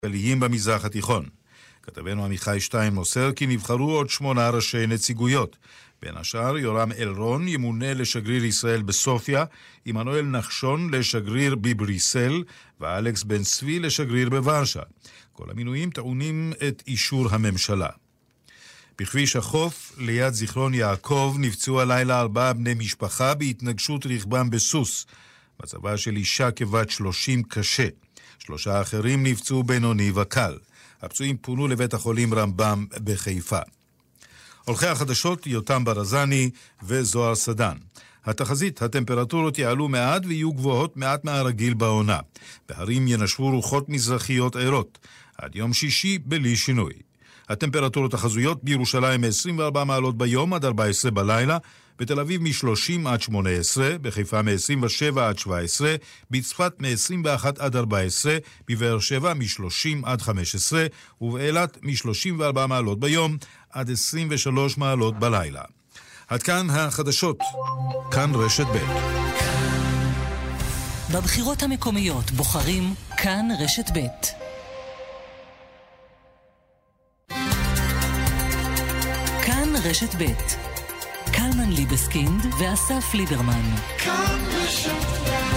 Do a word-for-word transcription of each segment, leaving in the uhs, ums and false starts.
כלכליים במזרח התיכון. כתבנו עמיחי שטיין מוסר כי נבחרו עוד שמונה ראשי נציגויות. בין השאר יורם אלרון ימונה לשגריר ישראל בסופיה, עמנואל נחשון לשגריר בבריסל ואלכס בן צבי לשגריר בוורשה. כל המינויים טעונים את אישור הממשלה. בכביש החוף ליד זיכרון יעקב נפצעו הלילה ארבעה בני משפחה בהתנגשות רכבם בסוס. מצבה של אישה כבת שלושים קשה. שלושה אחרים נפצעו בינוני וקל. הפצועים פונו לבית החולים רמב"ם בחיפה. עורכי החדשות יותם ברזני וזוהר סדן. התחזית, הטמפרטורות יעלו מעט ויהיו גבוהות מעט מהרגיל בעונה. בהרים ינשבו רוחות מזרחיות עירות. עד יום שישי בלי שינוי. הטמפרטורות החזויות בירושלים מ-עשרים וארבע מעלות ביום עד ארבע עשרה בלילה, בתל אביב מ-שלושים עד שמונה עשרה, בחיפה מ-עשרים ושבע עד שבע עשרה, בצפת מ-עשרים ואחת עד ארבע עשרה, בבאר שבע מ-שלושים עד חמש עשרה, ובאילת מ-שלושים וארבע מעלות ביום עד עשרים ושלוש מעלות בלילה. עד כאן החדשות. כאן רשת ב'. בבחירות המקומיות בוחרים כאן רשת ב'. כאן רשת ב'. קלמן ליבסקינד ואסף ליברמן. כאן רשת ב'.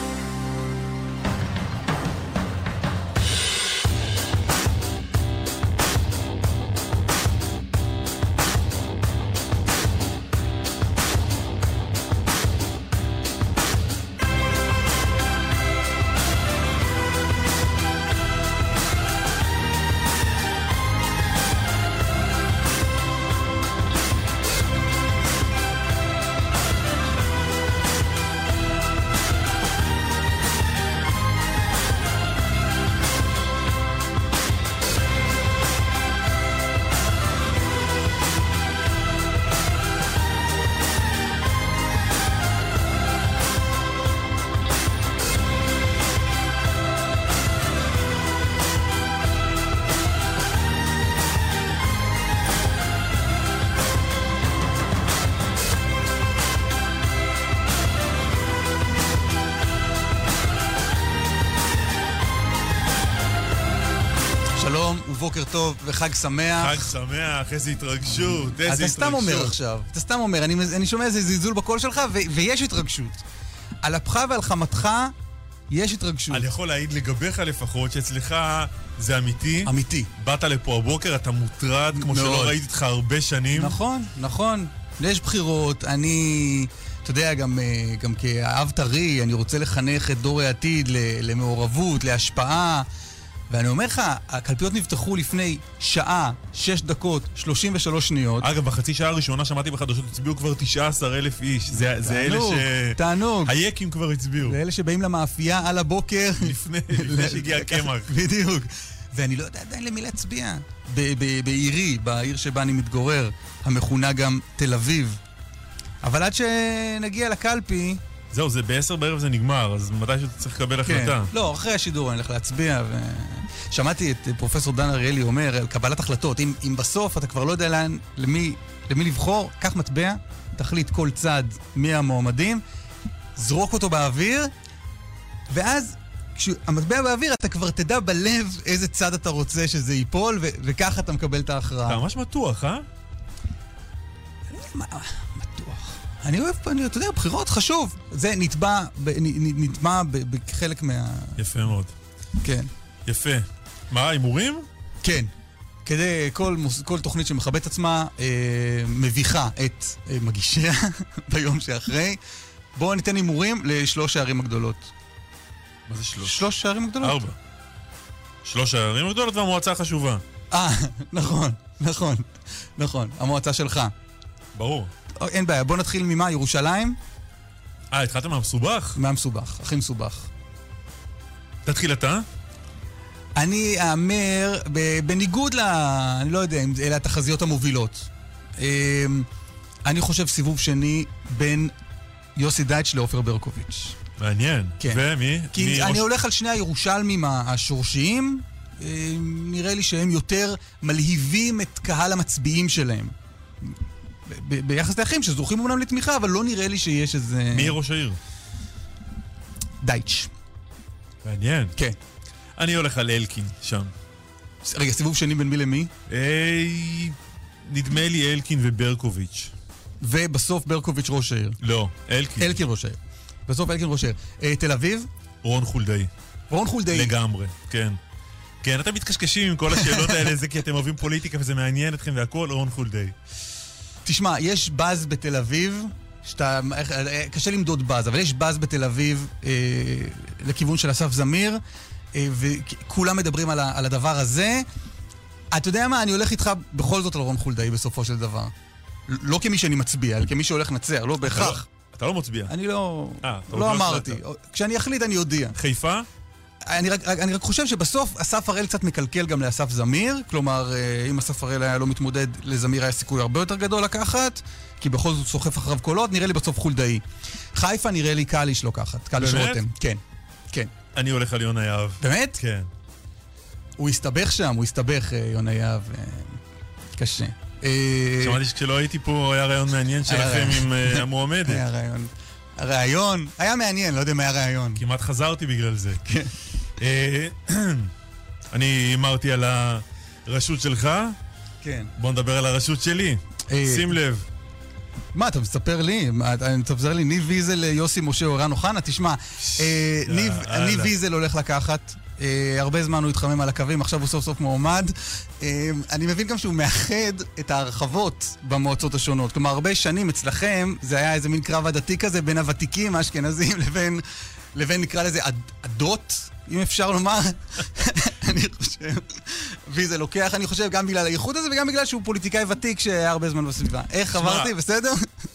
בוקר טוב וחג שמח. חג שמח, איזה התרגשות, איזה התרגשות. אתה סתם אומר עכשיו, אתה סתם אומר, אני, אני שומע איזה זלזול בקול שלך, ו- ויש התרגשות. על אפך ועל חמתך יש התרגשות. אני יכול להעיד לגביך לפחות, שאצלך זה אמיתי. אמיתי. באת לפה הבוקר, אתה מוטרד, כמו מאוד. שלא ראיתי אותך הרבה שנים. נכון, נכון. יש בחירות, אני, אתה יודע, גם, גם כאב טרי, אני רוצה לחנך את דור העתיד למעורבות, להשפעה. ואני אומר לך, הקלפיות נפתחו לפני שעה, שש דקות, שלושים ושלוש שניות. אגב, בחצי שעה הראשונה שמעתי בחדשות, הצביעו כבר תשעה עשר אלף איש. זה, תענוג, זה אלה ש... תענוג. היקים כבר הצביעו. זה אלה שבאים למאפייה על הבוקר. לפני, לפני שהגיע הקמח. בדיוק. ואני לא יודע עדיין למי להצביע. בעירי, בעיר שבה אני מתגורר, המכונה גם תל אביב. אבל עד שנגיע לקלפי... זהו, זה בעשר בערב זה נגמר, אז מתי שאתה צריך לקבל כן. החלטה? לא, אחרי השידור אני הולך להצביע, ושמעתי את פרופסור דן אריאלי אומר על קבלת החלטות. אם, אם בסוף אתה כבר לא יודע לאן, למי, למי לבחור, קח מטבע, תחליט כל צד מי המועמדים, זרוק אותו באוויר, ואז כשהמטבע באוויר אתה כבר תדע בלב איזה צד אתה רוצה שזה ייפול, ו- וככה אתה מקבל את ההכרעה. אתה ממש מתוח, אה? מה... אני אוהב, אני, אתה יודע, בחירות חשוב. זה נטבע, נטבע בחלק מה... יפה מאוד. כן. יפה. מה, הימורים? כן. כדי כל, כל תוכנית שמכבדת עצמה, אה, מביכה את אה, מגישיה ביום שאחרי. בואו ניתן הימורים לשלוש הערים הגדולות. מה זה שלוש? שלוש הערים הגדולות. ארבע. שלוש הערים הגדולות והמועצה החשובה. אה, נכון, נכון, נכון. המועצה שלך. ברור. אין בעיה, בוא נתחיל ממה? ירושלים? אה, התחלת מהמסובך? מהמסובך, הכי מסובך. תתחיל אתה? אני אאמר, בניגוד ל... אני לא יודע אם אלה התחזיות המובילות. אני חושב סיבוב שני בין יוסי דייטש לאופר ברקוביץ'. מעניין. כן. ומי? כי מי אני ראש... הולך על שני הירושלמים השורשיים, נראה לי שהם יותר מלהיבים את קהל המצביעים שלהם. ב- ביחס לאחרים שזוכים אומנם לתמיכה, אבל לא נראה לי שיש איזה... מי ראש העיר? דייטש. מעניין. כן. אני הולך על אלקין, שם. רגע, סיבוב שני בין מי למי? איי, נדמה לי אלקין וברקוביץ'. ובסוף ברקוביץ' ראש העיר. לא, אלקין. אלקין ראש העיר. בסוף אלקין ראש העיר. אה, תל אביב? רון חולדאי. רון חולדאי. לגמרי, כן. כן, אתם מתקשקשים עם כל השאלות האלה, זה כי אתם אוהבים פוליטיקה וזה מעניין אתכם והכל, רון חולדאי. תשמע, יש באז בתל אביב, שאתה, קשה למדוד באז, אבל יש באז בתל אביב אה, לכיוון של אסף זמיר, אה, וכולם מדברים על, ה, על הדבר הזה. אתה יודע מה, אני הולך איתך בכל זאת על רון חולדאי בסופו של דבר. לא כמי שאני מצביע, אלא כמי שהולך לנצח, לא בהכרח. אתה לא מצביע. אני לא, 아, לא אמרתי. כשאני אחליט אני אודיע. חיפה? אני רק, אני רק חושב שבסוף אסף הראל קצת מקלקל גם לאסף זמיר, כלומר, אם אסף הראל היה לא מתמודד, לזמיר היה סיכוי הרבה יותר גדול לקחת, כי בכל זאת סוחף אחריו קולות, נראה לי בסוף חולדאי. חיפה נראה לי קליש לוקחת, קליש רותם. כן, כן. אני הולך על יונה יהב. באמת? כן. הוא הסתבך שם, הוא הסתבך, יונה יהב. קשה. שמעתי שכשלא הייתי פה היה רעיון מעניין שלכם עם המועמדת. היה רעיון. הרעיון, היה מעניין, לא יודע מה היה רעיון. כמעט חזרתי בגלל זה. כן. אני אמרתי על הרשות שלך. כן. בוא נדבר על הרשות שלי. שים לב. מה, אתה מספר לי? אתה מספר לי, ניב ויזל, יוסי משה, אורן אוחנה? תשמע, ניב ויזל הולך לקחת. הרבה זמן הוא התחמם על הקווים, עכשיו הוא סוף סוף מועמד. אני מבין גם שהוא מאחד את ההרחבות במועצות השונות. כלומר, הרבה שנים אצלכם זה היה איזה מין קרב עדתי כזה בין הוותיקים האשכנזים לבין, לבין נקרא לזה עדות, אם אפשר לומר. אני חושב, ויזה לוקח, אני חושב, גם בגלל הייחוד הזה וגם בגלל שהוא פוליטיקאי ותיק שהיה הרבה זמן בסביבה. איך עברתי? בסדר?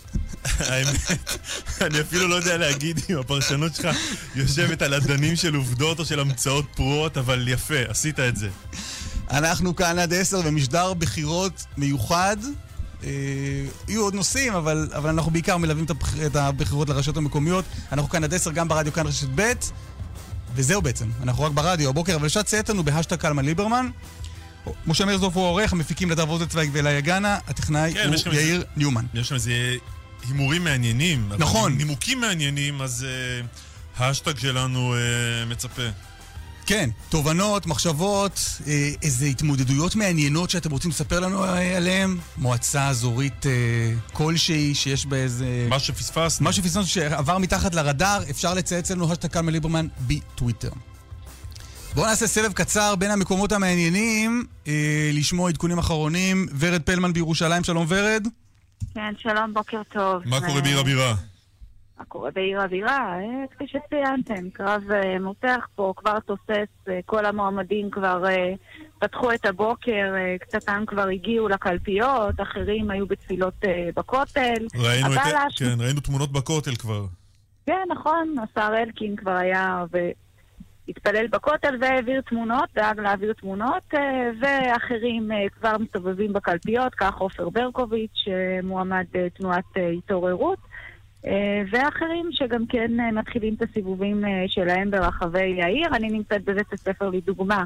האמת, אני אפילו לא יודע להגיד אם הפרשנות שלך יושבת על עדנים של עובדות או של המצאות פרועות, אבל יפה, עשית את זה. אנחנו כאן עד עשר במשדר בחירות מיוחד. אה, יהיו עוד נושאים, אבל, אבל אנחנו בעיקר מלווים את הבחירות לרשויות המקומיות. אנחנו כאן עד עשר, גם ברדיו, כאן רשת ב', וזהו בעצם. אנחנו רק ברדיו הבוקר, אבל אפשר לציית לנו בהשטג קלמן ליברמן. משה מרזוף הוא העורך, המפיקים לדב רוזנצוויג ואלי הגנה, הטכנאי כן, הוא יאיר איזה... ניומן. יש שם איזה הימורים מעניינים. נכון. נימוקים מעניינים, אז uh, ההשטג שלנו uh, מצפה. כן, תובנות, מחשבות, אה, איזה התמודדויות מעניינות שאתם רוצים לספר לנו עליהם. מועצה אזורית אה, כלשהי שיש באיזה... מה שפספסנו. מה שפספסנו שעבר מתחת לרדאר, אפשר לצייץ לנו השטג קלמן ליברמן בטוויטר. בואו נעשה סבב קצר בין המקומות המעניינים, אה, לשמוע עדכונים אחרונים. ורד פלמן בירושלים, שלום ורד. כן, שלום, בוקר טוב. מה קורה בעיר הבירה? מה קורה בעיר הבירה? כפי שציינתם, קרב מותח פה, כבר תוסס, כל המועמדים כבר פתחו את הבוקר, קצתם כבר הגיעו לקלפיות, אחרים היו בתפילות בכותל. ראינו, את... כן, ראינו תמונות בכותל כבר. כן, נכון, השר אלקין כבר היה והתפלל בכותל והעביר תמונות, דאג להעביר תמונות, ואחרים כבר מסתובבים בקלפיות, כך עופר ברקוביץ', מועמד תנועת התעוררות. ואחרים שגם כן מתחילים את הסיבובים שלהם ברחבי העיר. אני נמצאת בבית הספר לדוגמה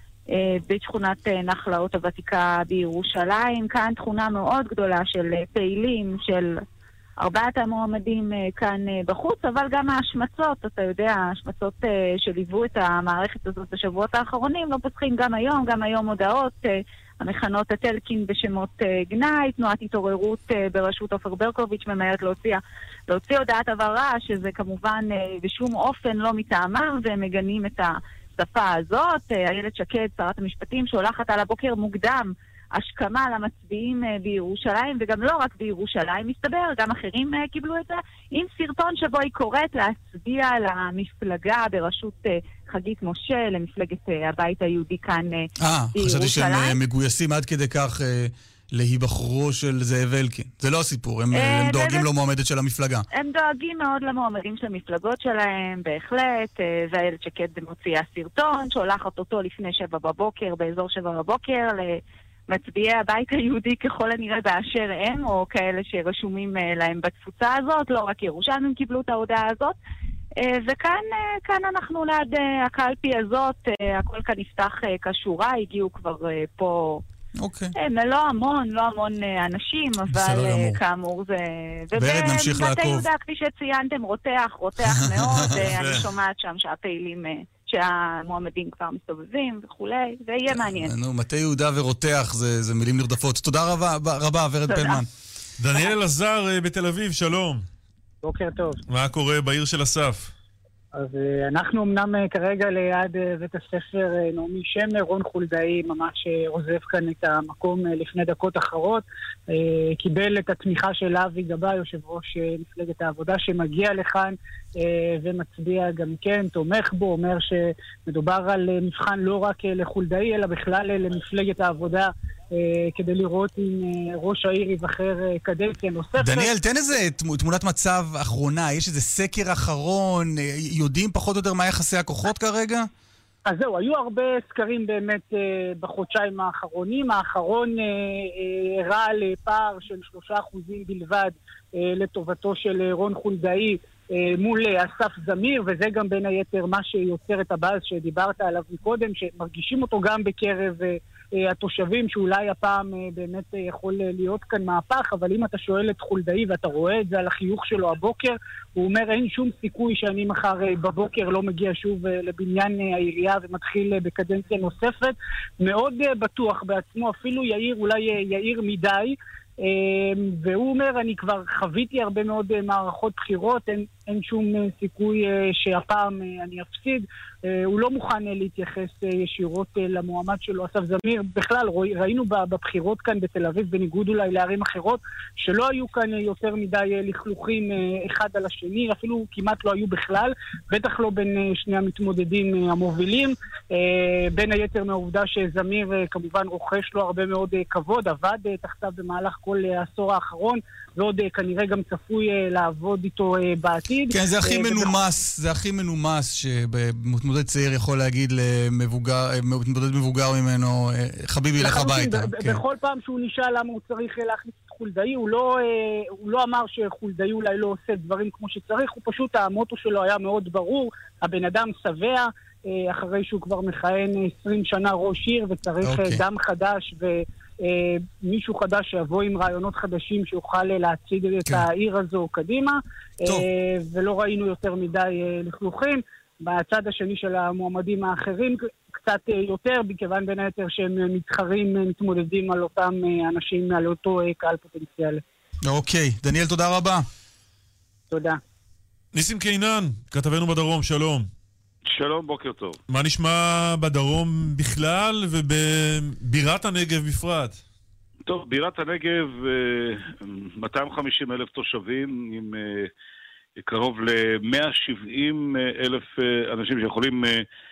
בשכונת נחלאות הוותיקה בירושלים. כאן תכונה מאוד גדולה של פעילים, של ארבעת המועמדים כאן בחוץ, אבל גם ההשמצות, אתה יודע, ההשמצות שליוו את המערכת הזאת בשבועות האחרונים לא פוסחים גם היום, גם היום הודעות המכנות את אלקין בשמות גנאי, תנועת התעוררות בראשות עופר ברקוביץ' ממהרת להוציא, להוציא הודעת הבהרה, שזה כמובן בשום אופן לא מטעמם, והם מגנים את השפה הזאת. איילת שקד, שרת המשפטים, שולחת על הבוקר מוקדם השכמה למצביעים בירושלים, וגם לא רק בירושלים, מסתבר, גם אחרים קיבלו את זה, עם סרטון שבו היא קוראת להצביע למפלגה בראשות חגית משה, למפלגת הבית היהודי כאן בירושלים. אה, חשבתי שהם מגויסים עד כדי כך להיבחרו של זאב אלקין. זה לא הסיפור, הם, הם דואגים לו מועמדת של המפלגה. הם דואגים מאוד למועמדים של המפלגות שלהם, בהחלט, ואיילת שקד מוציאה סרטון, שולחת אותו לפני שבע בבוקר, באזור שבע בבוקר, מצביעי הבית היהודי ככל הנראה באשר הם, או כאלה שרשומים להם בתפוצה הזאת, לא רק ירושלים קיבלו את ההודעה הזאת. וכאן כאן אנחנו ליד הקלפי הזאת, הכל כאן נפתח כשורה, הגיעו כבר פה אוקיי. לא המון, לא המון אנשים, אבל כאמור זה... ורד, נמשיך לעקוב. ובית היהודה, כפי שציינתם, רותח, רותח מאוד, אני שומעת שם שהפעילים שהמועמדים כבר מסתובבים וכולי, זה יהיה מעניין. נו, מטה יהודה ורותח, זה, זה מילים נרדפות. תודה רבה, רבה, ורד פלמן. דניאל אלעזר בתל אביב, שלום. בוקר טוב. מה קורה בעיר של אסף? אז אנחנו אמנם כרגע ליד בית הספר נעמי שמר, רון חולדאי ממש עוזב כאן את המקום לפני דקות אחרות, קיבל את התמיכה של אבי גבאי, יושב ראש מפלגת העבודה, שמגיע לכאן ומצביע גם כן, תומך בו, אומר שמדובר על מבחן לא רק לחולדאי, אלא בכלל למפלגת העבודה, כדי לראות אם ראש העיר יבחר קדנציה נוספת. דניאל, תן איזה תמונת מצב אחרונה, יש איזה סקר אחרון, יודעים פחות או יותר מה יחסי הכוחות כרגע? אז זהו, היו הרבה סקרים באמת בחודשיים האחרונים. האחרון הראה על פער של שלושה אחוזים בלבד לטובתו של רון חולדאי מול אסף זמיר, וזה גם בין היתר מה שיוצר את הבאז שדיברת עליו מקודם, שמרגישים אותו גם בקרב התושבים, שאולי הפעם באמת יכול להיות כאן מהפך, אבל אם אתה שואל את חולדאי ואתה רואה את זה על החיוך שלו הבוקר, הוא אומר אין שום סיכוי שאני מחר בבוקר לא מגיע שוב לבניין העירייה ומתחיל בקדנציה נוספת. מאוד בטוח בעצמו, אפילו יאיר, אולי יאיר מדי, והוא אומר, אני כבר חוויתי הרבה מאוד מערכות בחירות, אין, אין שום סיכוי שהפעם אני אפסיד. הוא לא מוכן להתייחס ישירות למועמד שלו, אסף זמיר. בכלל, ראינו בבחירות כאן בתל אביב, בניגוד אולי לערים אחרות, שלא היו כאן יותר מדי לכלוכים אחד על השני, אפילו כמעט לא היו בכלל, בטח לא בין שני המתמודדים המובילים, בין היתר מהעובדה שזמיר כמובן רוכש לו הרבה מאוד כבוד, עבד תחתיו במהלך כל העשור האחרון, ועוד כנראה גם צפוי לעבוד איתו בעתיד. כן, זה הכי מנומס, זה הכי מנומס שמתמודד צעיר יכול להגיד למבוגר, מתמודד מבוגר ממנו, חביבי לך הביתה. בכל פעם שהוא נשאל למה הוא צריך להכניס את חולדאי, הוא לא, הוא לא אמר שחולדאי אולי לא עושה דברים כמו שצריך, הוא פשוט, המוטו שלו היה מאוד ברור, הבן אדם שבע, אחרי שהוא כבר מכהן עשרים שנה ראש עיר, וצריך okay. דם חדש ו... מישהו חדש שיבוא עם רעיונות חדשים שיוכל להציג את כן. העיר הזו קדימה, טוב. ולא ראינו יותר מדי לכלוכים. בצד השני של המועמדים האחרים קצת יותר, בכיוון בין היתר שהם מתחרים, מתמודדים על אותם אנשים, על אותו קהל פוטנציאל. אוקיי, דניאל, תודה רבה. תודה. ניסים קינן, כתבנו בדרום, שלום. שלום, בוקר טוב. מה נשמע בדרום בכלל ובבירת הנגב בפרט? טוב, בירת הנגב, מאתיים וחמישים אלף תושבים, עם קרוב ל-מאה ושבעים אלף אנשים שיכולים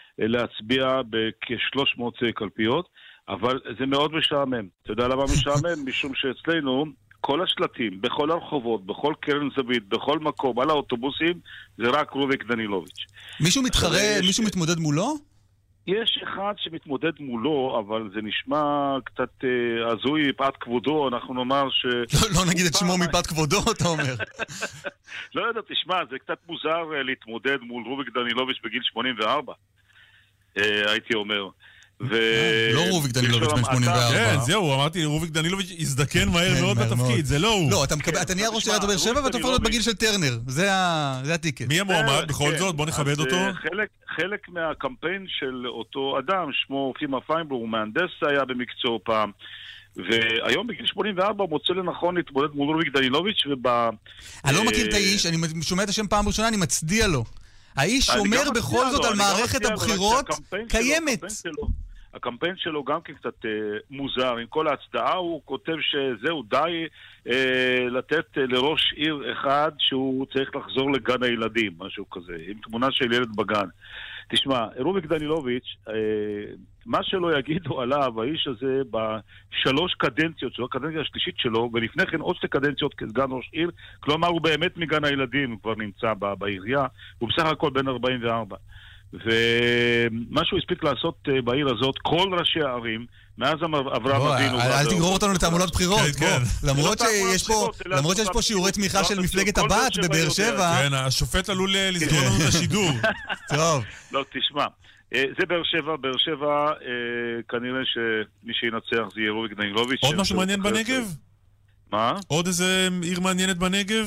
להצביע בכ-שלוש מאות קלפיות, אבל זה מאוד משעמם. אתה יודע למה משעמם? משום שאצלנו כל השלטים, בכל הרחובות, בכל קרן זווית, בכל מקום, על האוטובוסים, זה רק רוביק דנילוביץ'. מישהו מתחרה, מישהו מתמודד מולו? יש אחד שמתמודד מולו, אבל זה נשמע קצת הזוי מפאת כבודו, אנחנו נאמר ש... לא נגיד את שמו מפאת כבודו, אתה אומר. לא יודע, תשמע, זה קצת מוזר להתמודד מול רוביק דנילוביץ' בגיל שמונים וארבע, הייתי אומר. לא רוביק דנילוביץ' בן שמונים וארבע. כן, זהו, אמרתי, רוביק דנילוביץ' הזדקן מהר מאוד בתפקיד, זה לא הוא. לא, אתה נהיה ראש עיריית באר שבע ואתה הופך להיות בגיל של טרנר, זה הטיקט. מי המועמד? בכל זאת, בוא נכבד אותו. חלק מהקמפיין של אותו אדם, שמו פימה פיינברג, הוא מהנדס היה במקצוע פעם, והיום בגיל שמונים וארבע הוא מוצא לנכון להתמודד מול רוביק דנילוביץ' וב... אני לא מכיר את האיש, אני שומע את השם פעם ראשונה, אני מצדיע לו. האיש שומר בכל זאת על מערכת הבחירות קיימת. הקמפיין שלו גם כן קצת אה, מוזר, עם כל ההצדעה הוא כותב שזהו די אה, לתת אה, לראש עיר אחד שהוא צריך לחזור לגן הילדים, משהו כזה, עם תמונה של ילד בגן. תשמע, רוביק דנילוביץ', אה, מה שלא יגידו עליו, האיש הזה בשלוש קדנציות שלו, הקדנציה השלישית שלו, ולפני כן עוד שתי קדנציות כסגן ראש עיר, כלומר הוא באמת מגן הילדים, הוא כבר נמצא בעירייה, הוא בסך הכל בן ארבעים וארבע. ומה שהוא הספיק לעשות בעיר הזאת, כל ראשי הערים, מאז אברהם אבינו... אל תגרור אותנו לתעמולת בחירות, למרות שיש פה שיעורי תמיכה של מפלגת הבת בבאר שבע... כן, השופט עלול לסגור לנו את השידור. טוב. לא, תשמע, זה באר שבע, באר שבע, כנראה שמי שינצח זה יהיה רוביק דנילוביץ'. עוד משהו מעניין בנגב? מה? עוד איזה עיר מעניינת בנגב?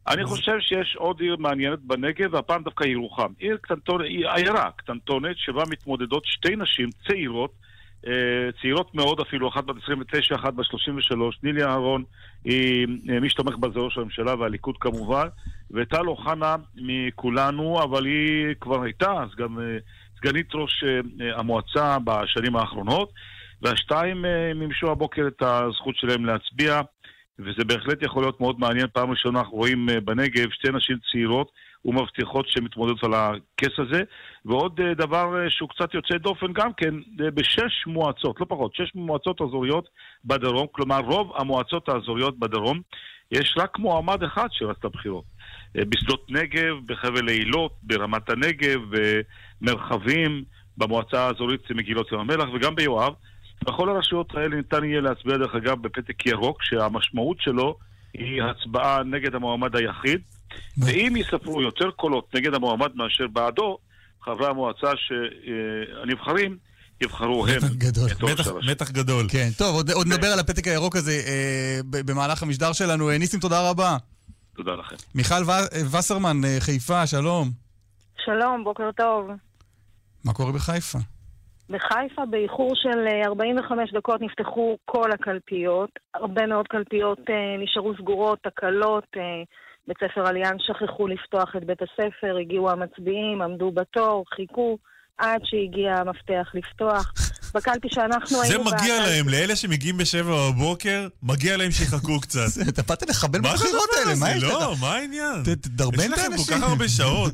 אני חושב שיש עוד עיר מעניינת בנגב, והפעם דווקא ירוחם. עיר קטנטונת, היא עיירה קטנטונת, שבה מתמודדות שתי נשים צעירות, צעירות מאוד אפילו, אחת בת עשרים ותשע, אחת בת שלושים ושלוש, נילי אהרון, היא מי שתומך בזה ראש הממשלה והליכוד כמובן, וטל אוחנה מכולנו, אבל היא כבר הייתה, אז גם סגנית ראש המועצה בשנים האחרונות, והשתיים מימשו הבוקר את הזכות שלהם להצביע, וזה בהחלט יכול להיות מאוד מעניין. פעם ראשונה אנחנו רואים בנגב שתי נשים צעירות ומבטיחות שמתמודדות על הכס הזה. ועוד דבר שהוא קצת יוצא דופן גם כן, בשש מועצות, לא פחות, שש מועצות אזוריות בדרום, כלומר רוב המועצות האזוריות בדרום, יש רק מועמד אחד שרצה בחירות. בשדות נגב, בחבל אילות, ברמת הנגב, במרחבים, במועצה האזורית מגילות ים המלח וגם ביואב. בכל הרשויות האלה ניתן יהיה להצביע דרך אגב בפתק ירוק, שהמשמעות שלו היא הצבעה נגד המועמד היחיד, ואם יספרו יותר קולות נגד המועמד מאשר בעדו, חברי המועצה שהנבחרים יבחרו הם. מתח גדול. כן, טוב, עוד נדבר על הפתק הירוק הזה במהלך המשדר שלנו. ניסים, תודה רבה. תודה לכם. מיכל וסרמן, חיפה, שלום. שלום, בוקר טוב. מה קורה בחיפה? בחיפה באיחור של ארבעים וחמש דקות נפתחו כל הקלפיות. הרבה מאוד קלפיות אה, נשארו סגורות, תקלות. אה, בית ספר עליין שכחו לפתוח את בית הספר, הגיעו המצביעים, עמדו בתור, חיכו עד שהגיע המפתח לפתוח. בקלפי שאנחנו היינו... זה מגיע להם, לאלה שמגיעים בשבע בבוקר, מגיע להם שיחכו קצת. אתה באת לחבל בבחירות האלה, מה יש לך? לא, מה העניין? תדרבן את האנשים. יש לכם כל כך הרבה שעות.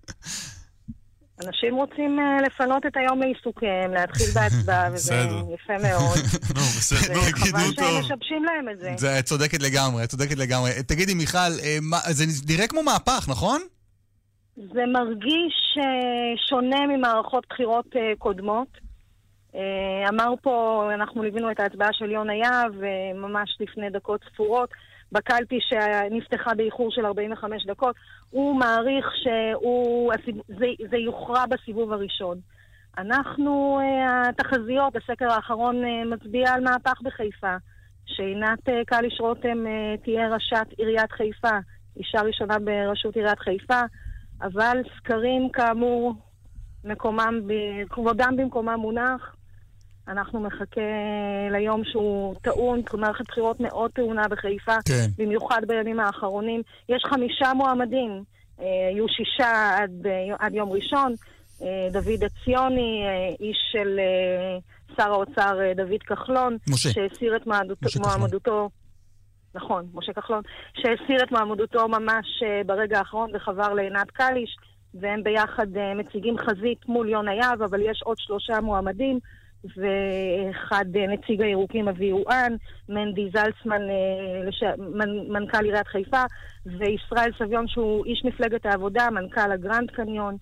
אנשים רוצים לפנות את היום לעיסוקיהם, להתחיל בהצבעה, וזה יפה מאוד. נו, בסדר, וחבל שהם משבשים להם את זה. זה צודקת לגמרי, צודקת לגמרי. תגידי, מיכל, זה נראה כמו מהפך, נכון? זה מרגיש שונה ממערכות בחירות קודמות. אמר פה, אנחנו ליווינו את ההצבעה של יונה יהב, ממש לפני דקות ספורות, בקלפי שנפתחה באיחור של ארבעים וחמש דקות, הוא מעריך שזה יוכרע בסיבוב הראשון. אנחנו, התחזיות, הסקר האחרון מצביע על מהפך בחיפה, שעינת קליש רותם תהיה ראשת עיריית חיפה, אישה ראשונה בראשות עיריית חיפה, אבל סקרים כאמור, מקומם, כבודם במקומם מונח, אנחנו מחכה ליום שהוא טעון, מערכת בחירות מאוד טעונה בחיפה, כן. במיוחד בימים האחרונים. יש חמישה מועמדים, היו שישה עד, עד יום ראשון, דוד הציוני, איש של שר האוצר דוד כחלון, משה. שהסיר את מועמדותו, מועמדותו נכון, משה כחלון, שהסיר את מועמדותו ממש ברגע האחרון וחבר לעינת קליש, והם ביחד מציגים חזית מול יונה יהב, אבל יש עוד שלושה מועמדים, ואחד נציג הירוקים אבי אוהן, מנדי זלצמן, מנכ"ל עיריית חיפה, וישראל סביון שהוא איש מפלגת העבודה, מנכ"ל הגרנד קניון,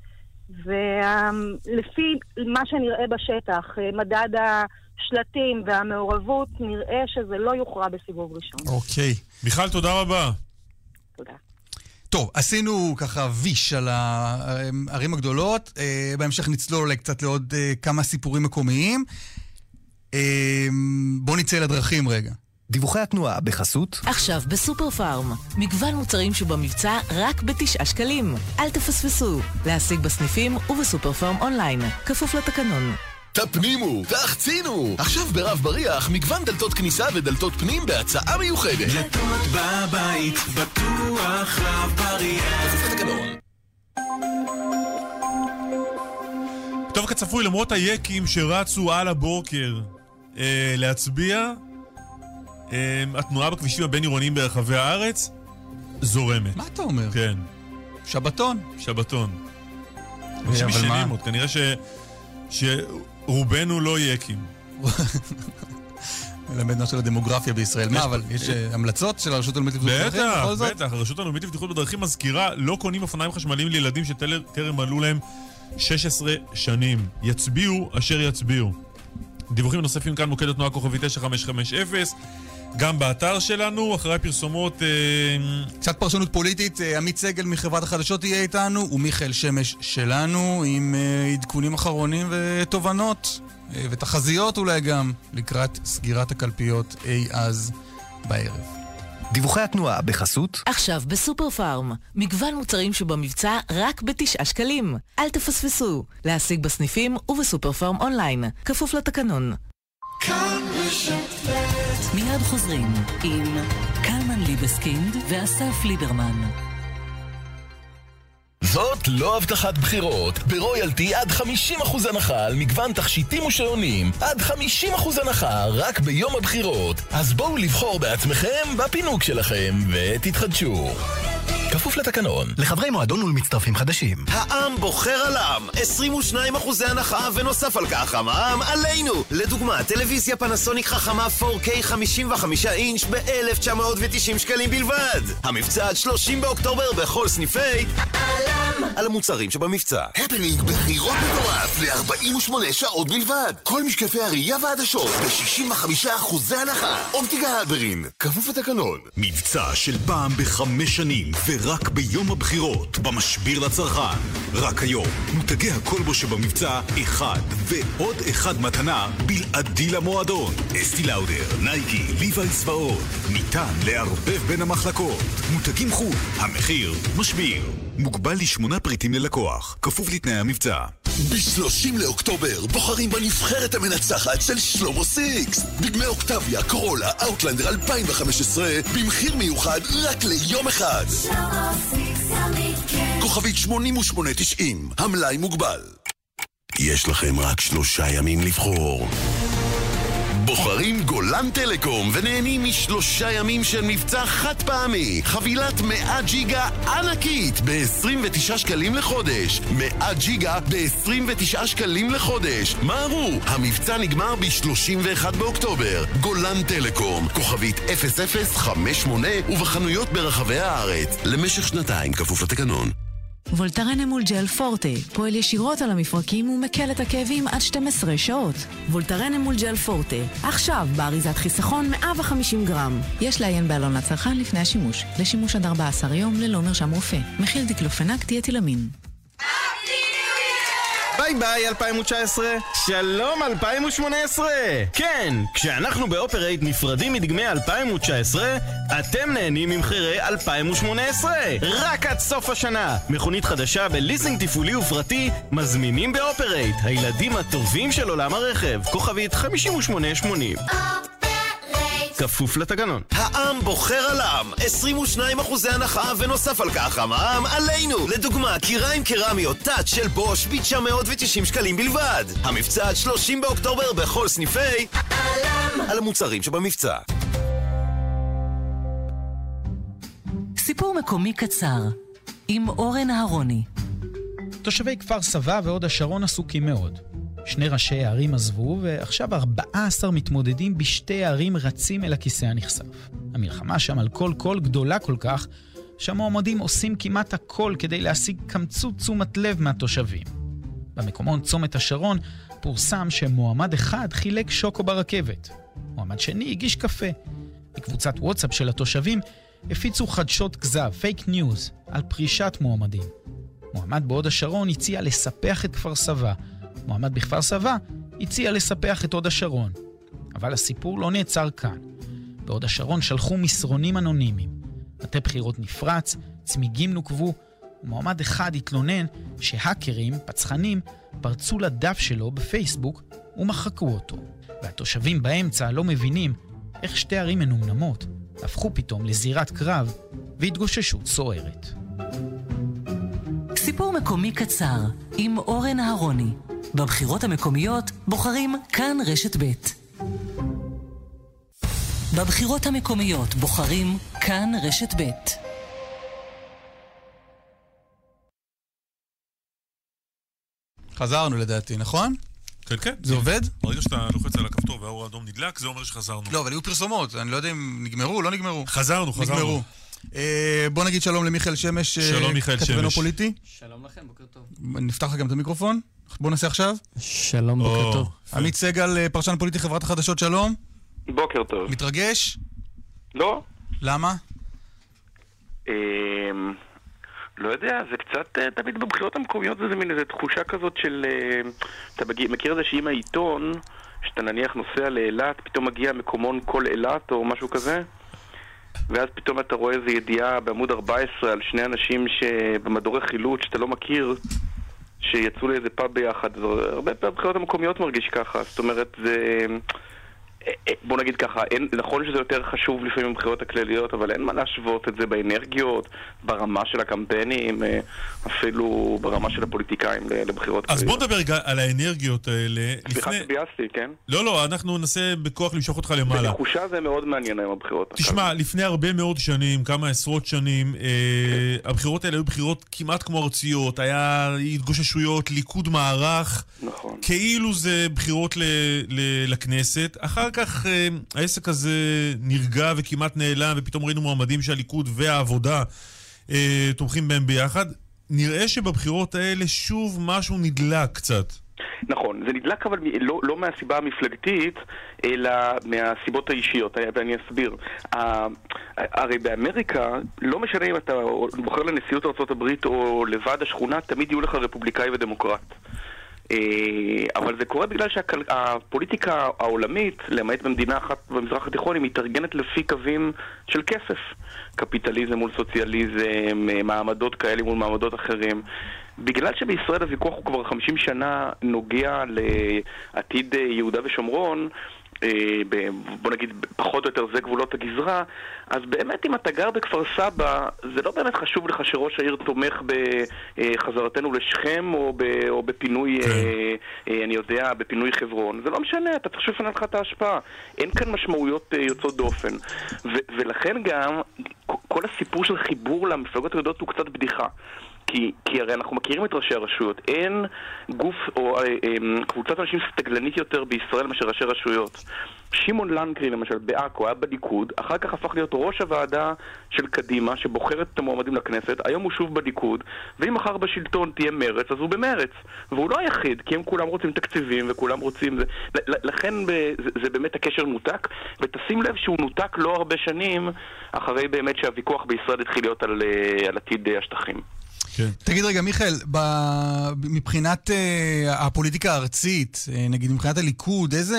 ולפי מה שנראה בשטח, מדד השלטים והמעורבות, נראה שזה לא יוכרע בסיבוב ראשון. אוקיי. מיכל, תודה רבה. תודה. טוב, עשינו ככה ויש על הערים הגדולות, בהמשך נצלול אולי קצת לעוד כמה סיפורים מקומיים. בואו נצא לדרכים רגע. דיווחי התנועה בחסות עכשיו בסופר פארם, מגוון מוצרים שבמבצע רק בתשעה שקלים. אל תפספסו, להשיג בסניפים ובסופר פארם אונליין, כפוף לתקנון. תפנימו, תחצינו! עכשיו ברב בריח מגוון דלתות כניסה ודלתות פנים בהצעה מיוחדת. דלתות בבית, בטוח רב בריח. כפוף לתקנון. טוב, כצפוי, למרות היקים שרצו על הבוקר אה, להצביע, אה, התנועה בכבישים הבין-עירוניים ברחבי הארץ זורמת. מה אתה אומר? כן. שבתון. שבתון. יש משנים עוד, כנראה ש... שרובנו לא יקים. מלמדנו של הדמוגרפיה בישראל. מה, אבל יש המלצות של הרשות הלאומית לבטיחות בדרכים? בטח, בטח. הרשות הלאומית לבטיחות בדרכים מזכירה, לא קונים אופניים חשמליים לילדים שטרם מלאו להם שש עשרה שנים. יצביעו אשר יצביעו. דיווחים נוספים כאן מוקד התנועה כוכבי תשע חמש חמש אפס, גם באתר שלנו, אחרי פרסומות... קצת פרשנות פוליטית, עמית סגל מחברת החדשות יהיה איתנו, ומיכאל שמש שלנו, עם עדכונים אחרונים ותובנות, ותחזיות אולי גם, לקראת סגירת הקלפיות אי אז בערב. דיווחי התנועה בחסות. עכשיו בסופר פארם, מגוון מוצרים שבמבצע רק בתשעה שקלים. אל תפספסו, להשיג בסניפים ובסופר פארם אונליין, כפוף לתקנון. מיד חוזרים עם קלמן ליבסקינד ואסף ליברמן. זאת לא הבטחת בחירות. ברויאלטי עד חמישים אחוז הנחה על מגוון תכשיטים ושעונים. עד חמישים אחוז הנחה רק ביום הבחירות. אז בואו לבחור בעצמכם בפינוק שלכם ותתחדשו. כפוף לתקנון. לחברי מועדון ולמצטרפים חדשים. העם בוחר על העם. עשרים ושניים אחוזי הנחה ונוסף על כך המע"מ עלינו. לדוגמה, טלוויזיה פנסוניק חכמה פור קיי חמישים וחמישה אינץ' ב-אלף תשע מאות ותשעים שקלים בלבד. המבצע עד שלושים באוקטובר בכל סניפי העם. על המוצרים שבמבצע. הפנינג בחירות מטורף ל-ארבעים ושמונה שעות בלבד. כל משקפי הראייה והעדשות ב-שישים וחמישה אחוזי הנחה. אופטיקה הלברין. כפוף לתקנון. מבצע של פעם בחמש שנים ורק ביום הבחירות במשביר לצרכן. רק היום מותגי הכלבו שבמבצע אחד ועוד אחד מתנה בלעדי למועדון. אסטי לאודר, נייקי, ליווייס ועוד. ניתן לערבב בין המחלקות. מותגים חו"ל, המחיר משביר. מוגבל לשמונה פריטים ללקוח, כפוף לתנאי המבצע. ב-שלושים לאוקטובר בוחרים בנבחרת המנצחת של שלמה סיקס. דגמי אוקטביה, קורולה, אאוטלנדר אלפיים וחמש עשרה במחיר מיוחד רק ליום אחד. שלמה סיקס ימית כן. כוכבית שמונים ושמונה תשעים, המלאי מוגבל. יש לכם רק שלושה ימים לבחור. בוחרים גולן טלקום ונהנים משלושה ימים של מבצע חד פעמי. חבילת מאה ג'יגה ענקית ב-עשרים ותשעה שקלים לחודש. מאה ג'יגה ב-עשרים ותשעה שקלים לחודש. מהרו, המבצע נגמר ב-שלושים ואחד באוקטובר. גולן טלקום, כוכבית אפס אפס חמש שמונה ובחנויות ברחבי הארץ. למשך שנתיים כפוף לתקנון. וולטרן אמול ג'ל פורטה פועל ישירות על המפרקים ומקל את הכאבים עד שתים עשרה שעות. וולטרן אמול ג'ל פורטה, עכשיו באריזת חיסכון מאה וחמישים גרם. יש לעיין בעלון לצרכן לפני השימוש. לשימוש עד ארבעה עשר יום ללא מרשם רופא. מכיל דיקלופנק דיאתילמין. ביי ביי אלפיים ותשע עשרה, שלום אלפיים ושמונה עשרה. כן, כשאנחנו באופרייט נפרדים מדגמי אלפיים ותשע עשרה, אתם נהנים ממחירי אלפיים ושמונה עשרה. רק עד סוף השנה. מכונית חדשה בליסינג תפעולי ופרטי, מזמינים באופרייט, הילדים הטובים של עולם הרכב. כוכבית חמישים ושמונה שמונים. כפוף לתקנון. העם בוחר על העם. עשרים ושניים אחוזי הנחה ונוסף על כך המע"מ עלינו. לדוגמה, קיריים קרמיות טאץ' של בוש ב-תשע מאות ותשעים שקלים בלבד. המבצע עד שלושים באוקטובר בכל סניפי העם. על המוצרים שבמבצע. סיפור מקומי קצר עם אורן הרוני. תושבי כפר סבא ועוד השרון עסוקים מאוד. שני ראשי הערים עזבו, ועכשיו ארבעה עשר מתמודדים בשתי הערים רצים אל הכיסא הנכסף. המלחמה שם על כל קול גדולה כל כך, שהמועמדים עושים כמעט הכל כדי להשיג קמצות תשומת לב מהתושבים. במקומון צומת השרון פורסם שמועמד אחד חילק שוקו ברכבת. מועמד שני הגיש קפה. בקבוצת וואטסאפ של התושבים הפיצו חדשות כזב, פייק ניוז, על פרישת מועמדים. מועמד בעוד השרון הציע לספח את כפר סבא, מועמד בכפר סבא הציע לספח את הוד השרון. אבל הסיפור לא נעצר כאן. בעוד השרון שלחו מסרונים אנונימיים. מטה בחירות נפרץ, צמיגים נוקבו, ומועמד אחד התלונן שהאקרים, פצחנים, פרצו לדף שלו בפייסבוק ומחקו אותו. והתושבים באמצע לא מבינים איך שתי ערים מנומנמות הפכו פתאום לזירת קרב והתגוששות סוערת. סיפור מקומי קצר עם אורן הרוני. בבחירות המקומיות בוחרים כאן רשת ב'. בבחירות המקומיות בוחרים כאן רשת ב'. חזרנו לדעתי, נכון? כן, כן. זה עובד? ברגע שאתה לוחץ על הכפתור והאור האדום נדלק, זה אומר שחזרנו. לא, אבל היו פרסומות, אני לא יודע אם נגמרו, לא נגמרו. חזרנו, חזרנו. נגמרו. בוא נגיד שלום למיכאל שמש. שלום מיכאל שמש. כתבנו פוליטי. שלום לכם, בוקר טוב. נפתח לך גם את המיקרופון. בוא נעשה עכשיו. שלום, בוקר טוב. עמית סגל, פרשן פוליטי, חברת החדשות, שלום. בוקר טוב. מתרגש? לא. למה? לא יודע, זה קצת, תמיד בבחירות המקומיות זה מין איזו תחושה כזאת של, אתה מכיר את זה שאם העיתון, שאתה נניח נוסע לאילת, פתאום מגיע מקומון כל אילת או משהו כזה? ואז פתאום אתה רואה איזו ידיעה בעמוד ארבע עשרה על שני אנשים שבמדורי חילוץ שאתה לא מכיר, שיצאו לאיזה פאב ביחד. הרבה פעמים בבחירות המקומיות מרגיש ככה. זאת אומרת, זה... בוא נגיד ככה, אין, נכון שזה יותר חשוב לפעמים בבחירות הכלליות, אבל אין מה להשוות את זה באנרגיות, ברמה של הקמפיינים, אפילו ברמה של הפוליטיקאים לבחירות אז כלליות. בוא נדבר רגע על האנרגיות האלה. סליחה לפני... שביאסתי, כן? לא, לא, אנחנו ננסה בכוח למשוך אותך למעלה. בתחושה זה מאוד מעניין היום הבחירות. תשמע, לפני הרבה מאוד שנים, כמה עשרות שנים, אה, הבחירות האלה היו בחירות כמעט כמו ארציות, היה התגוששויות, ליכוד מערך, נכון. כאילו זה בחירות ל, ל, לכנסת. אחר כך אה, העסק הזה נרגע וכמעט נעלם, ופתאום ראינו מועמדים שהליכוד והעבודה אה, תומכים בהם ביחד. נראה שבבחירות האלה שוב משהו נדלק קצת. נכון, זה נדלק אבל לא, לא מהסיבה המפלגתית, אלא מהסיבות האישיות, ואני אסביר. הרי באמריקה, לא משנה אם אתה בוחר לנשיאות ארצות הברית או לוועד השכונה, תמיד יהיו לך רפובליקאי ודמוקרט. אבל זה קורה בגלל שהפוליטיקה העולמית, למעט במדינה אחת במזרח התיכון, היא מתארגנת לפי קווים של כסף. קפיטליזם מול סוציאליזם, מעמדות כאלה מול מעמדות אחרים. בגלל שבישראל הוויכוח הוא כבר חמישים שנה נוגע לעתיד יהודה ושומרון, בוא נגיד פחות או יותר זה גבולות הגזרה, אז באמת אם אתה גר בכפר סבא, זה לא באמת חשוב לך שראש העיר תומך בחזרתנו לשכם או, או בפינוי, אני יודע, בפינוי חברון. זה לא משנה, אתה צריך לפנות לך את ההשפעה. אין כאן משמעויות יוצאות דופן. ו- ולכן גם כל הסיפור של חיבור למפלגות הגדולות הוא קצת בדיחה. כי, כי הרי אנחנו מכירים את ראשי הרשויות. אין גוף או אה, אה, קבוצת אנשים סטגלנית יותר בישראל מאשר ראשי רשויות. שמעון לנקרי למשל בעכו היה בליכוד, אחר כך הפך להיות ראש הוועדה של קדימה שבוחרת את המועמדים לכנסת, היום הוא שוב בליכוד, ואם מחר בשלטון תהיה מרץ, אז הוא במרץ. והוא לא היחיד, כי הם כולם רוצים תקציבים וכולם רוצים... זה... לכן ב... זה, זה באמת הקשר נותק, ותשים לב שהוא נותק לא הרבה שנים אחרי באמת שהוויכוח בישראל התחיל להיות על, על עתיד השטחים. כן. תגיד רגע, מיכאל, ב... מבחינת uh, הפוליטיקה הארצית, uh, נגיד מבחינת הליכוד, איזה,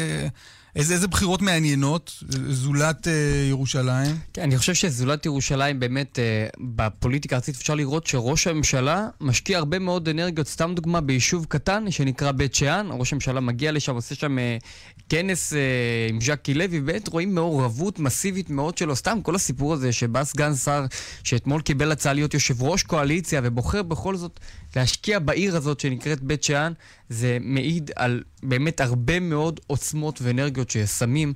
איזה, איזה בחירות מעניינות, זולת uh, ירושלים? כן, אני חושב שזולת ירושלים באמת, uh, בפוליטיקה הארצית אפשר לראות שראש הממשלה משקיע הרבה מאוד אנרגיות, סתם דוגמה, ביישוב קטן שנקרא בית שאן, ראש הממשלה מגיע לשם, עושה שם uh, כנס uh, עם ז'קי לוי, ובאמת רואים מעורבות מסיבית מאוד שלו, סתם כל הסיפור הזה שבא סגן שר שאתמול קיבל הצעה להיות יושב ראש קואליציה ובוחר בכל זאת להשקיע בעיר הזאת שנקראת בית שאן, זה מעיד על באמת הרבה מאוד עוצמות ואנרגיות ששמים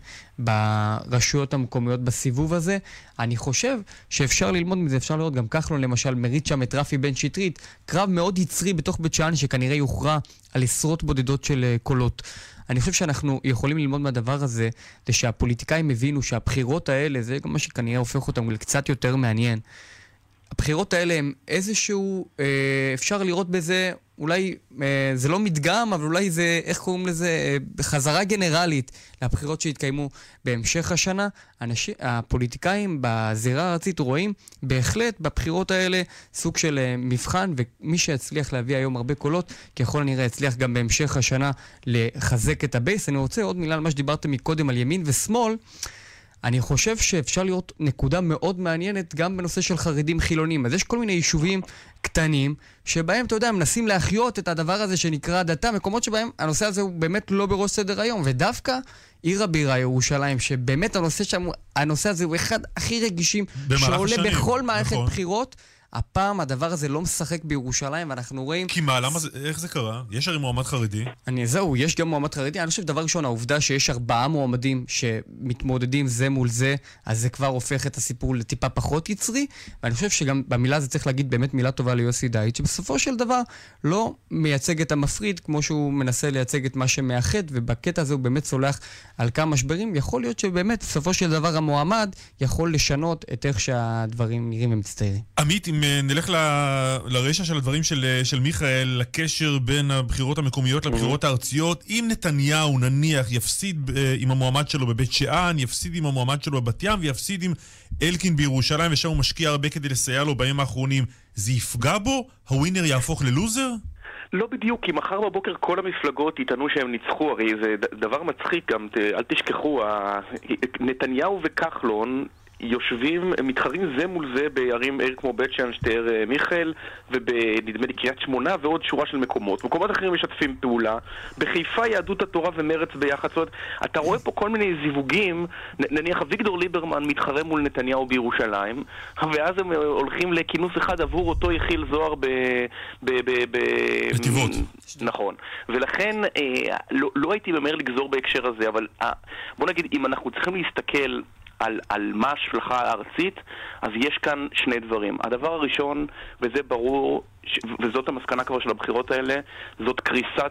ברשויות המקומיות בסיבוב הזה. אני חושב שאפשר ללמוד מזה, אפשר לראות גם כחלון למשל מריץ שם את רפי בן שטרית, קרב מאוד יצרי בתוך בית שאן שכנראה יוכרע על עשרות בודדות של קולות. אני חושב שאנחנו יכולים ללמוד מהדבר הזה, זה שהפוליטיקאים הבינו שהבחירות האלה, זה גם מה שכנראה הופך אותם לקצת יותר מעניין. הבחירות האלה הם איזשהו, אה, אפשר לראות בזה, אולי אה, זה לא מדגם, אבל אולי זה, איך קוראים לזה, אה, חזרה גנרלית לבחירות שהתקיימו בהמשך השנה. אנשים, הפוליטיקאים בזירה הארצית רואים בהחלט בבחירות האלה סוג של אה, מבחן, ומי שיצליח להביא היום הרבה קולות, ככל הנראה יצליח גם בהמשך השנה לחזק את הבייס. אני רוצה עוד מילה על מה שדיברתם מקודם על ימין ושמאל. אני חושב שאפשר לראות נקודה מאוד מעניינת גם בנושא של חרדים חילונים. אז יש כל מיני יישובים קטנים שבהם, אתה יודע, מנסים להחיות את הדבר הזה שנקרא דתה, מקומות שבהם הנושא הזה הוא באמת לא בראש סדר היום. ודווקא עיר הבירה ירושלים, שבאמת הנושא שם, הנושא הזה הוא אחד הכי רגישים שעולה השנים. בכל מערכת נכון. בחירות. הפעם הדבר הזה לא משחק בירושלים, ואנחנו רואים... כי מה, למה זה, איך זה קרה? יש הרי מועמד חרדי? אני, זהו, יש גם מועמד חרדי. אני חושב דבר ראשון, העובדה שיש ארבעה מועמדים שמתמודדים זה מול זה, אז זה כבר הופך את הסיפור לטיפה פחות יצרי, ואני חושב שגם במילה הזה צריך להגיד באמת מילה טובה ליוסי דייט, שבסופו של דבר לא מייצג את המפריד, כמו שהוא מנסה לייצג את מה שמאחד, ובקטע הזה הוא באמת סולח על כמה משברים. יכול להיות שבאמת, בסופו של דבר המועמד יכול לשנות את איך שהדברים נראים ומצטיירים. עמית, אם נלך ל... לרשע של הדברים של, של מיכאל, לקשר בין הבחירות המקומיות לבחירות הארציות, אם נתניהו נניח יפסיד עם המועמד שלו בבית שאן, יפסיד עם המועמד שלו בבת ים, ויפסיד עם אלקין בירושלים, ושם הוא משקיע הרבה כדי לסייע לו בימים האחרונים, זה יפגע בו? הווינר יהפוך ללוזר? לא בדיוק, כי מחר בבוקר כל המפלגות יטענו שהם ניצחו, הרי זה דבר מצחיק גם, אל תשכחו, נתניהו וכחלון יושבים, מתחרים זה מול זה בערים עיר כמו בית שאן שתיאר מיכאל, ובנדמה לי קריית שמונה ועוד שורה של מקומות. מקומות אחרים משתפים פעולה. בחיפה יהדות התורה ומרץ ביחד. זאת אומרת, אתה רואה פה כל מיני זיווגים, נניח אביגדור ליברמן מתחרה מול נתניהו בירושלים, ואז הם הולכים לכינוס אחד עבור אותו יחיל זוהר ב... בטבעות. נכון. ולכן לא, לא הייתי ממהר לגזור בהקשר הזה, אבל בוא נגיד, אם אנחנו צריכים להסתכל על, על מה השלכה הארצית, אז יש כאן שני דברים. הדבר הראשון, וזה ברור, ש, וזאת המסקנה כבר של הבחירות האלה, זאת קריסת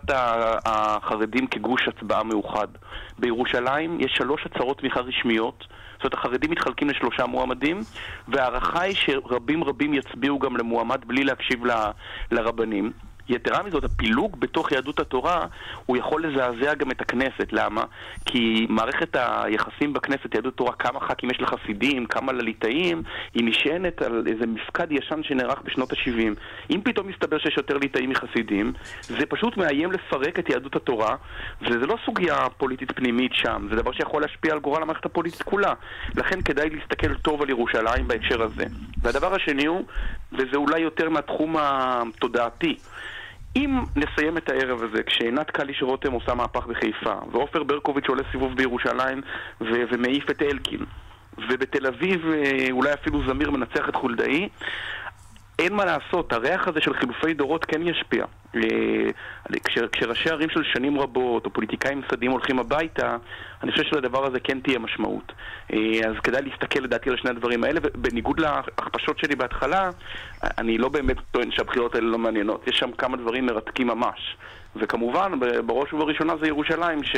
החרדים כגוש הצבעה מאוחד. בירושלים יש שלוש הצהרות תמיכה רשמיות, זאת אומרת, החרדים מתחלקים לשלושה מועמדים, והערכה היא שרבים רבים יצביעו גם למועמד בלי להקשיב ל, לרבנים. יתרה מזאת, הפילוג בתוך יהדות התורה הוא יכול לזעזע גם את הכנסת. למה? כי מערכת היחסים בכנסת, יהדות התורה, כמה ח"כים יש לחסידים, כמה לליטאים, היא נשענת על איזה מפקד ישן שנערך בשנות ה-שבעים. אם פתאום מסתבר שיש יותר ליטאים מחסידים, זה פשוט מאיים לפרק את יהדות התורה, וזה לא סוגיה פוליטית פנימית שם, זה דבר שיכול להשפיע על גורל המערכת הפוליטית כולה. לכן כדאי להסתכל טוב על ירושלים בהקשר הזה. והדבר השני הוא, וזה אולי יותר מהתחום התודעתי, אם נסיים את הערב הזה, כשעינת קליש רותם עושה מהפך בחיפה, ועופר ברקוביץ' עולה סיבוב בירושלים ו- ומעיף את אלקין, ובתל אביב אולי אפילו זמיר מנצח את חולדאי, אין מה לעשות, הריח הזה של חילופי דורות כן ישפיע. כש, כשראשי ערים של שנים רבות או פוליטיקאים מסדים הולכים הביתה, אני חושב שלדבר הזה כן תהיה משמעות. אז כדאי להסתכל לדעתי על שני הדברים האלה, ובניגוד להכפשות שלי בהתחלה, אני לא באמת טוען שהבחירות האלה לא מעניינות. יש שם כמה דברים מרתקים ממש. וכמובן, בראש ובראשונה זה ירושלים, ש...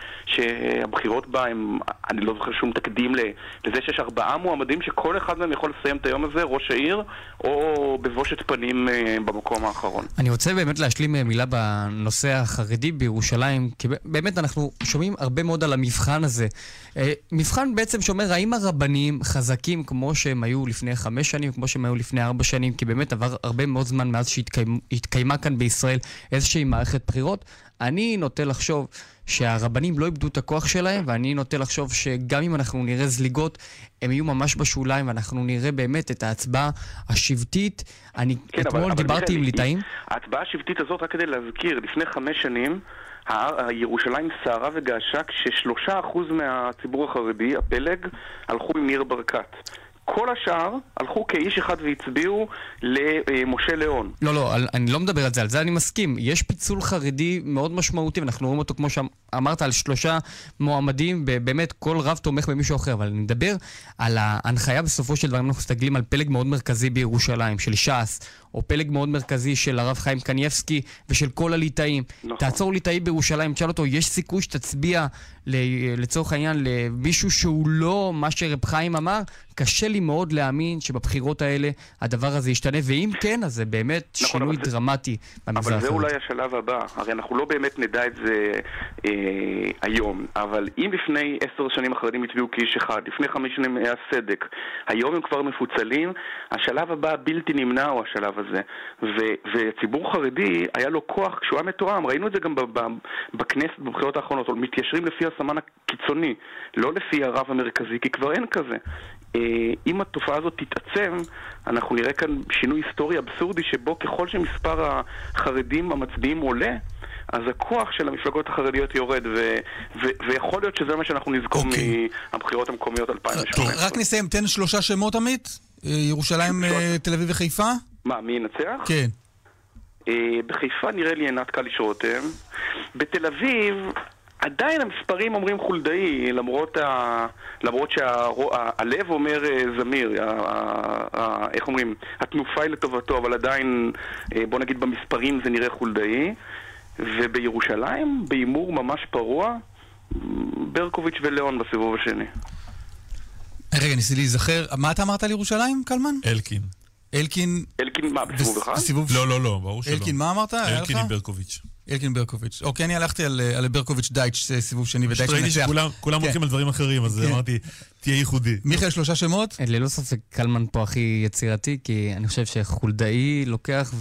שהבחירות בה הם, אני לא זוכר שום תקדים לזה שיש ארבעה מועמדים שכל אחד מהם יכול לסיים את היום הזה, ראש העיר, או בבושת פנים במקום האחרון. אני רוצה באמת להשלים מילה בנושא החרדי בירושלים, כי באמת אנחנו שומעים הרבה מאוד על המבחן הזה. מבחן בעצם שאומר, האם הרבנים חזקים כמו שהם היו לפני חמש שנים, כמו שהם היו לפני ארבע שנים, כי באמת עבר הרבה מאוד זמן מאז שהתקיימה כאן בישראל איזושהי מערכת בחירות. אני נוטה לחשוב שהרבנים לא איבדו את הכוח שלהם, ואני נוטה לחשוב שגם אם אנחנו נראה זליגות, הם יהיו ממש בשוליים, ואנחנו נראה באמת את ההצבעה השבטית. אני כן, אתמול אבל, דיברתי אבל עם ליטאים. ההצבעה השבטית הזאת, רק כדי להזכיר, לפני חמש שנים, הירושלים סערה וגעשה, כששלושה אחוז מהציבור החרדי, הפלג, הלכו עם ניר ברקת. כל השאר הלכו כאיש אחד והצביעו למשה ליאון. לא, לא, אני לא מדבר על זה, על זה אני מסכים. יש פיצול חרדי מאוד משמעותי, ואנחנו רואים אותו כמו שאמרת על שלושה מועמדים, באמת כל רב תומך במישהו אחר, אבל אני מדבר על ההנחיה בסופו של דבר, אנחנו מסתגלים על פלג מאוד מרכזי בירושלים, של ש"ס, או פלג מאוד מרכזי של הרב חיים קניבסקי ושל כל הליטאים. נכון. תעצור ליטאי בירושלים, תשאל אותו, יש סיכוי שתצביע לצורך העניין למישהו שהוא לא מה שרב חיים אמר? קשה לי מאוד להאמין שבבחירות האלה הדבר הזה ישתנה, ואם כן, אז זה באמת נכון, שינוי דרמטי במגזר. אבל זה אולי השלב הבא. הרי אנחנו לא באמת נדע את זה אה, היום, אבל אם לפני עשר שנים החרדים הצביעו כאיש אחד, לפני חמש שנים היה סדק, היום הם כבר מפוצלים, השלב הבא בלתי נמנע הוא השלב הזה. ו- וציבור חרדי היה לו כוח כשהוא היה מתואם, ראינו את זה גם ב- ב- בכנסת בבחירות האחרונות, מתיישרים לפי הסמן הקיצוני, לא לפי הרב המרכזי, כי כבר אין כזה. אם התופעה הזאת תתעצם, אנחנו נראה כאן שינוי היסטורי אבסורדי שבו ככל שמספר החרדים המצביעים עולה, אז הכוח של המפלגות החרדיות יורד, ו- ו- ויכול להיות שזה מה שאנחנו נזכור okay. מהבחירות המקומיות אלפיים ושמונה עשרה. רק נסיים, תן שלושה שמות עמית, ירושלים, תל אביב וחיפה? מה, מי ינצח? כן. בחיפה נראה לי עינת קליש רותם. בתל אביב עדיין המספרים אומרים חולדאי, למרות, ה... למרות שהלב אומר זמיר, ה... ה... איך אומרים, התנופה היא לטובתו, אבל עדיין, בוא נגיד במספרים זה נראה חולדאי. ובירושלים, באימור ממש פרוע, ברקוביץ' וליאון בסיבוב השני. רגע, ניסי להיזכר, מה אתה אמרת על ירושלים, קלמן? אלקין. אלקין... אלקין מה, בסיבוב אחד? לא, לא, לא, ברור שלא. אלקין, מה אמרת? אלקין עם ברקוביץ'. אלקין ברקוביץ'. אוקיי, אני הלכתי על, על ברקוביץ' דייץ' סיבוב שני ודייץ' מנצח. כולם הולכים על דברים אחרים, אז אמרתי, תהיה ייחודי. מיכאל, שלושה שמות? ללא ספק קלמן פה הכי יצירתי, כי אני חושב שחולדאי לוקח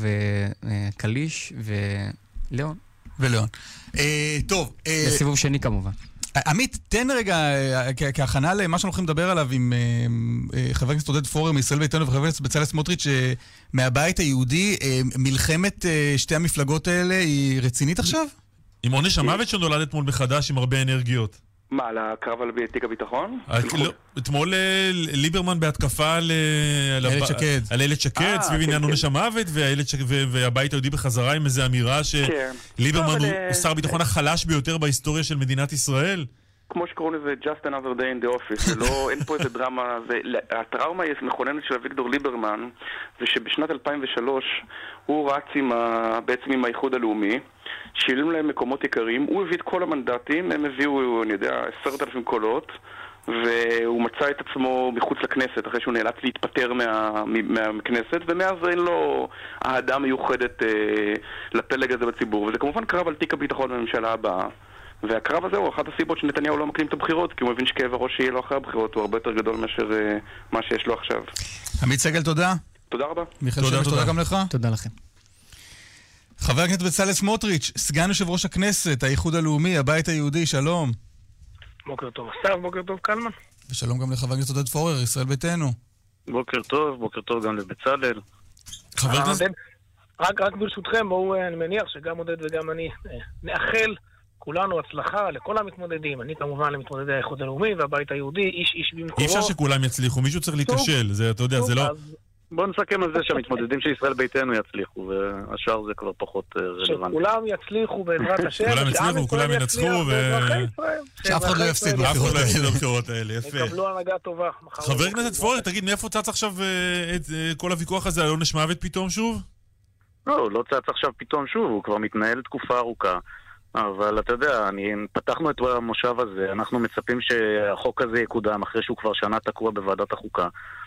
וקליש וליאון. וליאון. טוב. לסיבוב שני כמובן. עמית, תן רגע, כהכנה למה שאנחנו הולכים לדבר עליו עם חבר הכנסת עודד פורר מישראל ביתנו וחבר הכנסת בצלאל סמוטריץ' מהבית היהודי, מלחמת שתי המפלגות האלה היא רצינית עכשיו? עם עונש המוות שנולד אתמול מחדש עם הרבה אנרגיות. מה, על הקרב על תיק הביטחון? אתמול ליברמן בהתקפה על איילת שקד, סביב עניין עונש המוות, והבית היהודי בחזרה עם איזו אמירה שליברמן הוא שר הביטחון החלש ביותר בהיסטוריה של מדינת ישראל. כמו שקוראים לזה just another day in the office, אין פה איזה דרמה. הטראומה המכוננת של אביגדור ליברמן זה שבשנת אלפיים ושלוש הוא רץ בעצם עם האיחוד הלאומי, שילם להם מקומות יקרים, הוא הביא את כל המנדטים, הם הביאו, אני יודע, עשרת אלפים קולות, והוא מצא את עצמו מחוץ לכנסת, אחרי שהוא נאלץ להתפטר מה, מהכנסת, ומאז אין לו אהדה מיוחדת אה, לפלג הזה בציבור, וזה כמובן קרב על תיק הביטחון בממשלה הבאה. והקרב הזה הוא אחת הסיבות שנתניהו לא מקדים את הבחירות, כי הוא מבין שכאב הראש שיהיה לו אחרי הבחירות הוא הרבה יותר גדול מאשר אה, מה שיש לו עכשיו. עמית סגל, תודה. תודה רבה. מיכאל שמש, תודה גם לך. תודה לכם. חבר הכנסת בצלאל סמוטריץ', סגן יושב ראש הכנסת, האיחוד הלאומי, הבית היהודי, שלום. בוקר טוב אסף, בוקר טוב קלמן. ושלום גם לחבר הכנסת עודד פורר, ישראל ביתנו. בוקר טוב, בוקר טוב גם לבצלאל. חבר הכנסת... רק, רק ברשותכם, בואו, אני מניח שגם עודד וגם אני נאחל כולנו הצלחה לכל המתמודדים. אני כמובן למתמודדי האיחוד הלאומי והבית היהודי, איש איש במקורו. אי אפשר שכולם יצליחו, מישהו צריך להיכשל, זה, אתה יודע, זה לא... בואו נסכם על זה שהמתמודדים של ישראל ביתנו יצליחו, והשאר זה כבר פחות רלוונטי. שכולם יצליחו בעזרת השם. כולם יצליחו, כולם ינצחו, שאף אחד לא יפסיד בבחירות האלה. יפה. יקבלו הנהגה טובה. חבר הכנסת פורר, תגיד, מאיפה צץ עכשיו את כל הוויכוח הזה על עונש מוות פתאום שוב? לא, לא צץ עכשיו פתאום שוב, הוא כבר מתנהל תקופה ארוכה. אבל אתה יודע, פתחנו את המושב הזה, אנחנו מצפים שהחוק הזה יקודם אחרי שהוא כבר שנה תקוע בוועדת החוקה.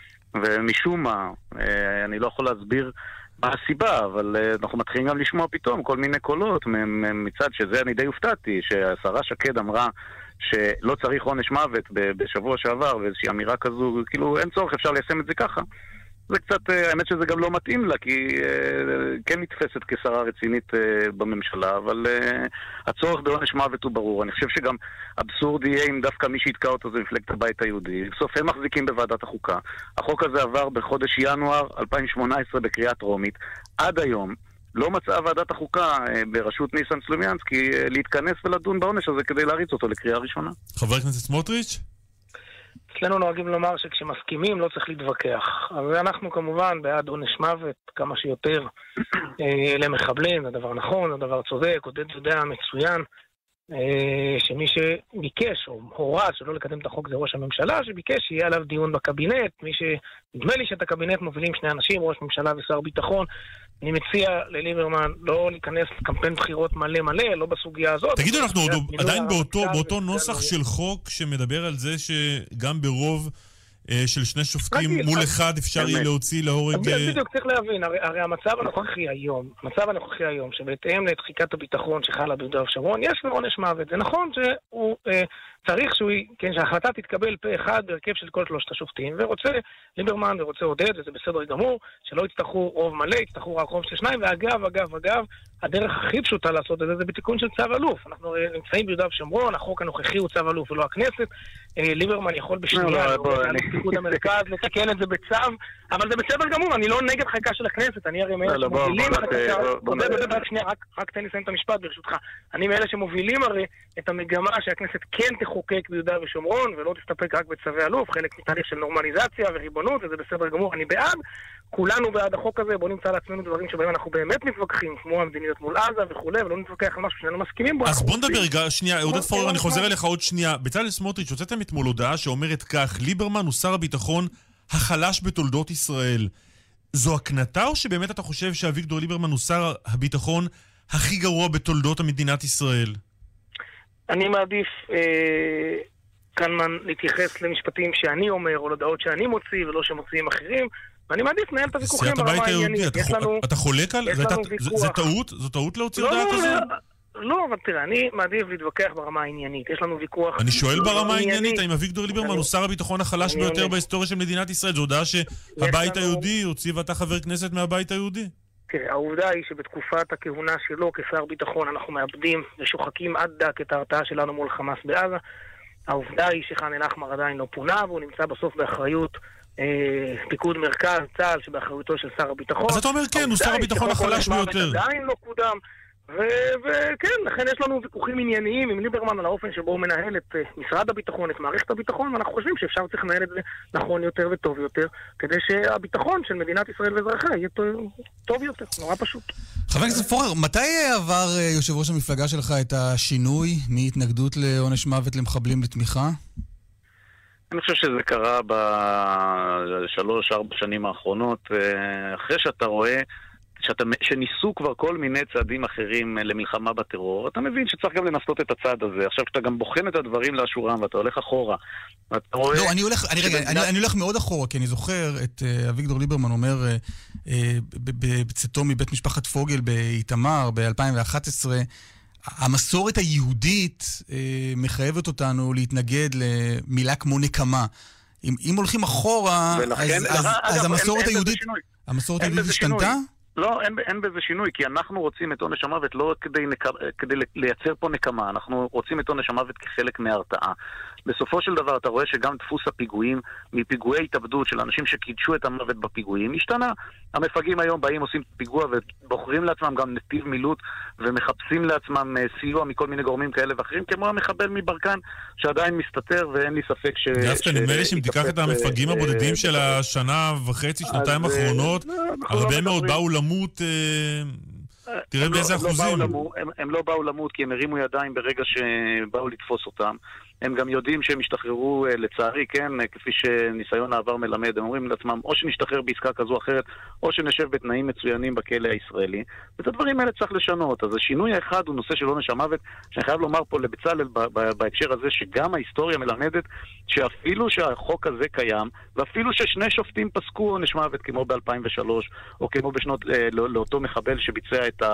ומשום מה, אני לא יכול להסביר מה הסיבה, אבל אנחנו מתחילים גם לשמוע פתאום כל מיני קולות מצד שזה אני די הופתעתי, שהשרה שקד אמרה שלא צריך עונש מוות בשבוע שעבר, ואיזושהי אמירה כזו, כאילו אין צורך, אפשר ליישם את זה ככה. זה קצת, האמת שזה גם לא מתאים לה, כי כן נתפסת כשרה רצינית בממשלה, אבל הצורך בעונש מוות הוא ברור. אני חושב שגם אבסורד יהיה אם דווקא מי שיתקע אותו זה מפלגת הבית היהודי. בסוף הם מחזיקים בוועדת החוקה. החוק הזה עבר בחודש ינואר אלפיים שמונה עשרה בקריאה טרומית. עד היום לא מצאה ועדת החוקה בראשות ניסן סלומיאנסקי להתכנס ולדון בעונש הזה כדי להריץ אותו לקריאה ראשונה. חבר הכנסת סמוטריץ'? אצלנו נוהגים לומר שכשמסכימים לא צריך להתווכח. אז אנחנו כמובן בעד עונש מוות כמה שיותר אה, למחבלים, זה דבר נכון, זה דבר צודק, עודד יודע מצוין, אה, שמי שביקש או הורה שלא לקדם את החוק זה ראש הממשלה, שביקש שיהיה עליו דיון בקבינט, מי שנדמה לי שאת הקבינט מובילים שני אנשים, ראש ממשלה ושר ביטחון, אני מציע לליברמן לא להיכנס לקמפיין בחירות מלא מלא, לא בסוגיה הזאת. תגידו, אנחנו עדיין באותו נוסח של חוק שמדבר על זה שגם ברוב של שני שופטים מול אחד אפשר יהיה להוציא להורג... בדיוק, צריך להבין, הרי המצב הנוכחי היום, המצב הנוכחי היום, שבהתאם לתחיקת הביטחון שחלה ביהודה ושומרון, יש לו עונש מוות. זה נכון שהוא צריך שהוא, כן, שההחלטה תתקבל פה אחד בהרכב של כל שלושת השופטים, ורוצה ליברמן ורוצה עודד, וזה בסדר גמור, שלא יצטרכו רוב מלא, יצטרכו רק רוב של שניים, ואגב, אגב, אגב, הדרך הכי פשוטה לעשות את זה, זה בתיקון של צו אלוף. אנחנו נמצאים ביהודה ושומרון, החוק הנוכחי הוא צו אלוף ולא הכנסת. ליברמן יכול בשנייה, לפיקוד המרכז, לתקן את זה בצו, אבל זה בסדר גמור, אני לא נגד חקיקה של הכנסת, אני הרי מאלה שמובילים חקיקה, רק שנייה, רק תן לי לסיים את המשפט ברשותך. אני מאלה שמובילים הרי את המגמה שהכנסת כן תחוקק ביהודה ושומרון, ולא תסתפק רק בצווי אלוף, חלק מתהליך של נורמליזציה וריבונות, וזה בסדר גמור, אני בעד. כולנו בעד החוק הזה, בוא נמצא לעצמנו דברים שבהם אנחנו באמת מתווכחים, כמו המדיניות מול עזה וכולי, ולא נתווכח על משהו שאנחנו מסכימים בו. אז בוא נדבר רגע, שנייה, עודד פורר, אני חוזר אליך עוד שנייה. בצלאל סמוטריץ', הוצאתם אתמול הודעה שאומרת כך, ליברמן הוא שר הביטחון החלש בתולדות ישראל. זו הקנטה או שבאמת אתה חושב שאביגדור ליברמן הוא שר הביטחון הכי גרוע בתולדות המדינת ישראל? אני מעדיף אה, כאן להתייחס למשפטים שאני אומר, או לדעות שאני מוציא, ולא שמוציאים אחרים, ואני מעדיף לנהל את הוויכוחים ברמה העניינית. אתה חולק על זה? זה טעות? זו טעות להוציא הודעה כזו? לא, אבל תראה, אני מעדיף להתווכח ברמה העניינית. יש לנו ויכוח... אני שואל ברמה העניינית, האם אביגדור ליברמן הוא שר הביטחון החלש ביותר בהיסטוריה של מדינת ישראל? זו הודעה שהבית היהודי הוציא ואתה חבר כנסת מהבית היהודי. תראה, העובדה היא שבתקופת הכהונה שלו כשר ביטחון אנחנו מאבדים ושוחקים עד דק את ההרתעה שלנו מול חמאס בעזה. העובדה היא שחאן אל-אחמר עדיין לא פונה, והוא נמצא בסוף באחריות אה, פיקוד מרכז צה"ל שבאחריותו של שר הביטחון. אז אתה אומר כן, הוא שר הביטחון החלש ביותר. עדיין לא קודם. וכן, לכן יש לנו ויכוחים ענייניים עם ליברמן על האופן שבו הוא מנהל את משרד הביטחון, את מערכת הביטחון, ואנחנו חושבים שאפשר צריך לנהל את זה נכון יותר וטוב יותר, כדי שהביטחון של מדינת ישראל ואזרחיה יהיה טוב יותר, נורא פשוט. חבר הכנסת פורר, מתי עבר יושב ראש המפלגה שלך את השינוי מהתנגדות לעונש מוות למחבלים לתמיכה? אני חושב שזה קרה בשלוש, ארבע שנים האחרונות, אחרי שאתה רואה שאתה, שניסו כבר כל מיני צעדים אחרים למלחמה בטרור, אתה מבין שצריך גם לנסות את הצעד הזה. עכשיו, כשאתה גם בוחן את הדברים לאשורם, ואתה הולך אחורה, ואתה רואה... לא, אני הולך, אני, רגע, אני, אני הולך מאוד אחורה, כי אני זוכר את uh, אביגדור ליברמן אומר, uh, uh, בצאתו מבית משפחת פוגל באיתמר, ב-אלפיים ואחת עשרה, המסורת היהודית uh, מחייבת אותנו להתנגד למילה כמו נקמה. אם, אם הולכים אחורה, ולכן, אז, אז, אגב, אז המסורת אין, היהודית, אין המסורת היהודית השתנתה? לא, אין, אין בזה שינוי, כי אנחנו רוצים את עונש המוות לא כדי, נק... כדי לייצר פה נקמה, אנחנו רוצים את עונש המוות כחלק מההרתעה. בסופו של דבר אתה רואה שגם דפוס הפיגועים, מפיגועי התאבדות של אנשים שקידשו את המוות בפיגועים, השתנה. המפגעים היום באים, עושים פיגוע ובוחרים לעצמם גם נתיב מילוט, ומחפשים לעצמם סיוע מכל מיני גורמים כאלה ואחרים, כמו המחבל מברקן, שעדיין מסתתר, ואין לי ספק ש... דווקא נדמה לי שאם תיקח את המפגעים הבודדים של השנה וחצי, שנתיים האחרונות, הרבה מאוד באו למות... תראה באיזה אחוזים. הם לא באו למות כי הם הרימו ידיים ברגע שבאו לתפוס אותם. הם גם יודעים שהם השתחררו, לצערי, כן, כפי שניסיון העבר מלמד, הם אומרים לעצמם, או שנשתחרר בעסקה כזו או אחרת, או שנשב בתנאים מצוינים בכלא הישראלי. ואת הדברים האלה צריך לשנות. אז השינוי האחד הוא נושא של עונש המוות, שאני חייב לומר פה לבצלאל בהקשר הזה, שגם ההיסטוריה מלמדת שאפילו שהחוק הזה קיים, ואפילו ששני שופטים פסקו עונש מוות, כמו ב-אלפיים ושלוש, או כמו בשנות, לאותו מחבל שביצע את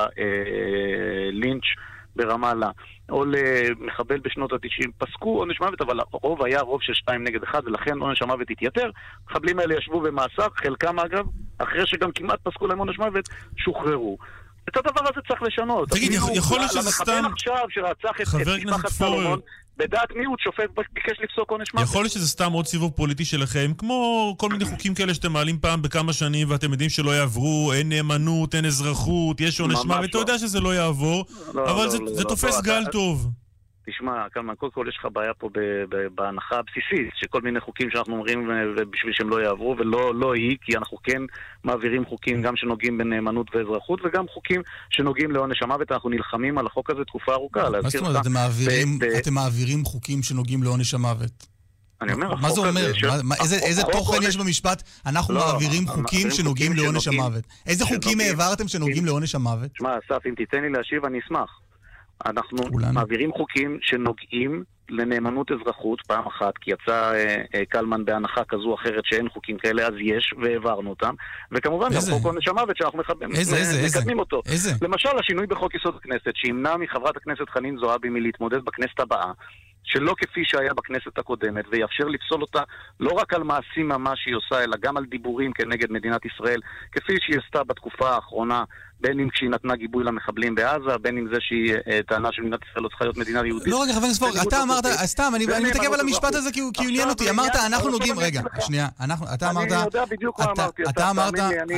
הלינץ' ברמאללה, או למחבל בשנות ה-תשעים, פסקו עונש מוות, אבל הרוב היה רוב של שתיים נגד אחד, ולכן עונש המוות התייתר. מחבלים האלה ישבו במאסר, חלקם אגב, אחרי שגם כמעט פסקו להם עונש מוות, שוחררו. את הדבר הזה צריך לשנות. תגיד, יכול להיות שזה סתם... למחבל עכשיו שרצח את משפחת סלומון, בדעת מיעוט שופט ביקש לפסוק עונש מוות. יכול להיות שזה סתם עוד סיבוב פוליטי שלכם, כמו כל מיני חוקים כאלה שאתם מעלים פעם בכמה שנים, ואתם יודעים שלא יעברו, אין נאמנות, אין אזרחות, יש עונש מוות, אתה יודע שזה לא יעבור, אבל זה תופס גל טוב. תשמע, כמה, קודם כל יש לך בעיה פה בהנחה הבסיסית, שכל מיני חוקים שאנחנו אומרים בשביל שהם לא יעברו, ולא לא היא, כי אנחנו כן מעבירים חוקים גם שנוגעים בנאמנות ואזרחות, וגם חוקים שנוגעים לעונש המוות. אנחנו נלחמים על החוק הזה תקופה ארוכה. מה זאת אומרת, אתם מעבירים חוקים שנוגעים לעונש המוות? אני אומר, מה זה אומר? איזה תוכן יש במשפט? אנחנו מעבירים חוקים שנוגעים לעונש המוות. איזה חוקים העברתם שנוגעים לעונש המוות? תשמע, אסף, אם תיתן לי להשיב, אני אשמח. אנחנו מעבירים חוקים שנוגעים לנאמנות אזרחות פעם אחת, כי יצא אה, קלמן בהנחה כזו או אחרת שאין חוקים כאלה, אז יש, והעברנו אותם. וכמובן גם חוק עונש המוות שאנחנו מקדמים אותו. איזה? למשל, השינוי בחוק יסוד הכנסת, שימנע מחברת הכנסת חנין זועבי מלהתמודד בכנסת הבאה, שלא כפי שהיה בכנסת הקודמת, ויאפשר לפסול אותה לא רק על מעשים ממש שהיא עושה, אלא גם על דיבורים כנגד מדינת ישראל, כפי שהיא עשתה בתקופה האחרונה, בין אם כשהיא נתנה גיבוי למחבלים בעזה, בין אם זה שהיא טענה שמדינת ישראל לא צריכה להיות מדינה יהודית. לא רגע, חבר הכנסת פורר, אתה אמרת, סתם, אני מתעכב על המשפט הזה כי הוא עניין אותי, אמרת, אנחנו נוגעים, רגע, שנייה, אתה אמרת, אני יודע בדיוק מה אמרתי, אתה אמרת,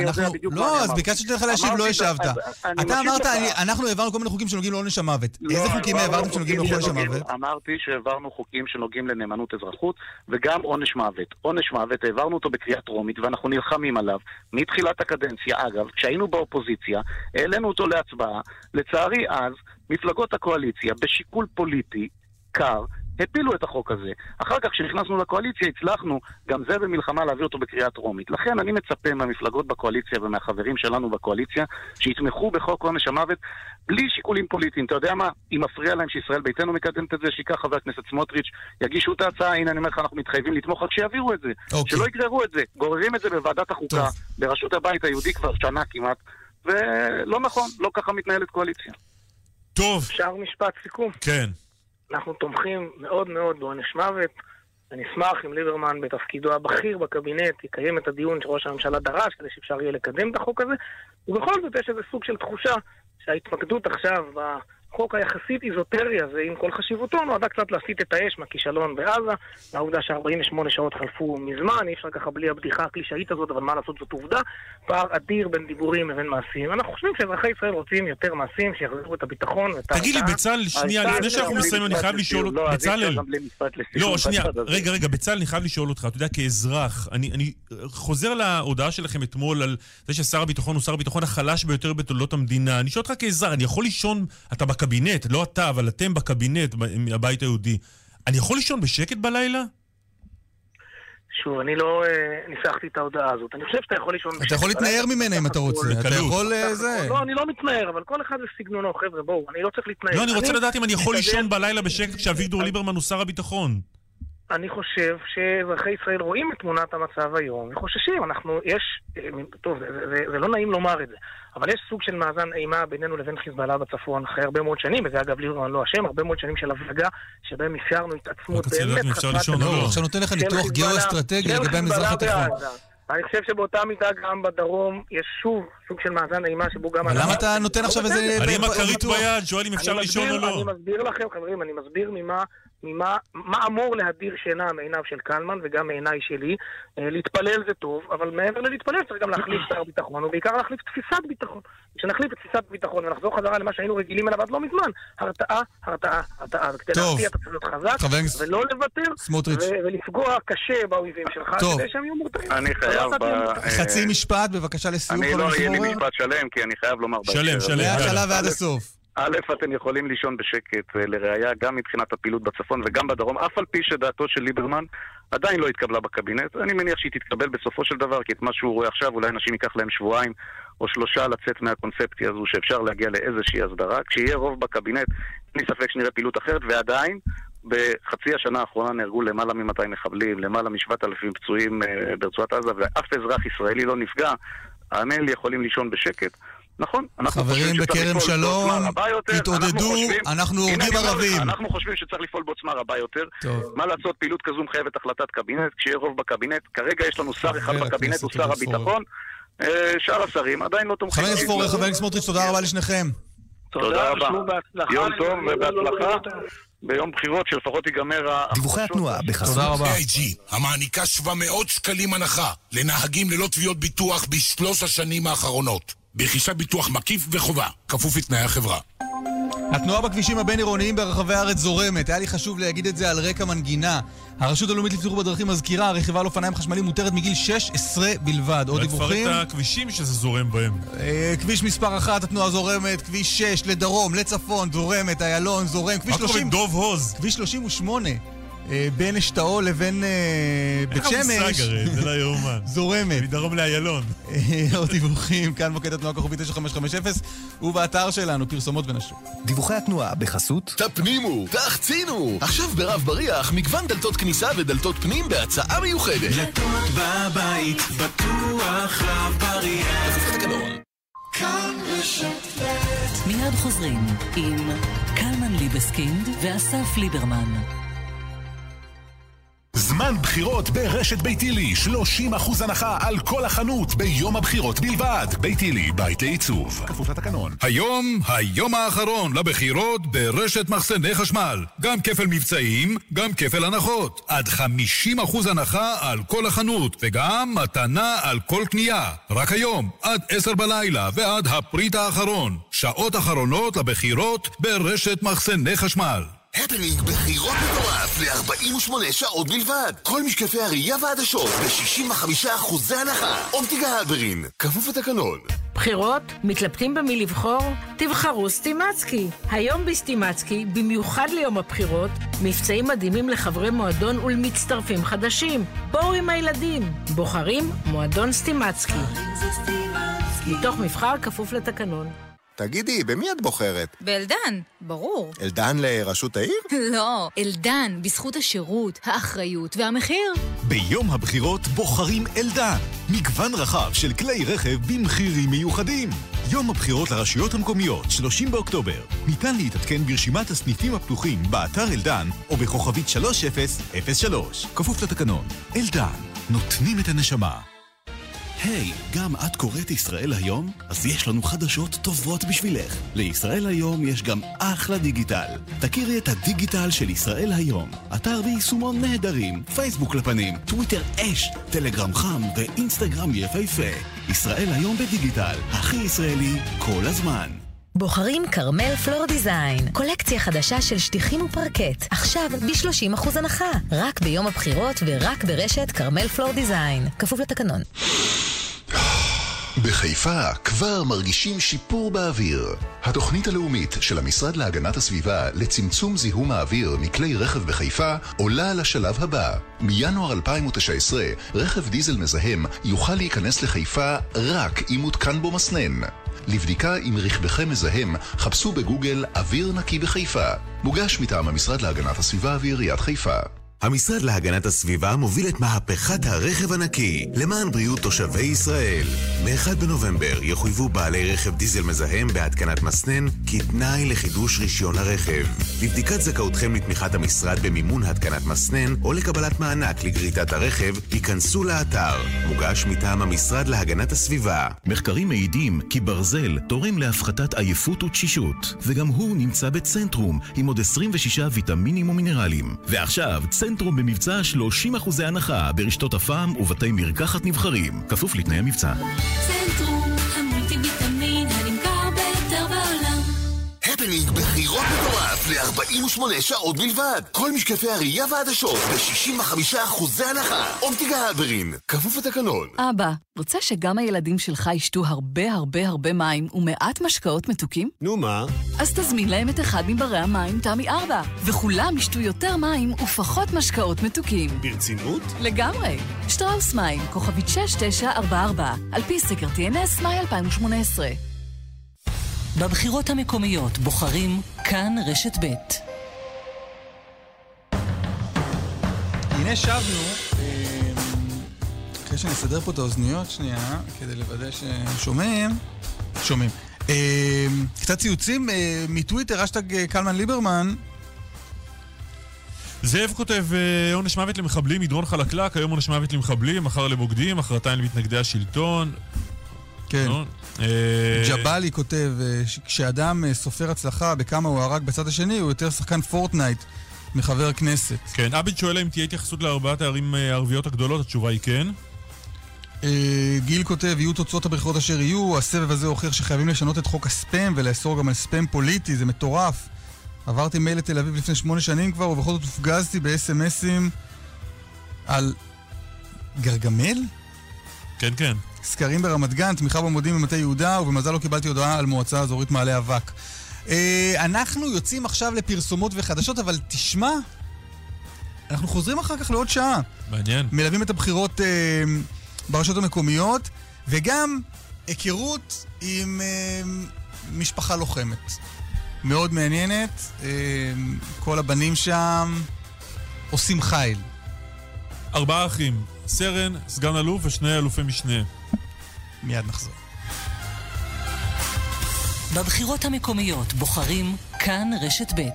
לא, אז ביקשתי לך להשיב, לא השבת. אתה אמרת, אנחנו העברנו כל מיני חוקים שנוגעים לעונש המוות. איזה חוקים העברתם שנוגעים לעונש המוות? אמרתי שהעברנו חוקים שנוגעים לנאמנות אזרחות וגם עונש מוות. עונש מוות, העברנו אותו בקריאה טרומית ואנחנו נלחמים עליו מתחילת הקדנציה. אגב, כשהיינו באופוזיציה, העלינו אותו להצבעה. לצערי אז, מפלגות הקואליציה, בשיקול פוליטי קר, הפילו את החוק הזה. אחר כך, כשנכנסנו לקואליציה, הצלחנו גם זה במלחמה להביא אותו בקריאה טרומית. לכן אני מצפה מהמפלגות בקואליציה ומהחברים שלנו בקואליציה, שיתמכו בחוק עונש המוות בלי שיקולים פוליטיים. אתה יודע מה? אם מפריע להם שישראל ביתנו מקדמת את זה, שיקח חבר הכנסת סמוטריץ', יגישו את ההצעה, הנה אני אומר לך, אנחנו מתחייבים לתמוך, רק שיעבירו את זה. Okay. שלא יגררו את זה. גוררים את זה בוועדת החוקה, בראשות הבית היהודי כבר שנה כמעט, ולא נכון, לא ככה מתנהלת קואליציה. טוב. אפשר משפט סיכום? כן. אנחנו תומכים מאוד מאוד בעונש מוות. אני אשמח אם ליברמן בתפקידו הבכיר בקבינט יקיים את הדיון שראש הממשלה דרש כדי שאפשר יהיה לקדם את החוק הזה, ובכל זאת יש איזה סוג של תחושה שההתמקדות עכשיו בחוק היחסית איזוטרי הזה עם כל חשיבותו נועדה קצת להסיט את האש מהכישלון בעזה, מהעובדה ש-ארבעים ושמונה שעות חלפו מזמן, אי אפשר ככה בלי הבדיחה הקלישאית הזאת, אבל מה לעשות זאת עובדה, פער אדיר בין דיבורים לבין מעשים. אנחנו חושבים שאזרחי ישראל רוצים יותר מעשים שיחזרו את הביטחון. תגיד לי בצל, שנייה, לפני שאנחנו נסיים אני חייב לשאול אותך, בצלאל, לא, שנייה, רגע, רגע, בצל, אני חייב לשאול אותך, אתה יודע, כאזרח, אני חוזר להודעה שלכם אתמול על זה ששר הביטחון הוא שר הביטחון החלש ביותר בתולדות המדינה. אני שואל אותך כאזרח, אני יכול לישון, אתה בקבינט, לא אתה, אבל אתם בקבינט, הבית היהודי. אני יכול לישון בשקט בלילה? שוב, אני לא ניסחתי את ההודעה הזאת. אני חושב שאתה יכול לישון בשקט. אתה יכול להתנער ממנה אם אתה רוצה. אתה יכול זה. לא, אני לא מתנער, אבל כל אחד זה סגנונו, חבר'ה, בואו, אני לא צריך להתנער. לא, אני רוצה לדעת אם אני יכול לישון בלילה בשקט כשאביגדור ליברמן הוא שר הביטחון. אני חושב שאזרחי ישראל רואים את תמונת המצב היום וחוששים. אנחנו, יש, טוב, זה, זה, זה לא נעים לומר את זה, אבל יש סוג של מאזן אימה בינינו לבין חיזבאללה בצפון אחרי הרבה מאוד שנים, וזה אגב ליברמן לא אשם, הרבה מאוד שנים של הבלגה שבהם אפשרנו התעצמות באמת חסרת. לא, עכשיו נותן לך ניתוח גיאו-אסטרטגי לגבי המזרח התיכון. אני חושב שבאותה מידה גם בדרום יש שוב סוג של מאזן אימה שבו גם... אבל למה אתה נותן עכשיו איזה... אני עם הכרית ביד, שואל אם אפשר לישון או לא. אני מסביר לכם, חברים, אני מסביר ממה... ממה, מה אמור להדיר שינה מעיניו של קלמן וגם מעיניי שלי. להתפלל זה טוב, אבל מעבר ללהתפלל צריך גם להחליף שר ביטחון, ובעיקר להחליף תפיסת ביטחון. כשנחליף את תפיסת ביטחון ונחזור חזרה למה שהיינו רגילים אליו עד לא מזמן, הרתעה, הרתעה, הרתעה. כדי להרתיע אתה צריך להיות חזק ולא לוותר ולפגוע קשה באויבים שלך כדי שהם יהיו מורתעים. אני חייב... חצי משפט, בבקשה לסיום. אני לא יהיה לי משפט שלם, כי אני חייב לומר... שלם, שלם. מההתחלה ועד הסוף. א', אתם יכולים לישון בשקט לראיה גם מבחינת הפעילות בצפון וגם בדרום, אף על פי שדעתו של ליברמן עדיין לא התקבלה בקבינט. אני מניח שהיא תתקבל בסופו של דבר, כי את מה שהוא רואה עכשיו, אולי אנשים ייקח להם שבועיים או שלושה לצאת מהקונספציה הזו שאפשר להגיע לאיזושהי הסדרה. כשיהיה רוב בקבינט, אין לי ספק שנראה פעילות אחרת, ועדיין בחצי השנה האחרונה נהרגו למעלה מ-מאתיים מחבלים, למעלה מ-שבעת אלפים פצועים ברצועת עזה, ואף אזרח ישראלי לא נפגע. האמן לי, יכולים לישון בשקט. נכון, חברים בכרם שלום, תתעודדו, אנחנו הורגים ערבים. אנחנו חושבים שצריך לפעול בעוצמה רבה יותר. מה לעשות, פעילות כזו מחייבת החלטת קבינט, כשיהיה רוב בקבינט, כרגע יש לנו שר אחד בקבינט, הוא שר הביטחון, שאר השרים עדיין לא תומכים. חבר הכנסת פורר, חבר הכנסת סמוטריץ', תודה רבה לשניכם. תודה רבה. יום טוב ובהצלחה. ביום בחירות שלפחות ייגמר... דיווחי התנועה בחסות תודה רבה. איי ג'י, המעניקה שבע מאות שקלים הנחה לנהגים ללא תביעות ביטוח בשלוש השנים האחרונות. ברכישת ביטוח מקיף וחובה, כפוף לתנאי החברה. התנועה בכבישים הבין-עירוניים ברחבי הארץ זורמת. היה לי חשוב להגיד את זה על רקע מנגינה. הרשות הלאומית לבטיחות בדרכים מזכירה, הרכיבה על אופניים חשמליים מותרת מגיל שש עשרה בלבד. עוד דיווחים? תפרט את הכבישים שזה זורם בהם. כביש מספר אחת, התנועה זורמת, כביש שש לדרום, לצפון, זורמת, איילון, זורם, כביש שלושים... מה קורה דוב הוז? כביש שלושים ושמונה. בין אשתאו לבין בית שמש. איך המושג הרי, זה לא יאומן. זורמת. מדרום לאיילון. עוד דיווחים, כאן מוקד התנועה כוכבית תשע חמש חמש אפס, ובאתר שלנו, פרסומות ונשו. דיווחי התנועה בחסות תפנימו, תחצינו. עכשיו ברב בריח, מגוון דלתות כניסה ודלתות פנים בהצעה מיוחדת. דלתות בבית, בטוח רב בריח. תפתח את הקדון. מיד חוזרים עם קלמן ליבסקינד ואסף ליברמן. זמן בחירות ברשת ביתילי, שלושים אחוז הנחה על כל החנות ביום הבחירות בלבד. ביתילי, בית לעיצוב, כפוף לתקנון. היום, היום האחרון לבחירות ברשת מחסני חשמל. גם כפל מבצעים, גם כפל הנחות. עד חמישים אחוז הנחה על כל החנות, וגם מתנה על כל קנייה. רק היום, עד עשר בלילה ועד הפריט האחרון. שעות אחרונות לבחירות ברשת מחסני חשמל. הפנינג בחירות מטורף ל-ארבעים ושמונה שעות בלבד. כל משקפי הראייה והעדשות ב-שישים וחמישה אחוז הנחה. אופטיקה הלברין, כפוף לתקנון. בחירות? מתלבטים במי לבחור? תבחרו סטימצקי. היום בסטימצקי, במיוחד ליום הבחירות, מבצעים מדהימים לחברי מועדון ולמצטרפים חדשים. בואו עם הילדים. בוחרים מועדון סטימצקי. מתוך מבחר כפוף לתקנון. תגידי, במי את בוחרת? באלדן, ברור. אלדן לראשות העיר? לא, אלדן, בזכות השירות, האחריות והמחיר. ביום הבחירות בוחרים אלדן. מגוון רחב של כלי רכב במחירים מיוחדים. יום הבחירות לרשויות המקומיות, שלושים באוקטובר. ניתן להתעדכן ברשימת הסניפים הפתוחים באתר אלדן או בכוכבית שלוש אפס אפס שלוש. כפוף לתקנון. אלדן, נותנים את הנשמה. היי, hey, גם את קוראת ישראל היום? אז יש לנו חדשות טובות בשבילך. לישראל היום יש גם אחלה דיגיטל. תכירי את הדיגיטל של ישראל היום. אתר ויישומון נהדרים, פייסבוק לפנים, טוויטר אש, טלגרם חם ואינסטגרם יפהפה. ישראל היום בדיגיטל, הכי ישראלי כל הזמן. בוחרים קרמל פלור דיזיין, קולקציה חדשה של שטיחים ופרקט, עכשיו ב-שלושים אחוז הנחה, רק ביום הבחירות ורק ברשת קרמל פלור דיזיין, כפוף לתקנון. בחיפה כבר מרגישים שיפור באוויר. התוכנית הלאומית של המשרד להגנת הסביבה לצמצום זיהום האוויר מכלי רכב בחיפה עולה לשלב הבא. מינואר אלפיים ותשע עשרה רכב דיזל מזהם יוכל להיכנס לחיפה רק אם מותקן בו מסנן. לבדיקה אם רכבכם מזהם, חפשו בגוגל אוויר נקי בחיפה. מוגש מטעם המשרד להגנת הסביבה ועיריית חיפה. המשרד להגנת הסביבה מוביל את מהפכת הרכב הנקי למען בריאות תושבי ישראל. מ-אחד בנובמבר יחויבו בעלי רכב דיזל מזהם בהתקנת מסנן כתנאי לחידוש רישיון הרכב. לבדיקת זכאותכם לתמיכת המשרד במימון התקנת מסנן או לקבלת מענק לגריטת הרכב, ייכנסו לאתר. מוגש מטעם המשרד להגנת הסביבה. מחקרים מעידים כי ברזל תורם להפחתת עייפות ותשישות, וגם הוא נמצא בצנטרום עם עוד עשרים ושישה ויטמינים ומינרלים. ועכשיו צנטרום צנטרום במבצע שלושים אחוזי הנחה ברשתות הפעם ובתי מרקחת נבחרים, כפוף לתנאי המבצע. צנטרום, המולטי ויטמין הנמכר ביותר בעולם. הפנינג בחירות מטורף ל-ארבעים ושמונה שעות בלבד. כל משקפי הראייה והעדשות ב-שישים וחמישה אחוזי הנחה. אופטיקה הלפרין, כפוף לתקנון. אבא, רוצה שגם הילדים שלך ישתו הרבה הרבה הרבה מים ומעט משקאות מתוקים? נו מה? אז תזמין להם את אחד מברי המים תמי ארבע, וכולם ישתו יותר מים ופחות משקאות מתוקים. ברצינות? לגמרי. שטראוס מים, כוכבית שש תשע ארבע ארבע, על פי סקר טי אן אס מאי אלפיים ושמונה עשרה. בבחירות המקומיות בוחרים כאן רשת ב'. הנה שבנו, אחרי שנסדר פה את האוזניות שנייה, כדי לוודא ששומעים, שומעים. קצת ציוצים מטוויטר, אשטג קלמן ליברמן. זאב כותב, עונש מוות למחבלים, מדרון חלקלק, היום עונש מוות למחבלים, מחר לבוגדים, מחרתיים למתנגדי השלטון. כן. ג'באלי כותב, כשאדם סופר הצלחה בכמה הוא הרג בצד השני, הוא יותר שחקן פורטנייט מחבר הכנסת. כן, עביד שואל אם תהיה התייחסות לארבעת הערים הערביות הגדולות, התשובה היא כן. גיל כותב, יהיו תוצאות הבחירות אשר יהיו, הסבב הזה הוכיח שחייבים לשנות את חוק הספאם ולאסור גם על ספאם פוליטי, זה מטורף. עברתי מייל לתל אביב לפני שמונה שנים כבר, ובכל זאת הופגזתי ב-אס-אם-אסים על גרגמל? כן, כן. סקרים ברמת גן, תמיכה במודיעין במטה יהודה, ובמזל לא קיבלתי הודעה על מועצה אזורית מעלה אבק. אנחנו יוצאים עכשיו לפרסומות וחדשות, אבל תשמע, אנחנו חוזרים אחר כך לעוד שעה. מעניין. מלווים את הבחירות ברשויות המקומיות, וגם היכרות עם משפחה לוחמת. מאוד מעניינת, כל הבנים שם עושים חיל. ארבעה אחים, סרן, סגן אלוף ושני אלופי משנה. מיד נחזור. בבחירות המקומיות בוחרים כאן רשת ב'.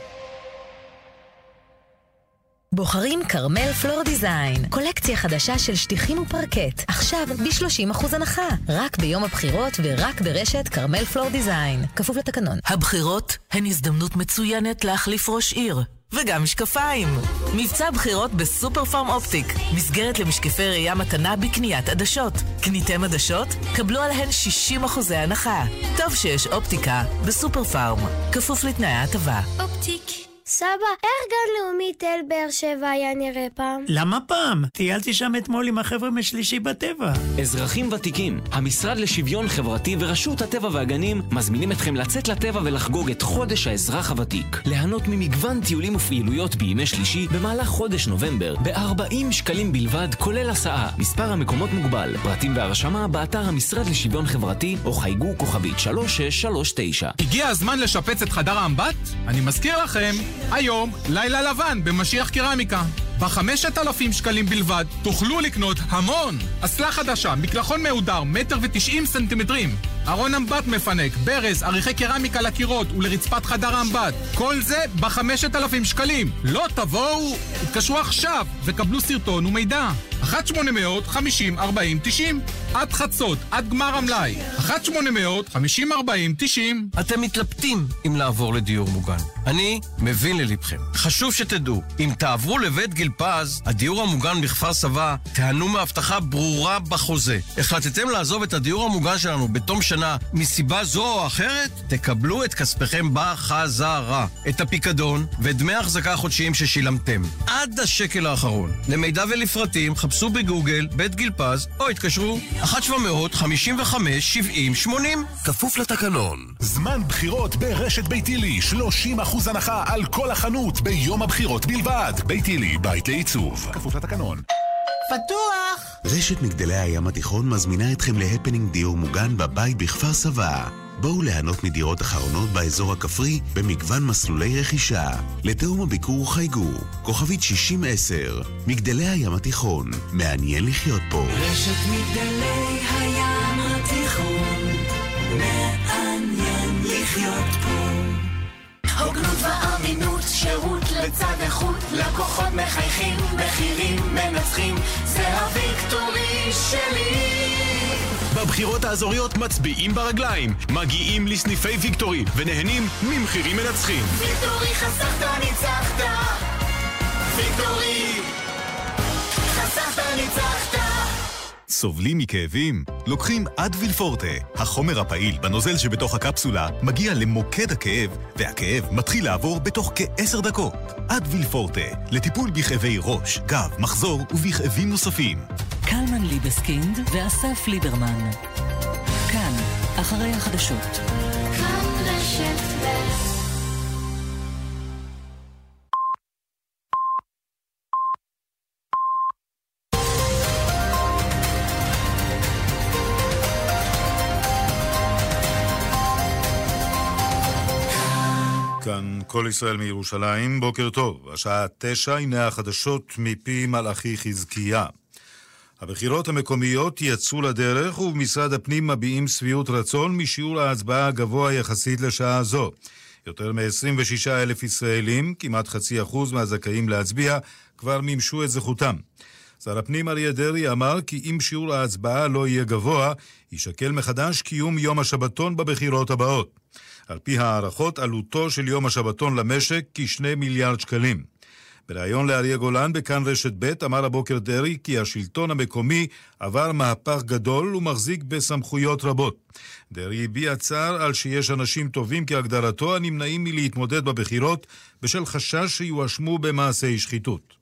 בוחרים קרמל פלור דיזיין, קולקציה חדשה של שטיחים ופרקט, עכשיו ב-שלושים אחוז הנחה, רק ביום הבחירות ורק ברשת קרמל פלור דיזיין, כפוף לתקנון. הבחירות הן הזדמנות מצוינת להחליף ראש עיר. וגם משקפיים. מבצע בחירות בסופר פארם אופטיק. מסגרת למשקפי ראייה מתנה בקניית עדשות. קניתם עדשות? קבלו עליהן שישים אחוזי הנחה. טוב שיש אופטיקה בסופר פארם. כפוף לתנאי ההטבה. אופטיק. סבא, איך גן לאומי תל באר שבע היה נראה פעם? למה פעם? טיילתי שם אתמול עם החבר'ה משלישי בטבע. אזרחים ותיקים, המשרד לשוויון חברתי ורשות הטבע והגנים מזמינים אתכם לצאת לטבע ולחגוג את חודש האזרח הוותיק. ליהנות ממגוון טיולים ופעילויות בימי שלישי במהלך חודש נובמבר ב-ארבעים שקלים בלבד, כולל הסעה. מספר המקומות מוגבל. פרטים והרשמה באתר המשרד לשוויון חברתי או חייגו כוכבית שלוש שש שלוש תשע. הגיע הזמן לשפץ את חדר האמבט? אני מזכיר לכם, היום לילה לבן במשיח קרמיקה. ב-חמשת אלפים שקלים בלבד תוכלו לקנות המון. אסלה חדשה, מקלחון מהודר, מטר ותשעים סנטימטרים. ארון אמבט מפנק, ברז, עריכי קרמיקה לקירות ולרצפת חדר האמבט. כל זה ב-חמשת אלפים שקלים. לא תבואו, התקשרו עכשיו וקבלו סרטון ומידע. אחת שמונה מאות חמישים ארבעים תשעים. עד חצות, עד גמר המלאי. אחת שמונה מאות חמישים ארבעים תשעים. אתם מתלבטים אם לעבור לדיור מוגן. אני מבין ללבכם. חשוב שתדעו, אם תעברו לבית גיל פז, הדיור המוגן בכפר סבא, תהנו מהבטחה ברורה בחוזה. החלטתם לעזוב את הדיור המוגן שלנו בתום שנה מסיבה זו או אחרת? תקבלו את כספכם בחזרה. את הפיקדון ודמי החזקה חודשיים ששילמתם. עד השקל האחרון. למידע ולפרטים חפשו בגוגל בית גיל פז או התקשרו אחת שבע מאות חמישים וחמש שבעים שמונים. כפוף לתקנון. זמן בחירות ברשת ביתילי, שלושים אחוז הנחה על כל החנות ביום הבחירות בלבד. ביתילי, בית לעיצוב. כפוף לתקנון. פתוח! רשת מגדלי הים התיכון מזמינה אתכם להפנינג דיור מוגן בבית בכפר סבא. בואו ליהנות מדירות אחרונות באזור הכפרי במגוון מסלולי רכישה. לתאום הביקור חייגו, כוכבית שישים עשר. מגדלי הים התיכון, מעניין לחיות פה. רשת מגדלי הים התיכון, מעניין לחיות פה. הוגנות ואמינות, שירות לצד איכות, לקוחות מחייכים, מחירים מנצחים, זה הוויקטורי שלי. בבחירות האזוריות מצביעים ברגליים, מגיעים לסניפי ויקטורי ונהנים ממחירים מנצחים. ויקטורי חסכת ניצחת, ויקטורי חסכת ניצחת. סובלים מכאבים? לוקחים אדוויל פורטה. החומר הפעיל בנוזל שבתוך הקפסולה מגיע למוקד הכאב, והכאב מתחיל לעבור בתוך כעשר דקות. אדוויל פורטה, לטיפול בכאבי ראש, גב, מחזור ובכאבים נוספים. קלמן ליבסקינד ואסף ליברמן. כאן, אחרי החדשות. כאן רשת ב'. כאן כל ישראל מירושלים, בוקר טוב. השעה תשע, הנה החדשות מפי מלאכי חזקיה. הבחירות המקומיות יצאו לדרך ובמשרד הפנים מביעים שביעות רצון משיעור ההצבעה הגבוה יחסית לשעה זו. יותר מ-עשרים ושישה אלף ישראלים, כמעט חצי אחוז מהזכאים להצביע, כבר מימשו את זכותם. שר הפנים אריה דרעי אמר כי אם שיעור ההצבעה לא יהיה גבוה, יישקל מחדש קיום יום השבתון בבחירות הבאות. על פי הערכות, עלותו של יום השבתון למשק כשני מיליארד שקלים. בריאיון לאריה גולן בכאן רשת ב' אמר הבוקר דרעי כי השלטון המקומי עבר מהפך גדול ומחזיק בסמכויות רבות. דרעי הביע צער על שיש אנשים טובים כהגדרתו הנמנעים מלהתמודד בבחירות בשל חשש שיואשמו במעשי שחיתות.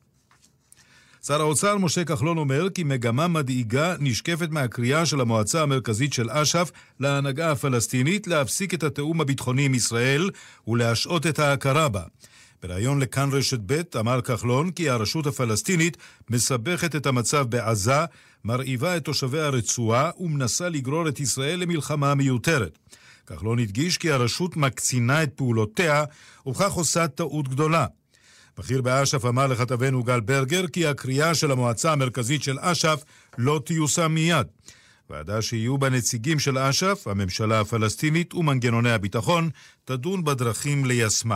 שר האוצר משה כחלון אומר כי מגמה מדאיגה נשקפת מהקריאה של המועצה המרכזית של אש"ף להנהגה הפלסטינית להפסיק את התאום הביטחוני עם ישראל ולהשעות את ההכרה בה. בריאיון לכאן רשת ב' אמר כחלון כי הרשות הפלסטינית מסבכת את המצב בעזה, מרעיבה את תושבי הרצועה ומנסה לגרור את ישראל למלחמה מיותרת. כחלון הדגיש כי הרשות מקצינה את פעולותיה ובכך עושה טעות גדולה. בכיר באש"ף אמר לכתבנו גל ברגר כי הקריאה של המועצה המרכזית של אש"ף לא תיושם מיד. ועדה שיהיו בה נציגים של אש"ף, הממשלה הפלסטינית ומנגנוני הביטחון תדון בדרכים ליישמה.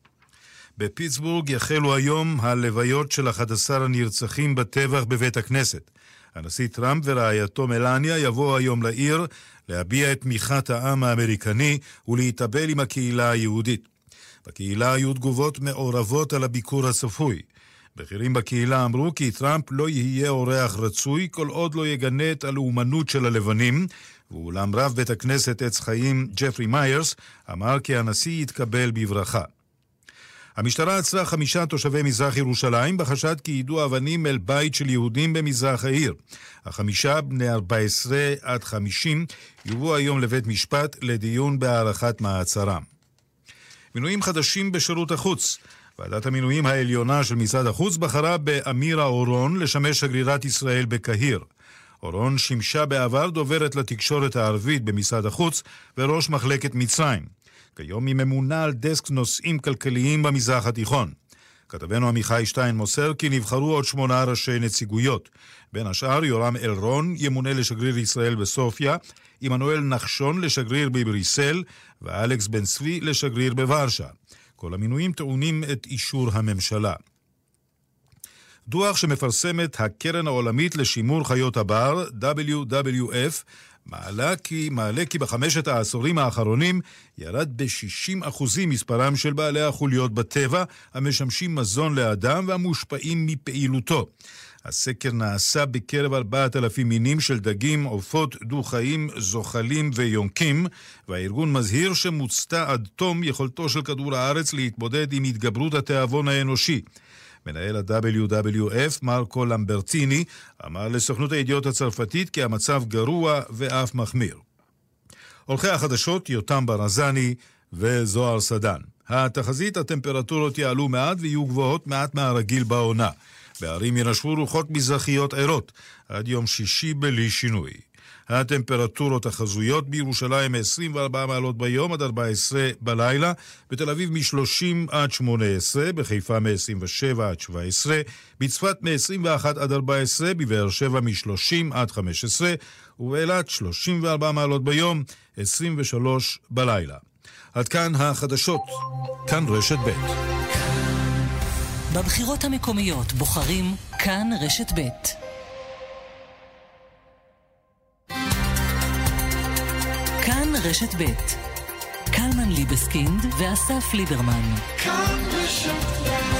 בפיטסבורג יחלו היום הלוויות של אחד עשר הנרצחים בטבח בבית הכנסת. הנשיא טראמפ ורעייתו מלניה יבואו היום לעיר להביע את תמיכת העם האמריקני ולהתאבל עם הקהילה היהודית. בקהילה היו תגובות מעורבות על הביקור הצפוי. בכירים בקהילה אמרו כי טראמפ לא יהיה אורח רצוי כל עוד לא יגנה את הלאומנות של הלבנים, ואולם רב בית הכנסת עץ חיים ג'פרי מיירס אמר כי הנשיא יתקבל בברכה. המשטרה עצרה חמישה תושבי מזרח ירושלים בחשד כי יידו אבנים אל בית של יהודים במזרח העיר. החמישה בני ארבע עשרה עד חמישים יובאו היום לבית משפט לדיון בהארכת מעצרם. מינויים חדשים בשירות החוץ. ועדת המינויים העליונה של משרד החוץ בחרה באמירה אורון לשמש שגרירת ישראל בקהיר. אורון שימשה בעבר דוברת לתקשורת הערבית במשרד החוץ וראש מחלקת מצרים. כיום היא ממונה על דסק נושאים כלכליים במזרח התיכון. כתבנו עמיחי שטיין מוסר כי נבחרו עוד שמונה ראשי נציגויות. בין השאר יורם אלרון ימונה לשגריר ישראל בסופיה, עמנואל נחשון לשגריר בבריסל ואלכס בן צבי לשגריר בוורשה. כל המינויים טעונים את אישור הממשלה. דוח שמפרסמת הקרן העולמית לשימור חיות הבר, דאבליו דאבליו אף, מעלה כי, מעלה כי בחמשת העשורים האחרונים ירד ב-שישים אחוזים מספרם של בעלי החוליות בטבע המשמשים מזון לאדם והמושפעים מפעילותו. הסקר נעשה בקרב ארבעת אלפים מינים של דגים, עופות, דו-חיים, זוחלים ויונקים, והארגון מזהיר שמוצתה עד תום יכולתו של כדור הארץ להתמודד עם התגברות התיאבון האנושי. מנהל ה-דאבליו דאבליו אף, מרקו למברטיני, אמר לסוכנות הידיעות הצרפתית כי המצב גרוע ואף מחמיר. עורכי החדשות יותם ברזני וזוהר סדן. התחזית, הטמפרטורות יעלו מעט ויהיו גבוהות מעט מהרגיל בעונה. בערים ינשבו רוחות מזרחיות ערות, עד יום שישי בלי שינוי. הטמפרטורות החזויות בירושלים עשרים וארבע מעלות ביום עד ארבע עשרה בלילה, בתל אביב מ-שלושים עד שמונה עשרה, בחיפה מ-עשרים ושבע עד שבע עשרה, בצפת מ-עשרים ואחת עד ארבע עשרה, בבאר שבע מ-שלושים עד חמש עשרה, ובאילת שלושים וארבע מעלות ביום, עשרים ושלוש בלילה. עד כאן החדשות, כאן רשת ב'. בבחירות המקומיות בוחרים כאן רשת ב'. כאן רשת ב'. קלמן ליבסקינד ואסף ליברמן. כאן רשת ב'.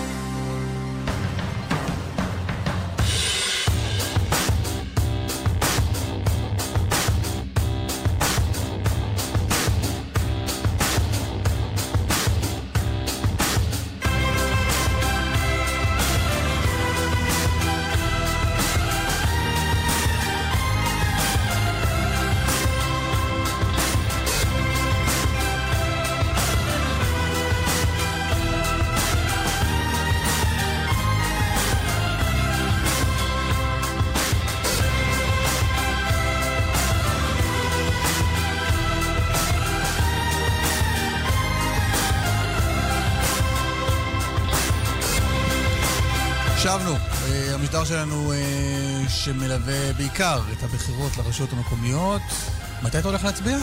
שבנו, המשדר שלנו שמלווה בעיקר את הבחירות לרשויות המקומיות. מתי אתה הולך להצביע?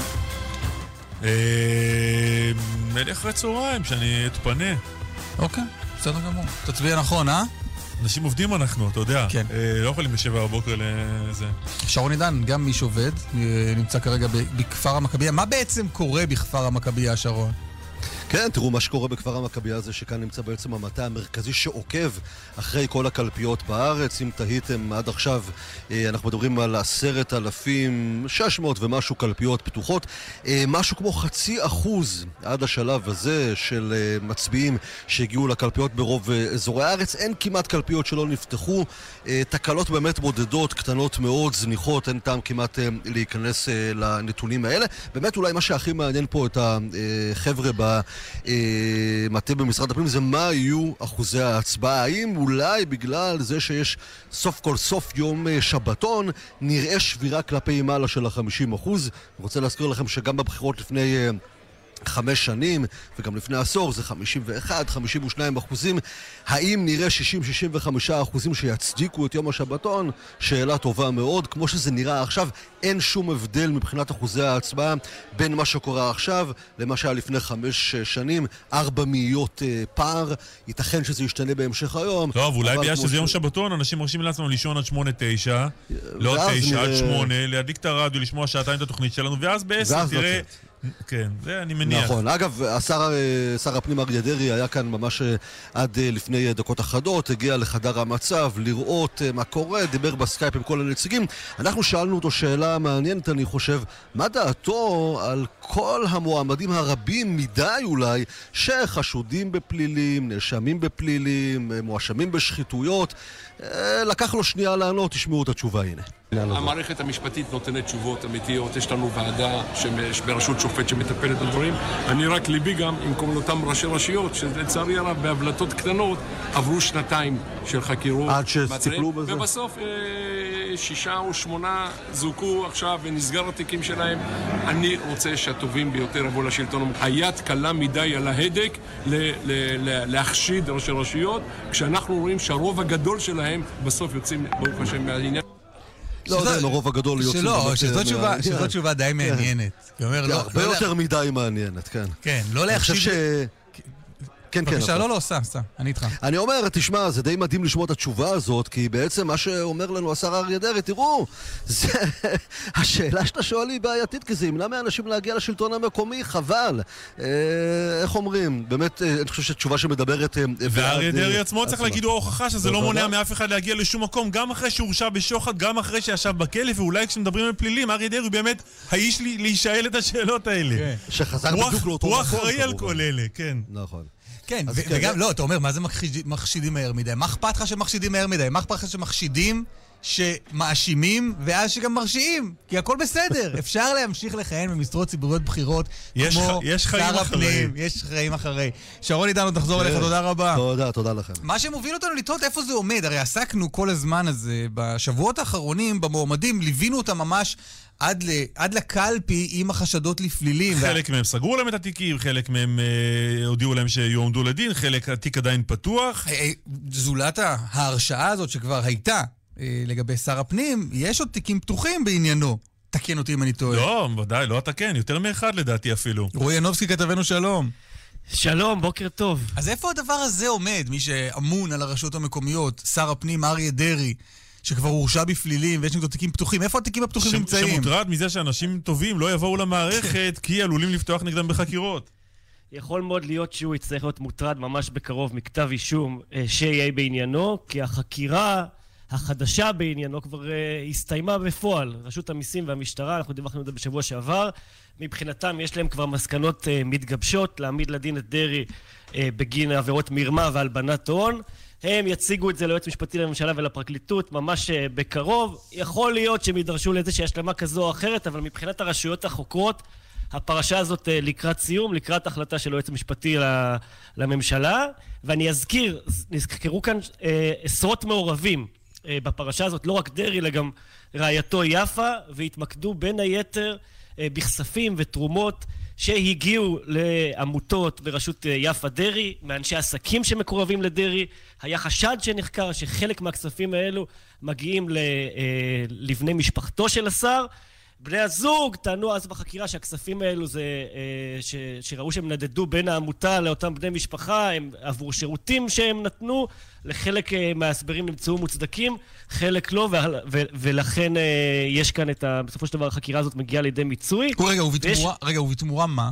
מלך אחרי צהריים, שאני אתפנה. אוקיי, בסדר גמור. תצביע נכון, אה? אנשים עובדים אנחנו, אתה יודע. כן. לא יכולים בשבע בבוקר לזה. שרון עידן, גם איש עובד, נמצא כרגע בכפר המכבייה. מה בעצם קורה בכפר המכבייה, שרון? כן, תראו מה שקורה בכפר המכבייה הזה, שכאן נמצא בעצם המטה המרכזי שעוקב אחרי כל הקלפיות בארץ. אם תהיתם עד עכשיו, אנחנו מדברים על עשרת אלפים שש מאות ומשהו קלפיות פתוחות. משהו כמו חצי אחוז עד השלב הזה של מצביעים שהגיעו לקלפיות ברוב אזורי הארץ. אין כמעט קלפיות שלא נפתחו. תקלות באמת בודדות, קטנות מאוד, זניחות, אין טעם כמעט להיכנס לנתונים האלה. באמת אולי מה שהכי מעניין פה את החבר'ה ב... מטה במשרד הפנים זה מה יהיו אחוזי ההצבעה. האם אולי בגלל זה שיש סוף כל סוף יום שבתון נראה שבירה כלפי מעלה של החמישים אחוז? אני רוצה להזכיר לכם שגם בבחירות לפני חמש שנים וגם לפני עשור זה חמישים ואחת, חמישים ושניים אחוזים. האם נראה שישים עד שישים וחמישה אחוזים שיצדיקו את יום השבתון? שאלה טובה מאוד. כמו שזה נראה עכשיו, אין שום הבדל מבחינת אחוזי ההצבעה בין מה שקורה עכשיו למה שהיה לפני חמש שנים. ארבע מאיות פער. ייתכן שזה ישתנה בהמשך היום. טוב, אולי בגלל שזה יום שבתון, אנשים מרשים לעצמם לישון עד שמונה תשע, לא תשע עד שמונה, להדליק את הרדיו, לשמוע שעתיים את התוכנית שלנו, ואז בעשר תראה... כן, זה אני מניח. נכון, אגב, השר, שר הפנים אריה דרעי היה כאן ממש עד לפני דקות אחדות, הגיע לחדר המצב לראות מה קורה, דיבר בסקייפ עם כל הנציגים. אנחנו שאלנו אותו שאלה מעניינת, אני חושב, מה דעתו על כל המועמדים הרבים מדי אולי, שחשודים בפלילים, נאשמים בפלילים, מואשמים בשחיתויות, לקח לו שנייה לענות, תשמעו את התשובה, הנה. המערכת המשפטית נותנת תשובות אמיתיות, יש לנו ועדה בראשות שופט שמטפלת בדברים. אני רק ליבי גם עם כל אותם ראשי רשויות, שלצערי הרב בהבלטות קטנות עברו שנתיים של חקירות. עד שטיפלו בזה. ובסוף שישה או שמונה זוכו עכשיו ונסגר התיקים שלהם. אני רוצה שהטובים ביותר יבואו לשלטון. היד קלה מדי על ההדק להחשיד ראשי רשויות, כשאנחנו רואים שהרוב הגדול שלהם בסוף יוצאים ברוך השם מהעניין. לא יודע אם הרוב הגדול יוצאים. שלא, שזאת תשובה די מעניינת. הרבה יותר מדי מעניינת, כן. כן, לא להחשיד... כן, כן. בבקשה, לא, לא, סע, סע, אני איתך. אני אומר, תשמע, זה די מדהים לשמוע את התשובה הזאת, כי בעצם מה שאומר לנו השר אריה דרעי, תראו, השאלה שאתה שואל היא בעייתית, כי זה ימנע מאנשים להגיע לשלטון המקומי, חבל. איך אומרים? באמת, אני חושב שתשובה שמדברת... ואריה דרעי עצמו צריך להגיד, הוא ההוכחה שזה לא מונע מאף אחד להגיע לשום מקום, גם אחרי שהורשע בשוחד, גם אחרי שישב בכלא, ואולי כשמדברים על פלילים, אריה דרעי הוא באמת האיש להישאל את השאלות האלה. שחזר בדיוק לאותו הוא אחראי על כל אלה, כן. נכון. כן, וגם, לא, אתה אומר, מה זה מחשידים מהר מדי? מה אכפת לך שמחשידים מהר מדי? מה אכפת לך שמחשידים, שמאשימים, ואז שגם מרשיעים? כי הכל בסדר. אפשר להמשיך לכהן במשרות ציבוריות בחירות, כמו שר הפנים. יש חיים אחרי. שרון איתנו, תחזור אליך, תודה רבה. תודה, תודה לכם. מה שמוביל אותנו לתהות איפה זה עומד, הרי עסקנו כל הזמן הזה, בשבועות האחרונים, במועמדים, ליווינו אותם ממש עד, ל, עד לקלפי עם החשדות לפלילים. חלק וה... מהם סגרו להם את התיקים, חלק מהם אה, הודיעו להם שיועמדו לדין, חלק התיק עדיין פתוח. אה, זולת ההרשעה הזאת שכבר הייתה אה, לגבי שר הפנים, יש עוד תיקים פתוחים בעניינו. תקן אותי אם אני טועה. לא, ודאי, לא תקן, יותר מאחד לדעתי אפילו. רועי ינובסקי כתבנו שלום. שלום, בוקר טוב. אז איפה הדבר הזה עומד, מי שאמון על הרשויות המקומיות, שר הפנים אריה דרעי, שכבר הורשע בפלילים ויש נגדו תיקים פתוחים? איפה התיקים הפתוחים ש- נמצאים? שמוטרד מזה שאנשים טובים לא יבואו למערכת כי עלולים לפתוח נגדם בחקירות. יכול מאוד להיות שהוא יצטרך להיות מוטרד ממש בקרוב מכתב אישום שיהיה בעניינו, כי החקירה החדשה בעניינו כבר uh, הסתיימה בפועל. רשות המיסים והמשטרה, אנחנו דיווחנו את זה בשבוע שעבר, מבחינתם יש להם כבר מסקנות uh, מתגבשות להעמיד לדין את דרעי uh, בגין עבירות מרמה והלבנת הון. הם יציגו את זה ליועץ משפטי לממשלה ולפרקליטות ממש uh, בקרוב. יכול להיות שהם ידרשו לאיזושהי השלמה כזו או אחרת, אבל מבחינת הרשויות החוקרות, הפרשה הזאת uh, לקראת סיום, לקראת החלטה של היועץ המשפטי לממשלה. ואני אזכיר, נזכרו כאן uh, עשרות מעורבים בפרשה הזאת, לא רק דרעי, אלא גם רעייתו יפה, והתמקדו בין היתר בכספים ותרומות שהגיעו לעמותות בראשות יפה דרעי, מאנשי עסקים שמקורבים לדרעי. היה חשד שנחקר שחלק מהכספים האלו מגיעים לבני משפחתו של השר. בני הזוג טענו אז בחקירה שהכספים האלו זה, ש, שראו שהם נדדו בין העמותה לאותם בני משפחה, הם עבור שירותים שהם נתנו, לחלק מההסברים נמצאו מוצדקים, חלק לא, ו, ו, ולכן יש כאן את ה... בסופו של דבר החקירה הזאת מגיעה לידי מיצוי. רגע, ובתמורה, ויש... רגע, ובתמורה מה?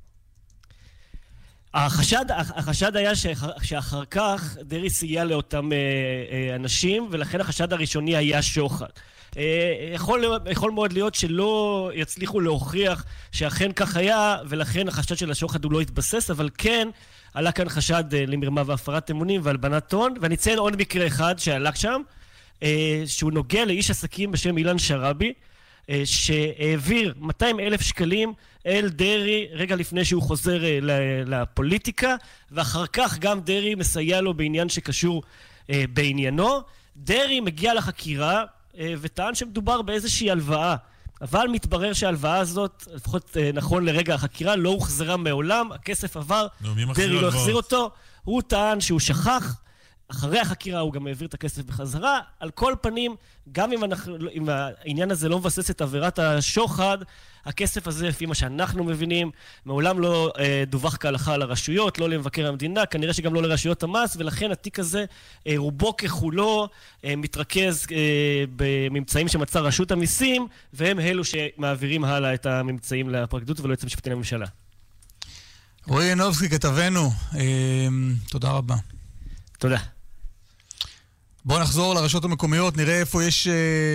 החשד, החשד היה שאחר כך דרעי סייע לאותם אנשים, ולכן החשד הראשוני היה שוחד. יכול, יכול מאוד להיות שלא יצליחו להוכיח שאכן כך היה, ולכן החשד של השוחד הוא לא התבסס, אבל כן עלה כאן חשד למרמה והפרת אמונים והלבנת הון. ואני אציין עוד מקרה אחד שעלה שם, שהוא נוגע לאיש עסקים בשם אילן שרבי, שהעביר מאתיים אלף שקלים אל דרעי רגע לפני שהוא חוזר לפוליטיקה, ואחר כך גם דרעי מסייע לו בעניין שקשור בעניינו. דרעי מגיע לחקירה וטען שמדובר באיזושהי הלוואה, אבל מתברר שההלוואה הזאת, לפחות נכון לרגע החקירה, לא הוחזרה מעולם, הכסף עבר, דרעי לא החזיר אותו, הוא טען שהוא שכח, אחרי החקירה הוא גם העביר את הכסף בחזרה. על כל פנים, גם אם, אנחנו, אם העניין הזה לא מבסס את עבירת השוחד, הכסף הזה, לפי מה שאנחנו מבינים, מעולם לא אה, דווח כהלכה לרשויות, לא למבקר המדינה, כנראה שגם לא לרשויות המס, ולכן התיק הזה, אה, רובו ככולו, אה, מתרכז אה, בממצאים שמצא רשות המיסים, והם אלו שמעבירים הלאה את הממצאים לפרקליטות וליועץ המשפטי לממשלה. רועי ינובסקי כתבנו, אה, תודה רבה. תודה. בואו נחזור לרשויות המקומיות, נראה איפה יש...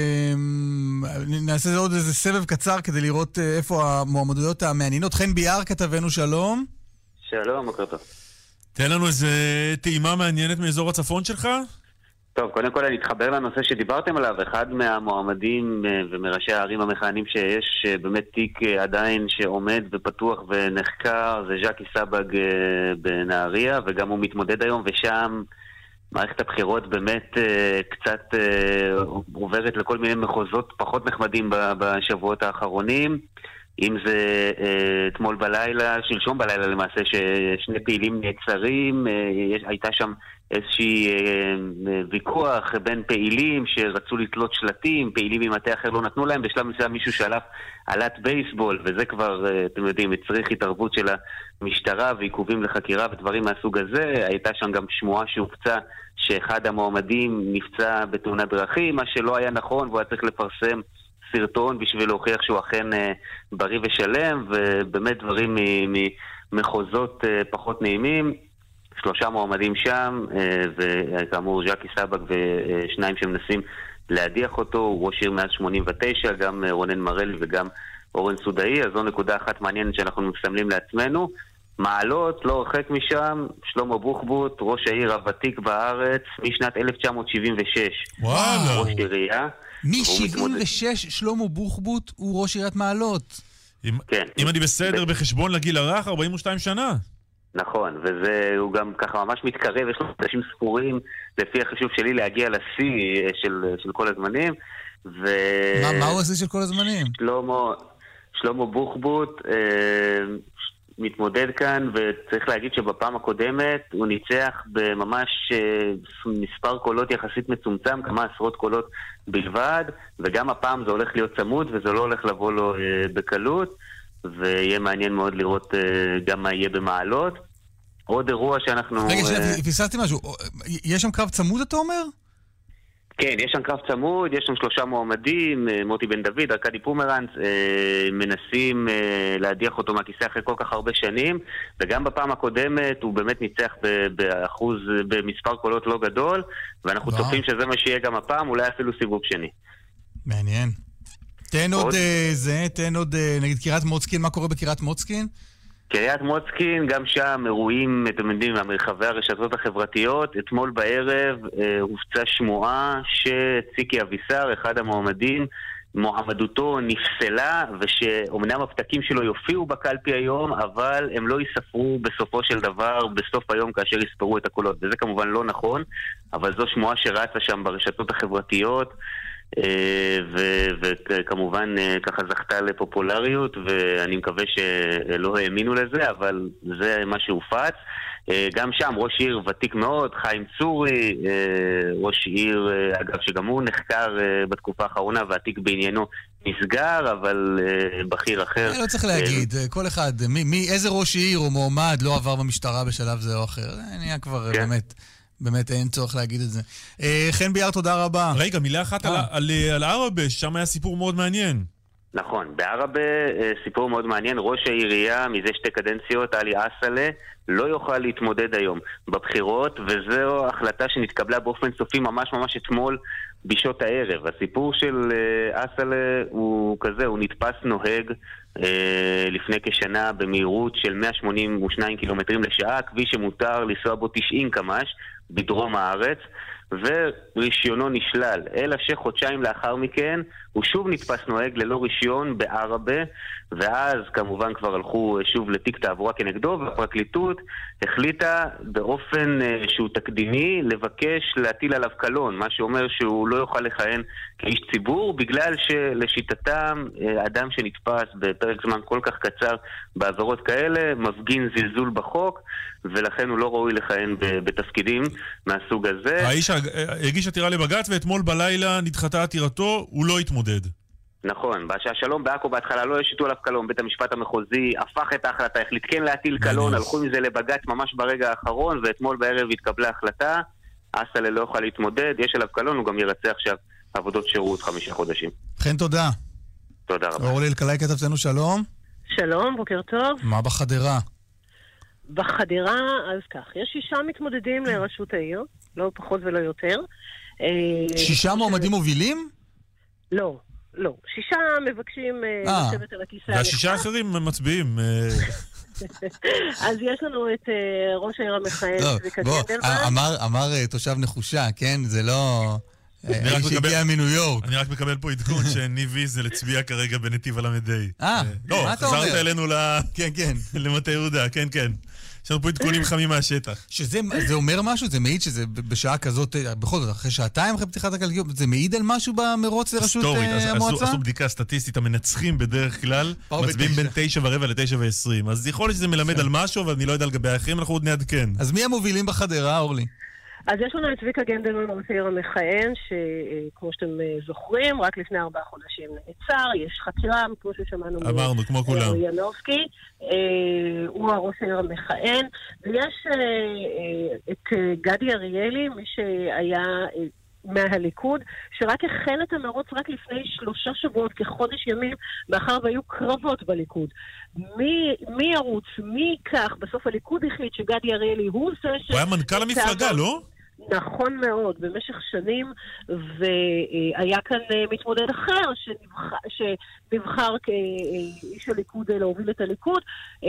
נעשה עוד איזה סבב קצר כדי לראות איפה המועמדויות המעניינות. חן ביאר כתבנו, שלום. שלום, בוקר טוב. תן לנו איזה טעימה מעניינת מאזור הצפון שלך. טוב, קודם כל אני אתחבר לנושא שדיברתם עליו. אחד מהמועמדים ומראשי הערים המכהנים שיש באמת תיק עדיין שעומד ופתוח ונחקר, זה ז'קי סבג בנהריה, וגם הוא מתמודד היום, ושם מערכת הבחירות באמת קצת עוברת לכל מיני מחוזות פחות נחמדים בשבועות האחרונים. אם זה אתמול בלילה, שלשום בלילה למעשה, ששני פעילים נעצרים, הייתה שם איזושהי ויכוח בין פעילים שרצו לתלות שלטים, פעילים ממטה אחר לא נתנו להם, בשלב מסוים מישהו שלף עלת בייסבול, וזה כבר, אתם יודעים, צריך התערבות של המשטרה ועיכובים לחקירה ודברים מהסוג הזה. הייתה שם גם שמועה שהופצה שאחד המועמדים נפצע בתאונת דרכים, מה שלא היה נכון, והוא היה צריך לפרסם סרטון בשביל להוכיח שהוא אכן אה, בריא ושלם, ובאמת דברים ממחוזות אה, פחות נעימים. שלושה מועמדים שם, אה, וכאמור ז'קי סבג ושניים שמנסים להדיח אותו, הוא ראש עיר מאז שמונים ותשע, גם אה, רונן מרלי וגם אורן סודאי. אז זו נקודה אחת מעניינת שאנחנו מסמלים לעצמנו. מעלות, לא רחק משם, שלמה בוחבוט, ראש העיר הוותיק בארץ משנת אלף תשע מאות שבעים ושש. וואלה. ראש עירייה. מ-שבעים ושש שלמה בוחבוט הוא ראש עיריית מעלות. אם, כן. אם אני בסדר בחשבון לגיל הרך, ארבעים ושתיים שנה. נכון, וזה הוא גם ככה ממש מתקרב, יש לו חודשים ספורים לפי החישוב שלי להגיע לשיא של, של כל הזמנים. ו... מה, מה הוא עושה של כל הזמנים? שלמה, שלמה בוחבוט אה, מתמודד כאן, וצריך להגיד שבפעם הקודמת הוא ניצח בממש אה, מספר קולות יחסית מצומצם, כמה עשרות קולות בלבד, וגם הפעם זה הולך להיות צמוד, וזה לא הולך לבוא לו אה, בקלות, ויהיה מעניין מאוד לראות אה, גם מה יהיה במעלות. עוד אירוע שאנחנו... רגע, שנייה, פיססתי משהו. יש שם קרב צמוד, אתה אומר? כן, יש שם קרב צמוד, יש שם שלושה מועמדים, מוטי בן דוד, ארקדי פומרנץ, מנסים להדיח אותו מהכיסא אחרי כל כך הרבה שנים, וגם בפעם הקודמת הוא באמת ניצח באחוז, במספר קולות לא גדול, ואנחנו צופים שזה מה שיהיה גם הפעם, אולי אפילו סיבוב שני. מעניין. תן עוד זה, תן עוד, נגיד קירת מוצקין, מה קורה בקירת מוצקין? קריית מוצקין, גם שם אירועים, אתם יודעים, מהמרחבי הרשתות החברתיות. אתמול בערב אה, הופצה שמועה שציקי אבישר, אחד המועמדים, מועמדותו נפסלה, ושאומנם הפתקים שלו יופיעו בקלפי היום, אבל הם לא יספרו בסופו של דבר, בסוף היום כאשר יספרו את הקולות. וזה כמובן לא נכון, אבל זו שמועה שרצה שם ברשתות החברתיות, וכמובן ככה זכתה לפופולריות, ואני מקווה שלא האמינו לזה, אבל זה מה שהופץ. גם שם ראש עיר ותיק מאוד, חיים צורי, ראש עיר אגב שגם הוא נחקר בתקופה האחרונה, ועתיק בעניינו נסגר, אבל בכיר אחר. לא צריך להגיד, כל אחד, מאיזה ראש עיר או מועמד לא עבר במשטרה בשלב זה או אחר, זה נהיה כבר באמת... באמת אין צורך להגיד את זה. חן ביאר, תודה רבה. רגע, מילה אחת על, על, על ערבה, שם היה סיפור מאוד מעניין. נכון, בערבה סיפור מאוד מעניין. ראש העירייה מזה שתי קדנציות, עלי אסלה, לא יוכל להתמודד היום בבחירות, וזו החלטה שנתקבלה באופן סופי ממש ממש אתמול בשעות הערב. הסיפור של אסלה הוא כזה, הוא נתפס נוהג לפני כשנה במהירות של מאה שמונים ושניים קילומטרים לשעה, כביש שמותר לנסוע בו תשעים קמ"ש בדרום הארץ, ורישיונו נשלל. אלא שחודשיים לאחר מכן הוא שוב נתפס נוהג ללא רישיון בערבה, ואז כמובן כבר הלכו שוב לתיק תעבורה כנגדו, והפרקליטות החליטה באופן שהוא תקדימי לבקש להטיל עליו קלון, מה שאומר שהוא לא יוכל לכהן כאיש ציבור, בגלל שלשיטתם אדם שנתפס בפרק זמן כל כך קצר בעבירות כאלה מפגין זלזול בחוק, ולכן הוא לא ראוי לכהן בתפקידים מהסוג הזה. האיש הגיש עתירה לבג"ץ, ואתמול בלילה נדחתה עתירתו, הוא לא התמודד. נכון, שהשלום בעכו בהתחלה לא השיתו עליו קלון, בית המשפט המחוזי הפך את ההחלטה, החליט כן להטיל קלון, הלכו מזה לבג"ץ ממש ברגע האחרון, ואתמול בערב התקבלה החלטה, אסלה לא יוכל להתמודד, יש עליו קלון, הוא גם ירצה עכשיו עבודות שירות חמישה חודשים. חן, תודה. תודה רבה. אורלי אלקלעי כתבתנו, שלום. שלום, בוקר טוב. מה בחדרה? בחדרה, אז כך, יש שישה מתמודדים לראשות העיר, לא פחות ולא יותר. שישה מועמדים מובילים? לא, לא. שישה מבקשים לשבת על הכיסא. והשישה האחרים מצביעים. אז יש לנו את ראש העיר המכהן, צביקה גנדלמן. אמר תושב נחושה, כן? זה לא... איך שהגיע מניו יורק. אני רק מקבל פה עדכון שניב ויזל הצביע כרגע בנתיב הלמדי. אה, מה אתה אומר? חזרת אלינו כן, כן. למטה יהודה, כן, כן. יש לנו פה עדכונים חמים מהשטח. שזה אומר משהו? זה מעיד שזה בשעה כזאת, בכל זאת, אחרי שעתיים אחרי פתיחת הקלפיות, זה מעיד על משהו במרוץ לראשות המועצה? עשו בדיקה סטטיסטית, המנצחים בדרך כלל מצביעים בין תשע ורבע לתשע ועשרים. אז יכול להיות שזה מלמד על משהו, אבל אני לא יודע לגבי האחרים, אנחנו עוד נעדכן. אז מי המובילים בחדרה, אורלי? אז יש לנו את צביקה גנדלמן, ראש העיר המכהן, שכמו שאתם זוכרים, רק לפני ארבעה חודשים נעצר, יש חקירה, כמו ששמענו אמרנו, כמו כולם. ינובסקי, הוא הראש העיר המכהן, ויש את גדי אריאלי, מי שהיה מהליכוד, שרק החל את המרוץ רק לפני שלושה שבועות, כחודש ימים, מאחר והיו קרבות בליכוד. מי, מי ירוץ, מי ייקח, בסוף הליכוד החליט שגדי אריאלי הוא זה ש... הוא היה מנכ"ל המפלגה, לא? נכון מאוד, במשך שנים, והיה כאן מתמודד אחר שנבחר, שנבחר כאיש הליכוד להוביל את הליכוד,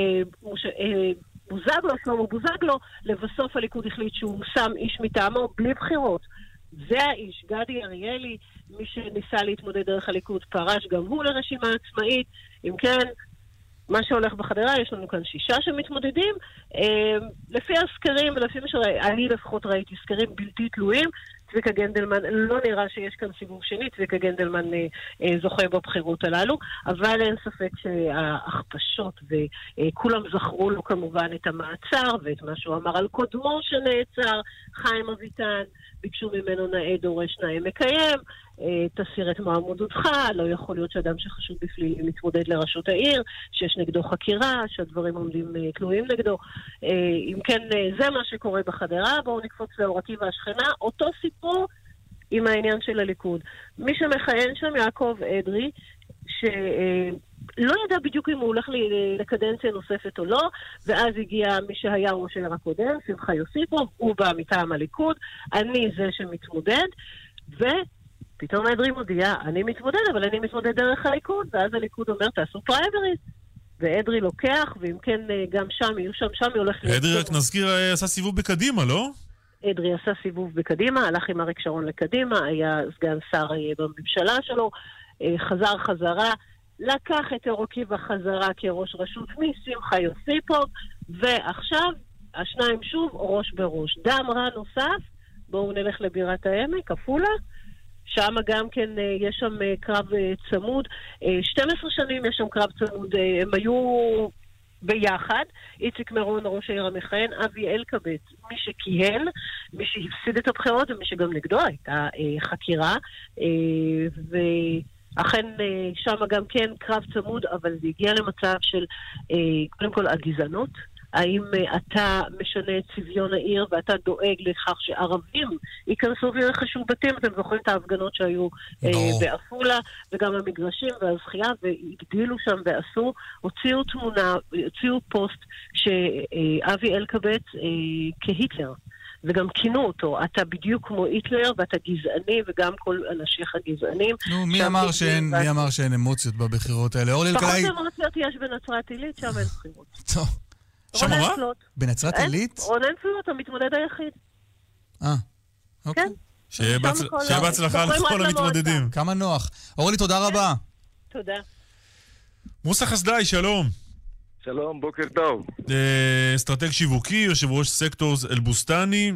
בוזגלו, שלמה בוזגלו, לבסוף הליכוד החליט שהוא שם איש מטעמו בלי בחירות. זה האיש, גדי אריאלי, מי שניסה להתמודד דרך הליכוד פרש גם הוא לרשימה עצמאית. אם כן, מה שהולך בחדרה, יש לנו כאן שישה שמתמודדים. לפי הסקרים ולפי מה שאני לפחות ראיתי, סקרים בלתי תלויים, צביקה גנדלמן, לא נראה שיש כאן סיבוב שני, צביקה גנדלמן זוכה בבחירות הללו, אבל אין ספק שההכפשות, וכולם זכרו לו כמובן את המעצר, ואת מה שהוא אמר על קודמו שנעצר, חיים אביטן, ביקשו ממנו נאה דורש נאה מקיים, תסיר את מעמודותך, לא יכול להיות שאדם שחשוד בפלילים מתמודד לראשות העיר, שיש נגדו חקירה, שהדברים עומדים תלויים נגדו. אם כן, זה מה שקורה בחדרה, בואו נקפוץ לאור עקיבא השכנה, אותו סיפור עם העניין של הליכוד. מי שמכהן שם, יעקב אדרי, שלא ידע בדיוק אם הוא הולך לקדנציה נוספת או לא, ואז הגיע מי שהיה ראש העיר הקודם, שמחה יוסיפוב, הוא בא מטעם הליכוד, אני זה שמתמודד, ו... פתאום אדרי מודיע, אני מתמודד, אבל אני מתמודד דרך הליכוד, ואז הליכוד אומר, תעשו פריימריז. ואדרי לוקח, ואם כן, גם שם, יהיו שם, שם, היא הולך... אדרי, רק נזכיר, עשה סיבוב בקדימה, לא? אדרי עשה סיבוב בקדימה, הלך עם אריק שרון לקדימה, היה סגן שר בממשלה שלו, חזר חזרה, לקח את עקיבא חזרה כראש רשות משמחה יוסיפוב, ועכשיו, השניים שוב, ראש בראש. דם רע נוסף, בואו נלך לבירת העמק, עפולה, שם גם כן יש שם קרב צמוד, שתים עשרה שנים יש שם קרב צמוד, הם היו ביחד, איציק מרון ראש העיר המכהן, אבי אלקבץ מי שכיהן, מי שהפסיד את הבחירות ומי שגם נגדו הייתה חקירה, ואכן שם גם כן קרב צמוד, אבל זה הגיע למצב של קודם כל הגזענות, האם אתה משנה את צביון העיר ואתה דואג לכך שערבים ייכנסו וירכשו בתים? אתם זוכרים את ההפגנות שהיו בעפולה וגם המגרשים והזכייה, והגדילו שם ועשו, הוציאו תמונה, הוציאו פוסט שאבי אלקבץ כהיטלר, וגם כינו אותו, אתה בדיוק כמו היטלר ואתה גזעני וגם כל אנשיך גזענים. נו, מי אמר שאין, מי אמר שאין אמוציות בבחירות האלה? פחות אמוציות יש בנצרת עילית, שם אין בחירות. טוב. שם מה? בנצרת עילית? רונן פלוט, המתמודד היחיד. אה, אוקיי. שיהיה בהצלחה לכל המתמודדים. כמה נוח. אורלי, תודה רבה. תודה. מוסא חסדאי, שלום. שלום, בוקר טוב. אסטרטג שיווקי, יושב ראש סקטורס אל-בוסטני,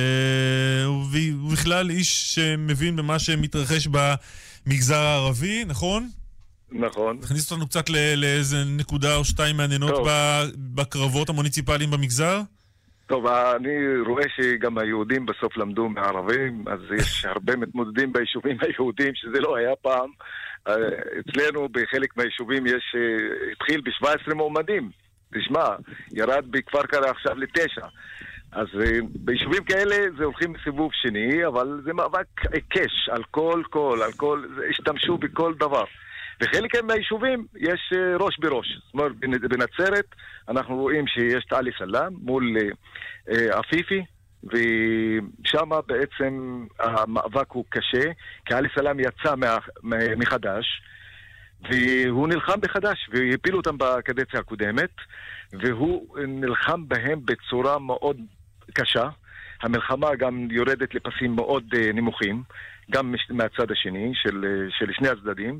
ובכלל איש שמבין במה שמתרחש במגזר הערבי, נכון? נכון. תכניס אותנו קצת לאיזה נקודה או שתיים מעניינות בקרבות המוניציפליים במגזר? טוב, אני רואה שגם היהודים בסוף למדו מערבים, אז יש הרבה מתמודדים ביישובים היהודים, שזה לא היה פעם. אצלנו בחלק מהיישובים יש, התחיל ב-שבע עשרה מועמדים. תשמע, ירד בכפר קרע עכשיו לתשע. אז ביישובים כאלה זה הולכים לסיבוב שני, אבל זה מאבק עיקש על כל כל, על כל, השתמשו בכל דבר. וחלק מהיישובים יש ראש בראש. זאת אומרת, בנצרת אנחנו רואים שיש את עלי סלאם מול עפיפי, ושם בעצם המאבק הוא קשה, כי עלי סלאם יצא מחדש, והוא נלחם בחדש, והפילו אותם בקדנציה הקודמת, והוא נלחם בהם בצורה מאוד קשה. המלחמה גם יורדת לפסים מאוד נמוכים, גם מהצד השני של, של שני הצדדים,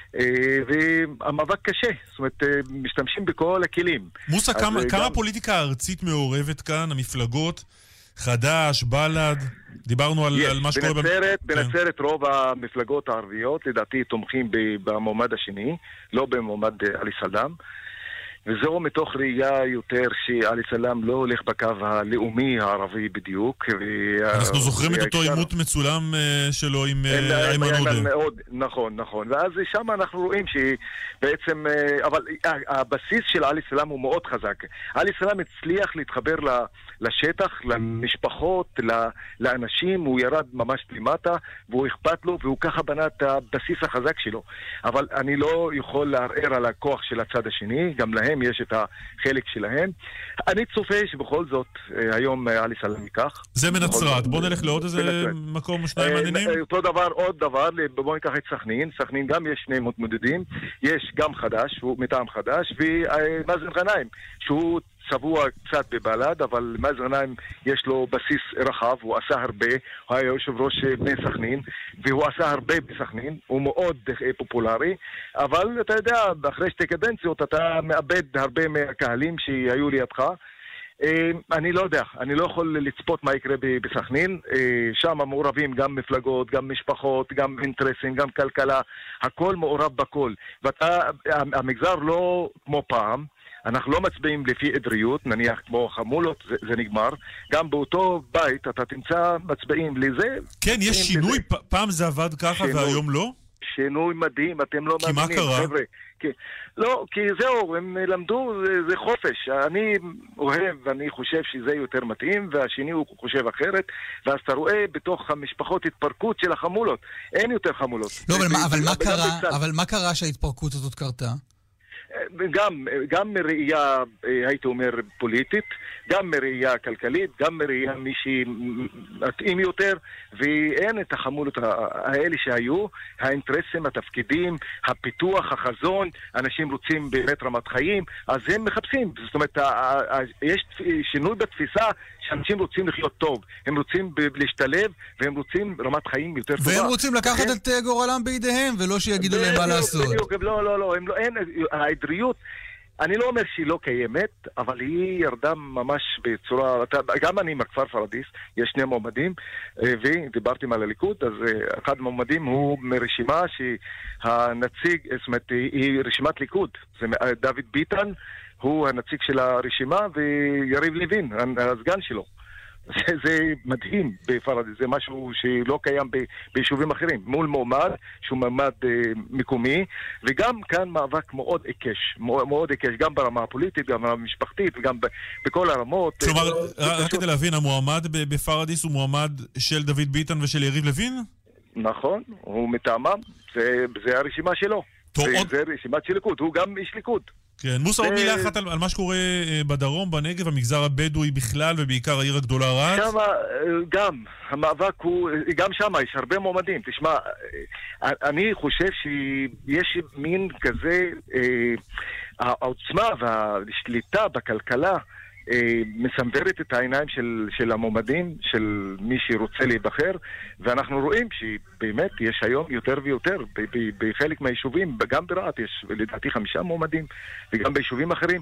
והמאבק קשה, זאת אומרת, משתמשים בכל הכלים. מוסה, כמה, גם... כמה הפוליטיקה הארצית מעורבת כאן, המפלגות, חד"ש, בל"ד, דיברנו על, יש, על מה שקורה... בנצרת, בנצרת רוב המפלגות הערביות, לדעתי, תומכים במועמד השני, לא במועמד עלי סלאם. וזהו מתוך ראייה יותר שעלי סלאם לא הולך בקו הלאומי הערבי בדיוק. אנחנו זוכרים את אותו עימות מצולם שלו עם איימן עודה. נכון, נכון. ואז שם אנחנו רואים שבעצם, אבל הבסיס של עלי סלאם הוא מאוד חזק. עלי סלאם הצליח להתחבר לשטח, למשפחות, לאנשים, הוא ירד ממש למטה, והוא אכפת לו, והוא ככה בנה את הבסיס החזק שלו. אבל אני לא יכול לערער על הכוח של הצד השני, גם להם יש את החלק שלהם. אני צופה שבכל זאת היום עלי סלאם ייקח. זה מנצרת. בוא נלך לעוד איזה מקום או שניים מעניינים. אותו דבר, עוד דבר, בוא ניקח את סכנין. סכנין גם יש שני מתמודדים. יש גם חדש, הוא מטעם חדש, ומאזן גנאים, שהוא צבוע קצת בבל"ד, אבל מאזן גנאים יש לו בסיס רחב, הוא עשה הרבה, הוא היה יושב ראש בני סכנין, והוא עשה הרבה בסכנין, הוא מאוד פופולרי, אבל אתה יודע, אחרי שתי קדנציות אתה מאבד הרבה מהקהלים שהיו לידך. אני לא יודע, אני לא יכול לצפות מה יקרה בסכנין, שם מעורבים גם מפלגות, גם משפחות, גם אינטרסים, גם כלכלה, הכל מעורב בכל, והמגזר לא כמו פעם, אנחנו לא מצביעים לפי עדריות, נניח כמו חמולות, זה, זה נגמר. גם באותו בית אתה תמצא מצביעים לזה. כן, יש שינוי, פ- פעם זה עבד ככה שינוי, והיום לא? שינוי מדהים, אתם לא מאמינים. כי מה קרה? חבר'ה, כי, לא, כי זהו, הם למדו, זה, זה חופש. אני אוהב ואני חושב שזה יותר מתאים, והשני הוא חושב אחרת, ואז אתה רואה בתוך המשפחות התפרקות של החמולות. אין יותר חמולות. לא, אבל, מה, אבל, מה קרה, אבל מה קרה שההתפרקות הזאת קרתה? גם, גם מראייה, הייתי אומר, פוליטית, גם מראייה כלכלית, גם מראייה מי שמתאים יותר, ואין את החמולות האלה שהיו, האינטרסים, התפקידים, הפיתוח, החזון, אנשים רוצים באמת רמת חיים, אז הם מחפשים. זאת אומרת, יש שינוי בתפיסה שאנשים רוצים לחיות טוב, הם רוצים להשתלב, והם רוצים רמת חיים יותר טובה. והם רוצים לקחת את גורלם בידיהם, ולא שיגידו להם מה לעשות. לא, לא, לא, אין, העדריות, אני לא אומר שהיא לא קיימת, אבל היא ירדה ממש בצורה, גם אני מכפר פרדיס, יש שני מועמדים, ודיברתי על הליכוד, אז אחד המועמדים הוא מרשימה שהנציג, זאת אומרת, היא רשימת ליכוד, זה דוד ביטן, הוא הנציג של הרשימה, ויריב לוין, הסגן שלו. זה, זה מדהים בפרדיס, זה משהו שלא קיים ב, ביישובים אחרים, מול מועמד שהוא מעמד אה, מקומי, וגם כאן מאבק מאוד עיקש, מאוד, מאוד עיקש, גם ברמה הפוליטית, גם ברמה המשפחתית, וגם ב, בכל הרמות. כלומר, אה, רק כדי להבין, המועמד בפרדיס הוא מועמד של דוד ביטן ושל יריב לוין? נכון, הוא מטעמם, זה, זה הרשימה שלו, זה, עוד... זה רשימת של ליכוד, הוא גם איש ליכוד. כן, מוסה, עוד מילה אחת על, על מה שקורה בדרום, בנגב, המגזר הבדואי בכלל, ובעיקר העיר הגדולה רהט. שם גם, המאבק הוא, גם שם יש הרבה מועמדים. תשמע, אני חושב שיש מין כזה, העוצמה והשליטה בכלכלה, מסנוורת את העיניים של, של המועמדים, של מי שרוצה להיבחר, ואנחנו רואים שבאמת יש היום יותר ויותר בחלק מהיישובים, גם ברהט יש לדעתי חמישה מועמדים, וגם ביישובים אחרים,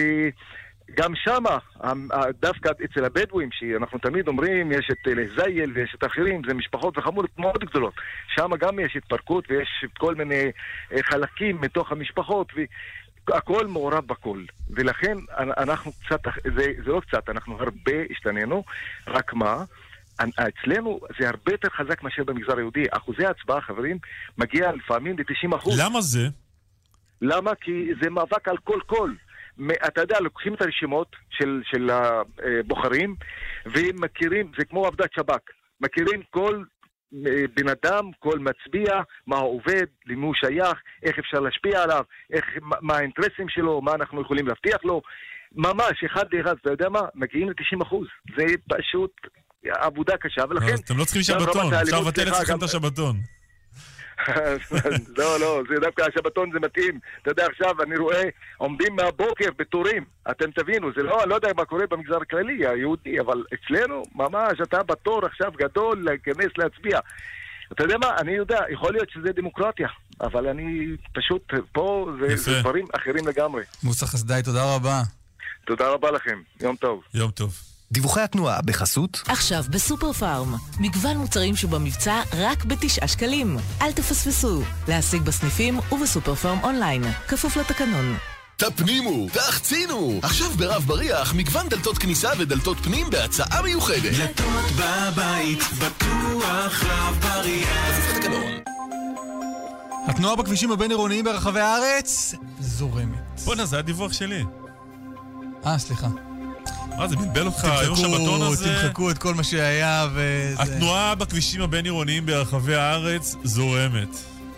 וגם שם, דווקא אצל הבדואים, שאנחנו תמיד אומרים, יש את זייל ויש את אחרים, זה משפחות וחמולות מאוד גדולות, שם גם יש התפרקות ויש כל מיני חלקים מתוך המשפחות, ו... הכל מעורב בכל, ולכן אנחנו קצת, זה, זה לא קצת, אנחנו הרבה השתננו, רק מה, אצלנו זה הרבה יותר חזק מאשר במגזר היהודי, אחוזי ההצבעה, חברים, מגיע לפעמים ל-תשעים אחוז. למה זה? למה? כי זה מאבק על כל כל. אתה יודע, לוקחים את הרשימות של, של הבוחרים, ומכירים, זה כמו עבודת שב"כ, מכירים כל בן אדם, כל מצביע, מה הוא עובד, למי הוא שייך, איך אפשר להשפיע עליו, איך, מה האינטרסים שלו, מה אנחנו יכולים להבטיח לו, ממש אחד לאחד, אתה יודע מה, מגיעים ל-תשעים אחוז, זה פשוט עבודה קשה, ולכן... אתם לא צריכים שבתון, אפשר לבטל אצלכם את השבתון. לא, לא, זה דווקא השבתון זה מתאים. אתה יודע, עכשיו אני רואה, עומדים מהבוקר בתורים. אתם תבינו, זה לא, אני לא יודע מה קורה במגזר הכללי, היהודי, אבל אצלנו, ממש, אתה בתור עכשיו גדול להיכנס להצביע. אתה יודע מה, אני יודע, יכול להיות שזה דמוקרטיה, אבל אני פשוט, פה זה, זה דברים אחרים לגמרי. מוסא חסדאי, תודה רבה. תודה רבה לכם, יום טוב. יום טוב. דיווחי התנועה בחסות עכשיו בסופר פארם, מגוון מוצרים שבמבצע רק בתשעה שקלים. אל תפספסו, להשיג בסניפים ובסופר פארם אונליין, כפוף לתקנון. תפנימו, תחצינו! עכשיו ברב בריח מגוון דלתות כניסה ודלתות פנים בהצעה מיוחדת. דלתות בבית, בטוח רב בריח. כפוף לתקנון. התנועה בכבישים הבין-עירוניים ברחבי הארץ זורמת. בוא'נה, זה הדיווח שלי. אה, סליחה. מה, זה בלבל אותך היום שבתון הזה? תמחקו את כל מה שהיה וזה... התנועה בכבישים הבין-עירוניים ברחבי הארץ זורמת.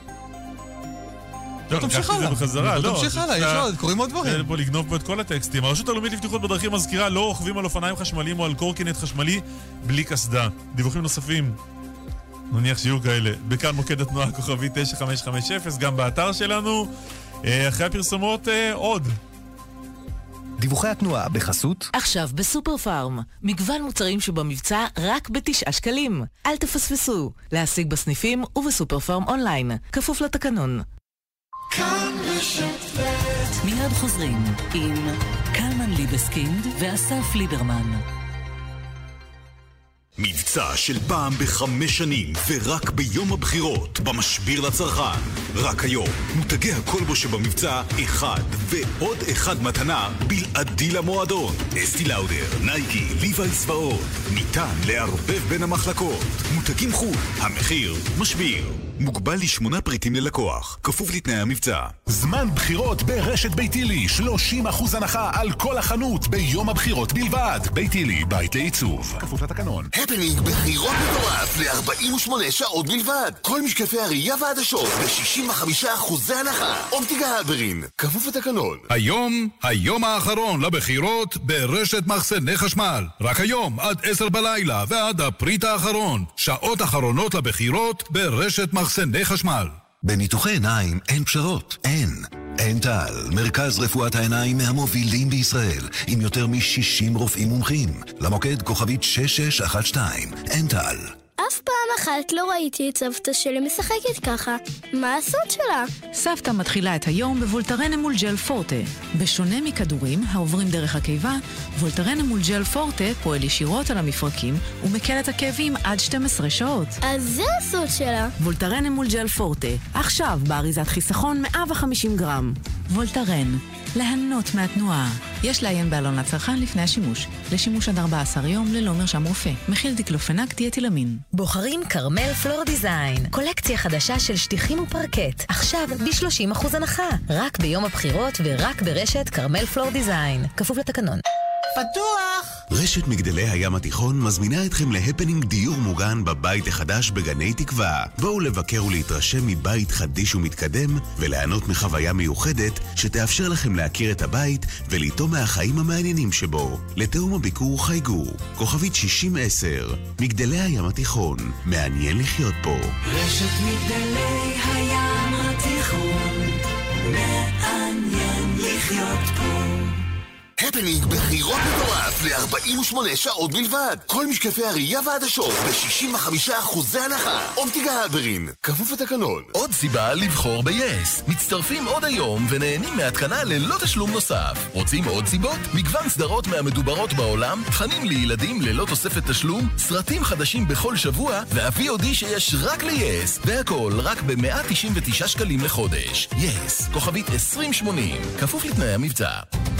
לא תמשיך הלאה. לא תמשיך הלאה, יש עוד, קוראים עוד דברים. בוא לגנוב פה את כל הטקסטים. הרשות הלאומית לבטיחות בדרכים מזכירה, לא רוכבים על אופניים חשמליים או על קורקינט חשמלי בלי קסדה. דיווחים נוספים, נניח שיהיו כאלה, בכאן מוקד התנועה כוכבי תשע חמש חמש אפס, גם באתר שלנו. אחרי הפרסומות עוד. דיווחי התנועה בחסות עכשיו בסופר פארם, מגוון מוצרים שבמבצע רק בתשעה שקלים. אל תפספסו, להשיג בסניפים ובסופר פארם אונליין, כפוף לתקנון. מיד חוזרים עם קלמן ליבסקינד ואסף ליברמן. מבצע של פעם בחמש שנים ורק ביום הבחירות במשביר לצרכן. רק היום מותגי הכלבו שבמבצע אחד ועוד אחד מתנה בלעדי למועדון. אסטי לאודר, נייקי, ליווייס ועוד. ניתן לערבב בין המחלקות. מותגים חו"ל, המחיר משביר. מוגבל לשמונה פריטים ללקוח, כפוף לתנאי המבצע. זמן בחירות ברשת ביתילי, שלושים אחוז הנחה על כל החנות ביום הבחירות בלבד. ביתילי, בית לעיצוב, כפוף לתקנון. הפנינג בחירות מטורף ל-ארבעים ושמונה שעות בלבד. כל משקפי הראייה והעדשות ב-שישים וחמישה אחוז הנחה. אופטיקה הלברין, כפוף לתקנון. היום, היום האחרון לבחירות ברשת מחסני חשמל. רק היום, עד עשר בלילה ועד הפריט האחרון. שעות אחרונות לבחירות ברשת מחסני מחסני חשמל. בניתוחי עיניים אין פשרות, אין. אין טל, מרכז רפואת העיניים מהמובילים בישראל, עם יותר מ-שישים רופאים מומחים. למוקד כוכבית שש שש אחת שתיים, אין טל. אף פעם אחת לא ראיתי את סבתא שלי משחקת ככה. מה הסוד שלה? סבתא מתחילה את היום בוולטרן אמולג'ל פורטה. בשונה מכדורים העוברים דרך הקיבה, וולטרן אמולג'ל פורטה פועל ישירות על המפרקים ומקל את הכאבים עד שתים עשרה שעות. אז זה הסוד שלה. וולטרן אמולג'ל פורטה, עכשיו באריזת חיסכון מאה וחמישים גרם. וולטרן, להנות מהתנועה. יש לעיין בעלון לצרכן לפני השימוש. לשימוש עד ארבעה עשר יום ללא מרשם רופא. מכיל דיקלופנק דיאתילמין. בוחרים קרמל פלור דיזיין. קולקציה חדשה של שטיחים ופרקט. עכשיו ב-שלושים אחוז הנחה. רק ביום הבחירות ורק ברשת קרמל פלור דיזיין. כפוף לתקנון. פתוח! רשת מגדלי הים התיכון מזמינה אתכם להפנינג דיור מוגן בבית החדש בגני תקווה. בואו לבקר ולהתרשם מבית חדיש ומתקדם וליהנות מחוויה מיוחדת שתאפשר לכם להכיר את הבית ולטעום מהחיים המעניינים שבו. לתאום הביקור חייגו, כוכבית שישים עשר, מגדלי הים התיכון, מעניין לחיות פה. רשת מגדלי הים התיכון, מעניין לחיות פה. הפנינג בחירות מטורף ל-ארבעים ושמונה שעות בלבד. כל משקפי הראייה והעדשות ב-שישים וחמישה אחוז הנחה. אופטיקה הלברין, כפוף לתקנון. עוד סיבה לבחור ב-יס. מצטרפים עוד היום ונהנים מהתקנה ללא תשלום נוסף. רוצים עוד סיבות? מגוון סדרות מהמדוברות בעולם, תכנים לילדים ללא תוספת תשלום, סרטים חדשים בכל שבוע, והווי אודי שיש רק ל-יס. והכל רק ב-מאה תשעים ותשעה שקלים לחודש. יס, כוכבית עשרים שמונים, כפוף לתנאי המבצע.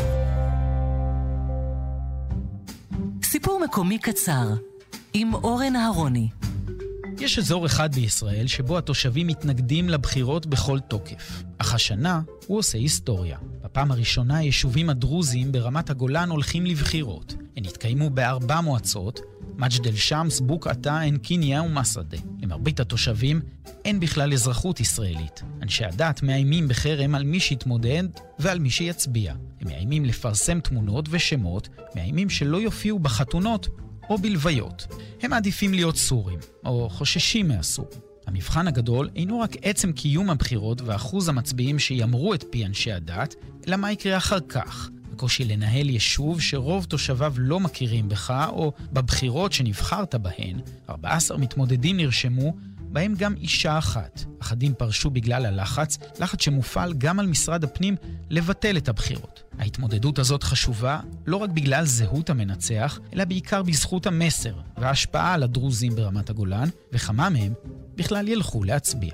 סיפור מקומי קצר עם אורן הרוני. יש אזור אחד בישראל שבו התושבים מתנגדים לבחירות בכל תוקף. אך השנה הוא עושה היסטוריה. בפעם הראשונה היישובים הדרוזיים ברמת הגולן הולכים לבחירות. הן התקיימו בארבע מועצות, מג'דל שמס, בוקעתה, עין קיניה ומסעדה. למרבית התושבים אין בכלל אזרחות ישראלית. אנשי הדת מאיימים בחרם על מי שיתמודד ועל מי שיצביע. הם מאיימים לפרסם תמונות ושמות, מאיימים שלא יופיעו בחתונות או בלוויות. הם מעדיפים להיות סורים, או חוששים מהסורים. המבחן הגדול אינו רק עצם קיום הבחירות ואחוז המצביעים שימרו את פי אנשי הדת, אלא מה יקרה אחר כך. הקושי לנהל יישוב שרוב תושביו לא מכירים בך, או בבחירות שנבחרת בהן, ארבעה עשר מתמודדים נרשמו, בהם גם אישה אחת. אחדים פרשו בגלל הלחץ, לחץ שמופעל גם על משרד הפנים לבטל את הבחירות. ההתמודדות הזאת חשובה לא רק בגלל זהות המנצח, אלא בעיקר בזכות המסר וההשפעה על הדרוזים ברמת הגולן, וכמה מהם בכלל ילכו להצביע.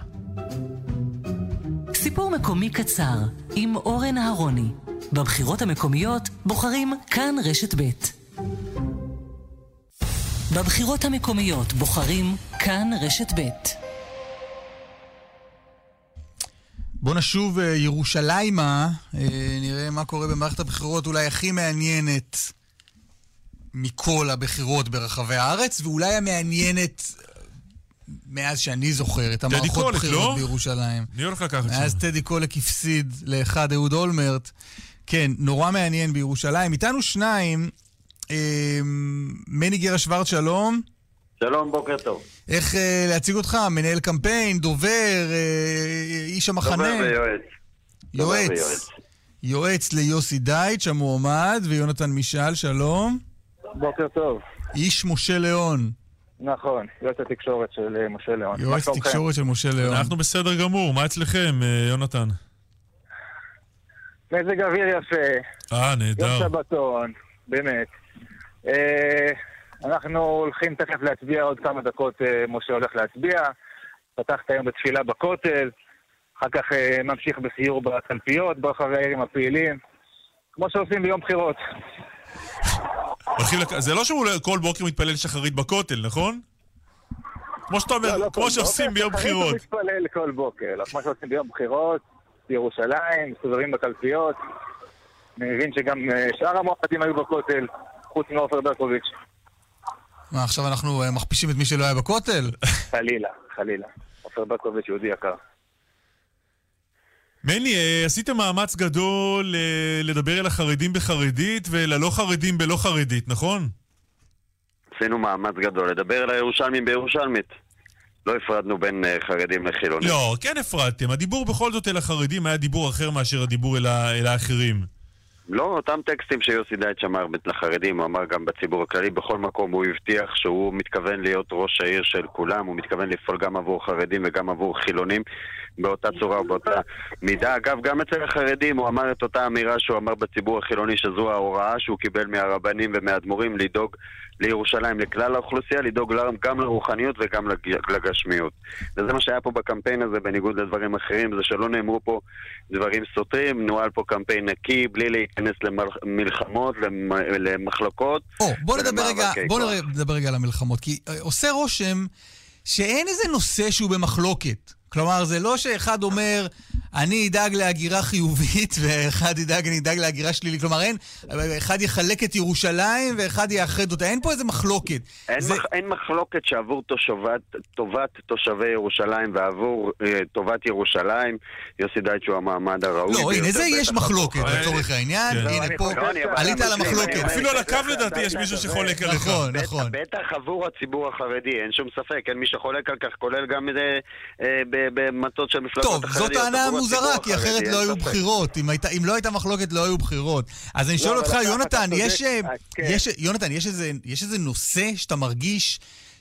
סיפור מקומי קצר עם אורן הרוני. בבחירות המקומיות בוחרים כאן רשת ב'. בבחירות המקומיות בוחרים כאן רשת ב'. בוא נשוב ירושלימה, נראה מה קורה במערכת הבחירות אולי הכי מעניינת מכל הבחירות ברחבי הארץ, ואולי המעניינת מאז שאני זוכר את המערכות בחירות לא? בירושלים. אני הולך לקחת שם. מאז טדי קולק הפסיד לאחד אהוד אולמרט. כן, נורא מעניין בירושלים. איתנו שניים, אה, מני גירה שוורץ, שלום. שלום, בוקר טוב. איך אה, להציג אותך? מנהל קמפיין, דובר, אה, איש המחנה? דובר ויועץ. יועץ. ויועץ. יועץ ליוסי דייטש, המועמד, ויונתן מישל, שלום. בוקר טוב. איש משה ליאון. נכון, יועץ התקשורת של משה ליאון. יועץ תקשורת של משה ליאון. אנחנו בסדר גמור, מה אצלכם, יונתן? מזג אוויר יפה. אה, נהדר. יום שבתון, באמת. אה, אנחנו הולכים תכף להצביע עוד כמה דקות, אה, משה הולך להצביע. פתחת היום בתפילה בכותל, אחר כך אה, ממשיך בסיור בקלפיות, ברחבי העיר עם הפעילים, כמו שעושים ביום בחירות. זה לא שהוא כל בוקר מתפלל שחרית בכותל, נכון? כמו שאתה אומר, כמו שעושים ביום בחירות. שחרית הוא מתפלל כל בוקר, כמו שעושים ביום בחירות, בירושלים, מסתובבים בקלפיות. אני מבין שגם שאר המועמדים היו בכותל, חוץ מעופר ברקוביץ'. מה, עכשיו אנחנו מכפישים את מי שלא היה בכותל? חלילה, חלילה. עופר ברקוביץ' יהודי יקר. מני, עשיתם מאמץ גדול לדבר אל החרדים בחרדית וללא חרדים בלא חרדית, נכון? עשינו מאמץ גדול לדבר אל הירושלמים בירושלמית. לא הפרדנו בין חרדים לחילונים. לא, כן הפרדתם. הדיבור בכל זאת אל החרדים היה דיבור אחר מאשר הדיבור אל, אל האחרים. לא, אותם טקסטים שיוסי דייטש אמר לחרדים, הוא אמר גם בציבור הכללי, בכל מקום הוא הבטיח שהוא מתכוון להיות ראש העיר של כולם, הוא מתכוון לפעול גם עבור חרדים וגם עבור חילונים, באותה צורה ובאותה מידה. אגב, גם אצל החרדים הוא אמר את אותה אמירה שהוא אמר בציבור החילוני, שזו ההוראה שהוא קיבל מהרבנים ומהאדמו"רים לדאוג לירושלים, לכלל האוכלוסייה, לדאוג גם לרוחניות וגם לגשמיות. וזה מה שהיה פה בקמפיין הזה, בניגוד לדברים אחרים, זה שלא נאמרו פה דברים סותרים, נועל פה קמפיין נקי, בלי להיכנס למלחמות, למחלוקות. או, בוא נדבר רגע, בוא נדבר רגע על המלחמות, כי עושה רושם שאין איזה נושא שהוא במחלוקת. כלומר, זה לא שאחד אומר, אני אדאג להגירה חיובית, ואחד ידאג, אני אדאג להגירה שלילית. כלומר, אין, אחד יחלק את ירושלים, ואחד יאחד אותה. אין פה איזה מחלוקת. אין, זה... מח, אין מחלוקת שעבור תושבת, טובת תושבי ירושלים, ועבור אה, טובת ירושלים, יוסי דייטש הוא המעמד הראוי. לא, הנה, זה יש מחלוקת, לצורך העניין. כן. הנה, לא, פה, עלית על המחלוקת. אפילו על הקו לדעתי יש מישהו שחולק על כך. נכון, נכון. בטח עבור הציבור החרדי, אין שום ספק, אין מי שחולק על כך, כולל גם במטות של מפלגות החרדיות. טוב, זאת טענה מוזרה, כי אחרת לא היו בחירות. אם לא הייתה מחלוקת, לא היו בחירות. אז אני שואל אותך, יונתן, יונתן, יש איזה נושא שאתה מרגיש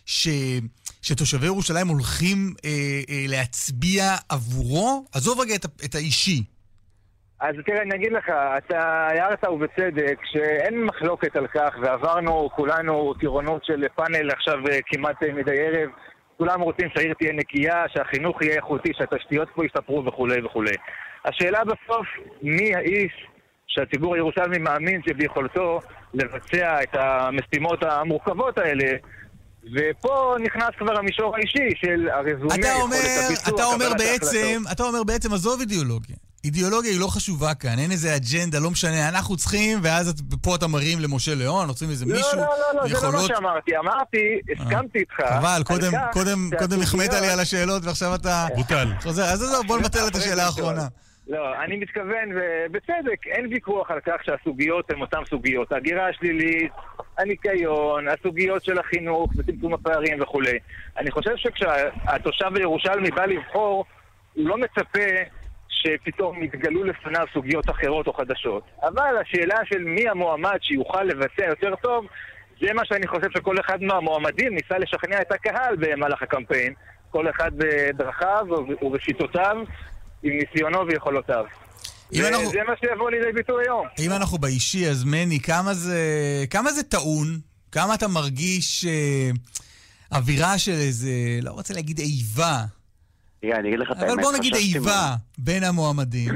שתושבי ירושלים הולכים להצביע עבורו? עזוב רגע את האישי. אז תראה, אני אגיד לך, אתה הערת ובצדק שאין מחלוקת על כך, ועברנו כולנו טירונות של פאנל עכשיו כמעט מדי ערב. כולם רוצים שהעיר תהיה נקייה, שהחינוך יהיה איכותי, שהתשתיות פה ישתפרו וכו' וכו'. השאלה בסוף, מי האיש שהציבור הירושלמי מאמין שביכולתו לבצע את המשימות המורכבות האלה, ופה נכנס כבר המישור האישי של הרזומה, אתה אומר, אתה אומר בעצם, אתה אומר בעצם, עזוב אידיאולוגיה. אידיאולוגיה היא לא חשובה כאן, אין איזה אג'נדה, לא משנה, אנחנו צריכים, ואז פה אתה מרים למשה ליאון, אנחנו צריכים איזה מישהו... לא, לא, לא, זה לא מה שאמרתי, אמרתי, הסכמתי איתך. חבל, קודם החמאת לי על השאלות, ועכשיו אתה... בוטל. אז בוא נבטל את השאלה האחרונה. לא, אני מתכוון, ובצדק, אין ויכוח על כך שהסוגיות הן אותן סוגיות. ההגירה השלילית, הניקיון, הסוגיות של החינוך וצמצום הפערים וכו'. אני חושב שכשהתושב הירושלמי בא לבחור, הוא לא מצפה שפתאום יתגלו לפניו סוגיות אחרות או חדשות. אבל השאלה של מי המועמד שיוכל לבצע יותר טוב, זה מה שאני חושב שכל אחד מהמועמדים ניסה לשכנע את הקהל במהלך הקמפיין. כל אחד בדרכיו ובשיטותיו, עם ניסיונו ויכולותיו. זה אנחנו... מה שיבוא לידי ביטוי היום. אם אנחנו באישי, אז מני, כמה זה, כמה זה טעון? כמה אתה מרגיש אה, אווירה של איזה, לא רוצה להגיד איבה, yeah, אני אגיד לך את האמת, אבל בוא נגיד איבה מאוד. בין המועמדים.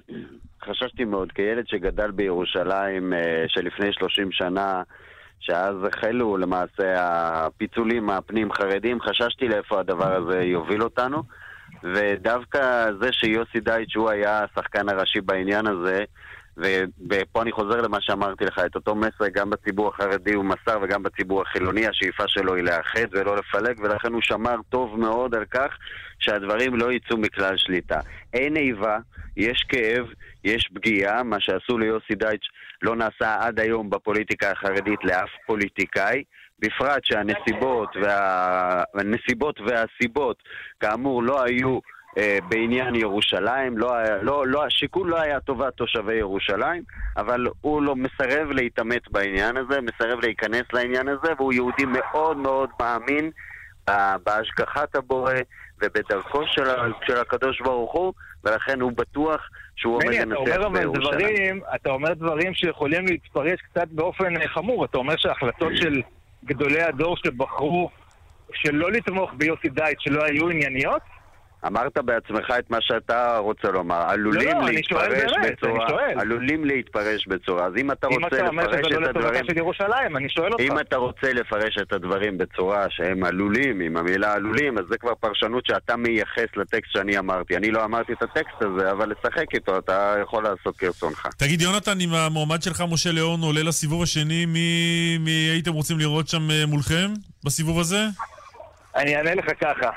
חששתי מאוד, כילד שגדל בירושלים שלפני שלושים שנה, שאז החלו למעשה הפיצולים הפנים חרדים, חששתי לאיפה הדבר הזה יוביל אותנו, ודווקא זה שיוסי דייטש שהוא היה השחקן הראשי בעניין הזה, ופה אני חוזר למה שאמרתי לך, את אותו מסר גם בציבור החרדי הוא מסר וגם בציבור החילוני, השאיפה שלו היא לאחד ולא לפלג, ולכן הוא שמר טוב מאוד על כך שהדברים לא ייצאו מכלל שליטה. אין איבה, יש כאב, יש פגיעה, מה שעשו ליוסי דייטש לא נעשה עד היום בפוליטיקה החרדית לאף פוליטיקאי, בפרט שהנסיבות וה... הנסיבות והסיבות כאמור לא היו אה, בעניין ירושלים, לא, לא, לא, השיקול לא היה טובת תושבי ירושלים, אבל הוא לא מסרב להתאמת בעניין הזה, מסרב להיכנס לעניין הזה, והוא יהודי מאוד מאוד מאמין בהשגחת הבורא ובדרכו של, של הקדוש ברוך הוא, ולכן הוא בטוח שהוא עומד לנצח בירושלים. אתה אומר דברים שיכולים להתפרש קצת באופן חמור. אתה אומר שההחלטות של גדולי הדור שבחרו שלא לתמוך ביוסי דייטש שלא היו ענייניות? אמרת בעצמך את מה שאתה רוצה לומר. עלולים לא, להתפרש בצורה, עלולים להתפרש בצורה. אז אם אתה רוצה לפרש את הדברים, אם אתה רוצה לפרש את הדברים בצורה שהם עלולים, עם המילה עלולים, אז זה כבר פרשנות שאתה מייחס לטקסט שאני אמרתי. אני לא אמרתי את הטקסט הזה, אבל לשחק איתו, אתה יכול לעשות כרצונך. תגיד, יונתן, אם המועמד שלך משה ליאון עולה לסיבוב השני, מי, מי הייתם רוצים לראות שם מולכם בסיבוב הזה? אני אענה לך ככה.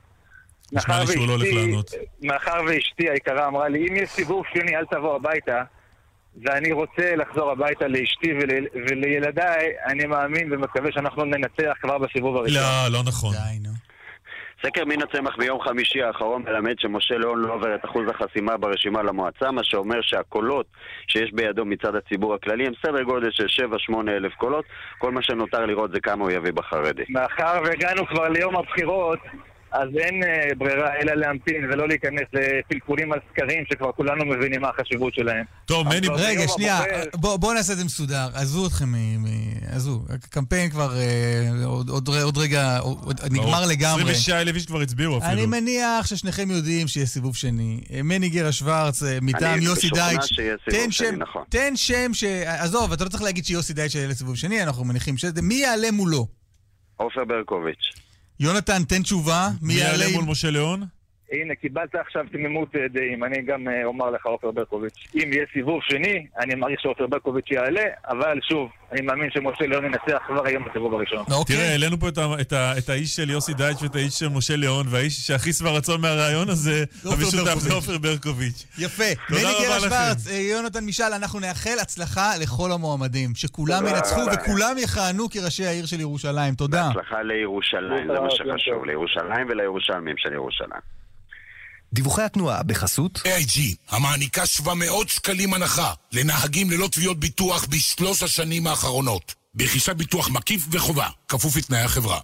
מאחר ואשתי, מאחר ואשתי היקרה אמרה לי, אם יש סיבוב שני אל תבוא הביתה, ואני רוצה לחזור הביתה לאשתי ול, ולילדיי, אני מאמין ומקווה שאנחנו ננצח כבר בסיבוב הראשון. לא, לא נכון. די, נו. סקר מינה צמח ביום חמישי האחרון מלמד שמשה ליאון לא עובר את אחוז החסימה ברשימה למועצה, מה שאומר שהקולות שיש בידו מצד הציבור הכללי הם סדר גודל של שבע שמונה אלף קולות. כל מה שנותר לראות זה כמה הוא יביא בחרדי. מאחר והגענו כבר ליום הבחירות, אז אין uh, ברירה אלא להמתין ולא להיכנס לפלפולים על סקרים שכבר כולנו מבינים מה החשיבות שלהם. טוב, מני... רגע, שנייה, בואו בוא נעשה את זה מסודר. עזבו אתכם, עזבו. הקמפיין כבר uh, עוד, עוד, עוד רגע עוד, נגמר לגמרי. עשרים ושש אלף איש כבר הצביעו אפילו. אני מניח ששניכם יודעים שיש סיבוב שני. מני גירה שוורץ, מטעם יוסי דייטש. תן שם, נכון. תן שם ש... עזוב, אתה לא צריך להגיד שיוסי דייטש יעלה לסיבוב שני, אנחנו מניחים שזה... מי יעלה מולו? עופר ברקוביץ'. יונתן, תן תשובה. מי יעלה מול משה ליאון? הנה, קיבלת עכשיו תמימות דעים. אני גם אומר לך, עופר ברקוביץ'. אם יהיה סיבוב שני, אני מעריך שעופר ברקוביץ' יעלה, אבל שוב, אני מאמין שמשה ליאון ינצח כבר היום בסיבוב הראשון. תראה, העלינו פה את האיש של יוסי דייטש ואת האיש של משה ליאון, והאיש שהכי שבע רצון מהרעיון הזה, המשותף זה עופר ברקוביץ'. יפה. מני גירה שוורץ, יונתן משאל, אנחנו נאחל הצלחה לכל המועמדים, שכולם ינצחו וכולם יכהנו כראשי העיר של ירושלים. תודה. הצלחה לירושלים, זה מה שחשוב, לירושלים ולירושלמים של ירושלים. דיווחי התנועה בחסות איי איי ג'י, המעניקה שבע מאות שקלים הנחה לנהגים ללא תביעות ביטוח בשלוש השנים האחרונות. ברכישת ביטוח מקיף וחובה, כפוף לתנאי החברה.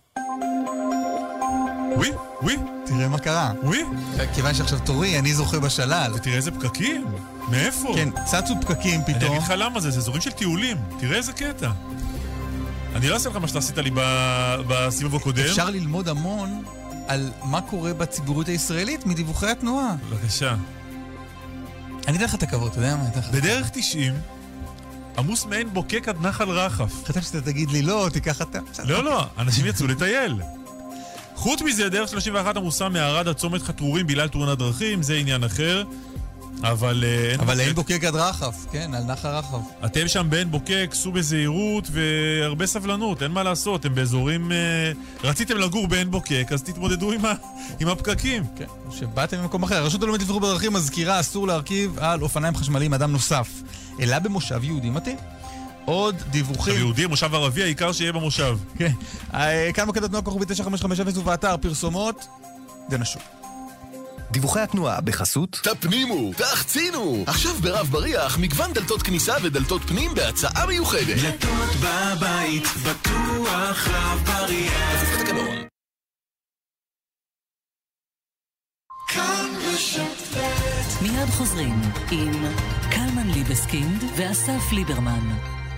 ווי, ווי. תראה מה קרה. ווי. כיוון שעכשיו תורי, אני זוכה בשלל. תראה איזה פקקים. מאיפה? כן, צצו פקקים פתאום. אני אגיד לך למה זה, זה אזורים של טיולים. תראה איזה קטע. אני לא אעשה לך מה שאתה עשית לי בסיבוב הקודם. אפשר ללמוד המון על מה קורה בציבוריות הישראלית מדיווחי התנועה. בבקשה. אני אתן לך את הכבוד, אתה יודע מה? בדרך תשעים, עמוס מעין בוקק עד נחל רחף. חשבתי שאתה תגיד לי, לא, תיקח אתה. לא, לא, אנשים יצאו לטייל. חוץ מזה, דרך שלושים ואחת עמוסה מערד עד צומת חתרורים בגלל תאונת דרכים, זה עניין אחר. אבל אין אבל בוקק. אין בוקק עד רחב, כן, על נחל רחב. אתם שם בעין בוקק, סעו בזהירות והרבה סבלנות, אין מה לעשות, הם באזורים... אה, רציתם לגור בעין בוקק, אז תתמודדו עם, ה... עם הפקקים. כן, שבאתם ממקום אחר. הרשות הלאומית לבטיחות בדרכים מזכירה, אסור להרכיב על אופניים חשמליים אדם נוסף, אלא במושב יהודי מתאים. עוד דיווחים... יהודי, מושב ערבי, העיקר שיהיה במושב. כן. כאן מוקד התנועה כוכבית תשע חמש חמש אפס ובאתר פרסומות, דנשו. דיווחי התנועה בחסות תפנימו, תחצינו! עכשיו ברב בריח מגוון דלתות כניסה ודלתות פנים בהצעה מיוחדת. דלתות בבית, בטוח רב בריח. כפוף לתקנון. כאן רשת ב' מיד חוזרים עם קלמן ליבסקינד ואסף ליברמן.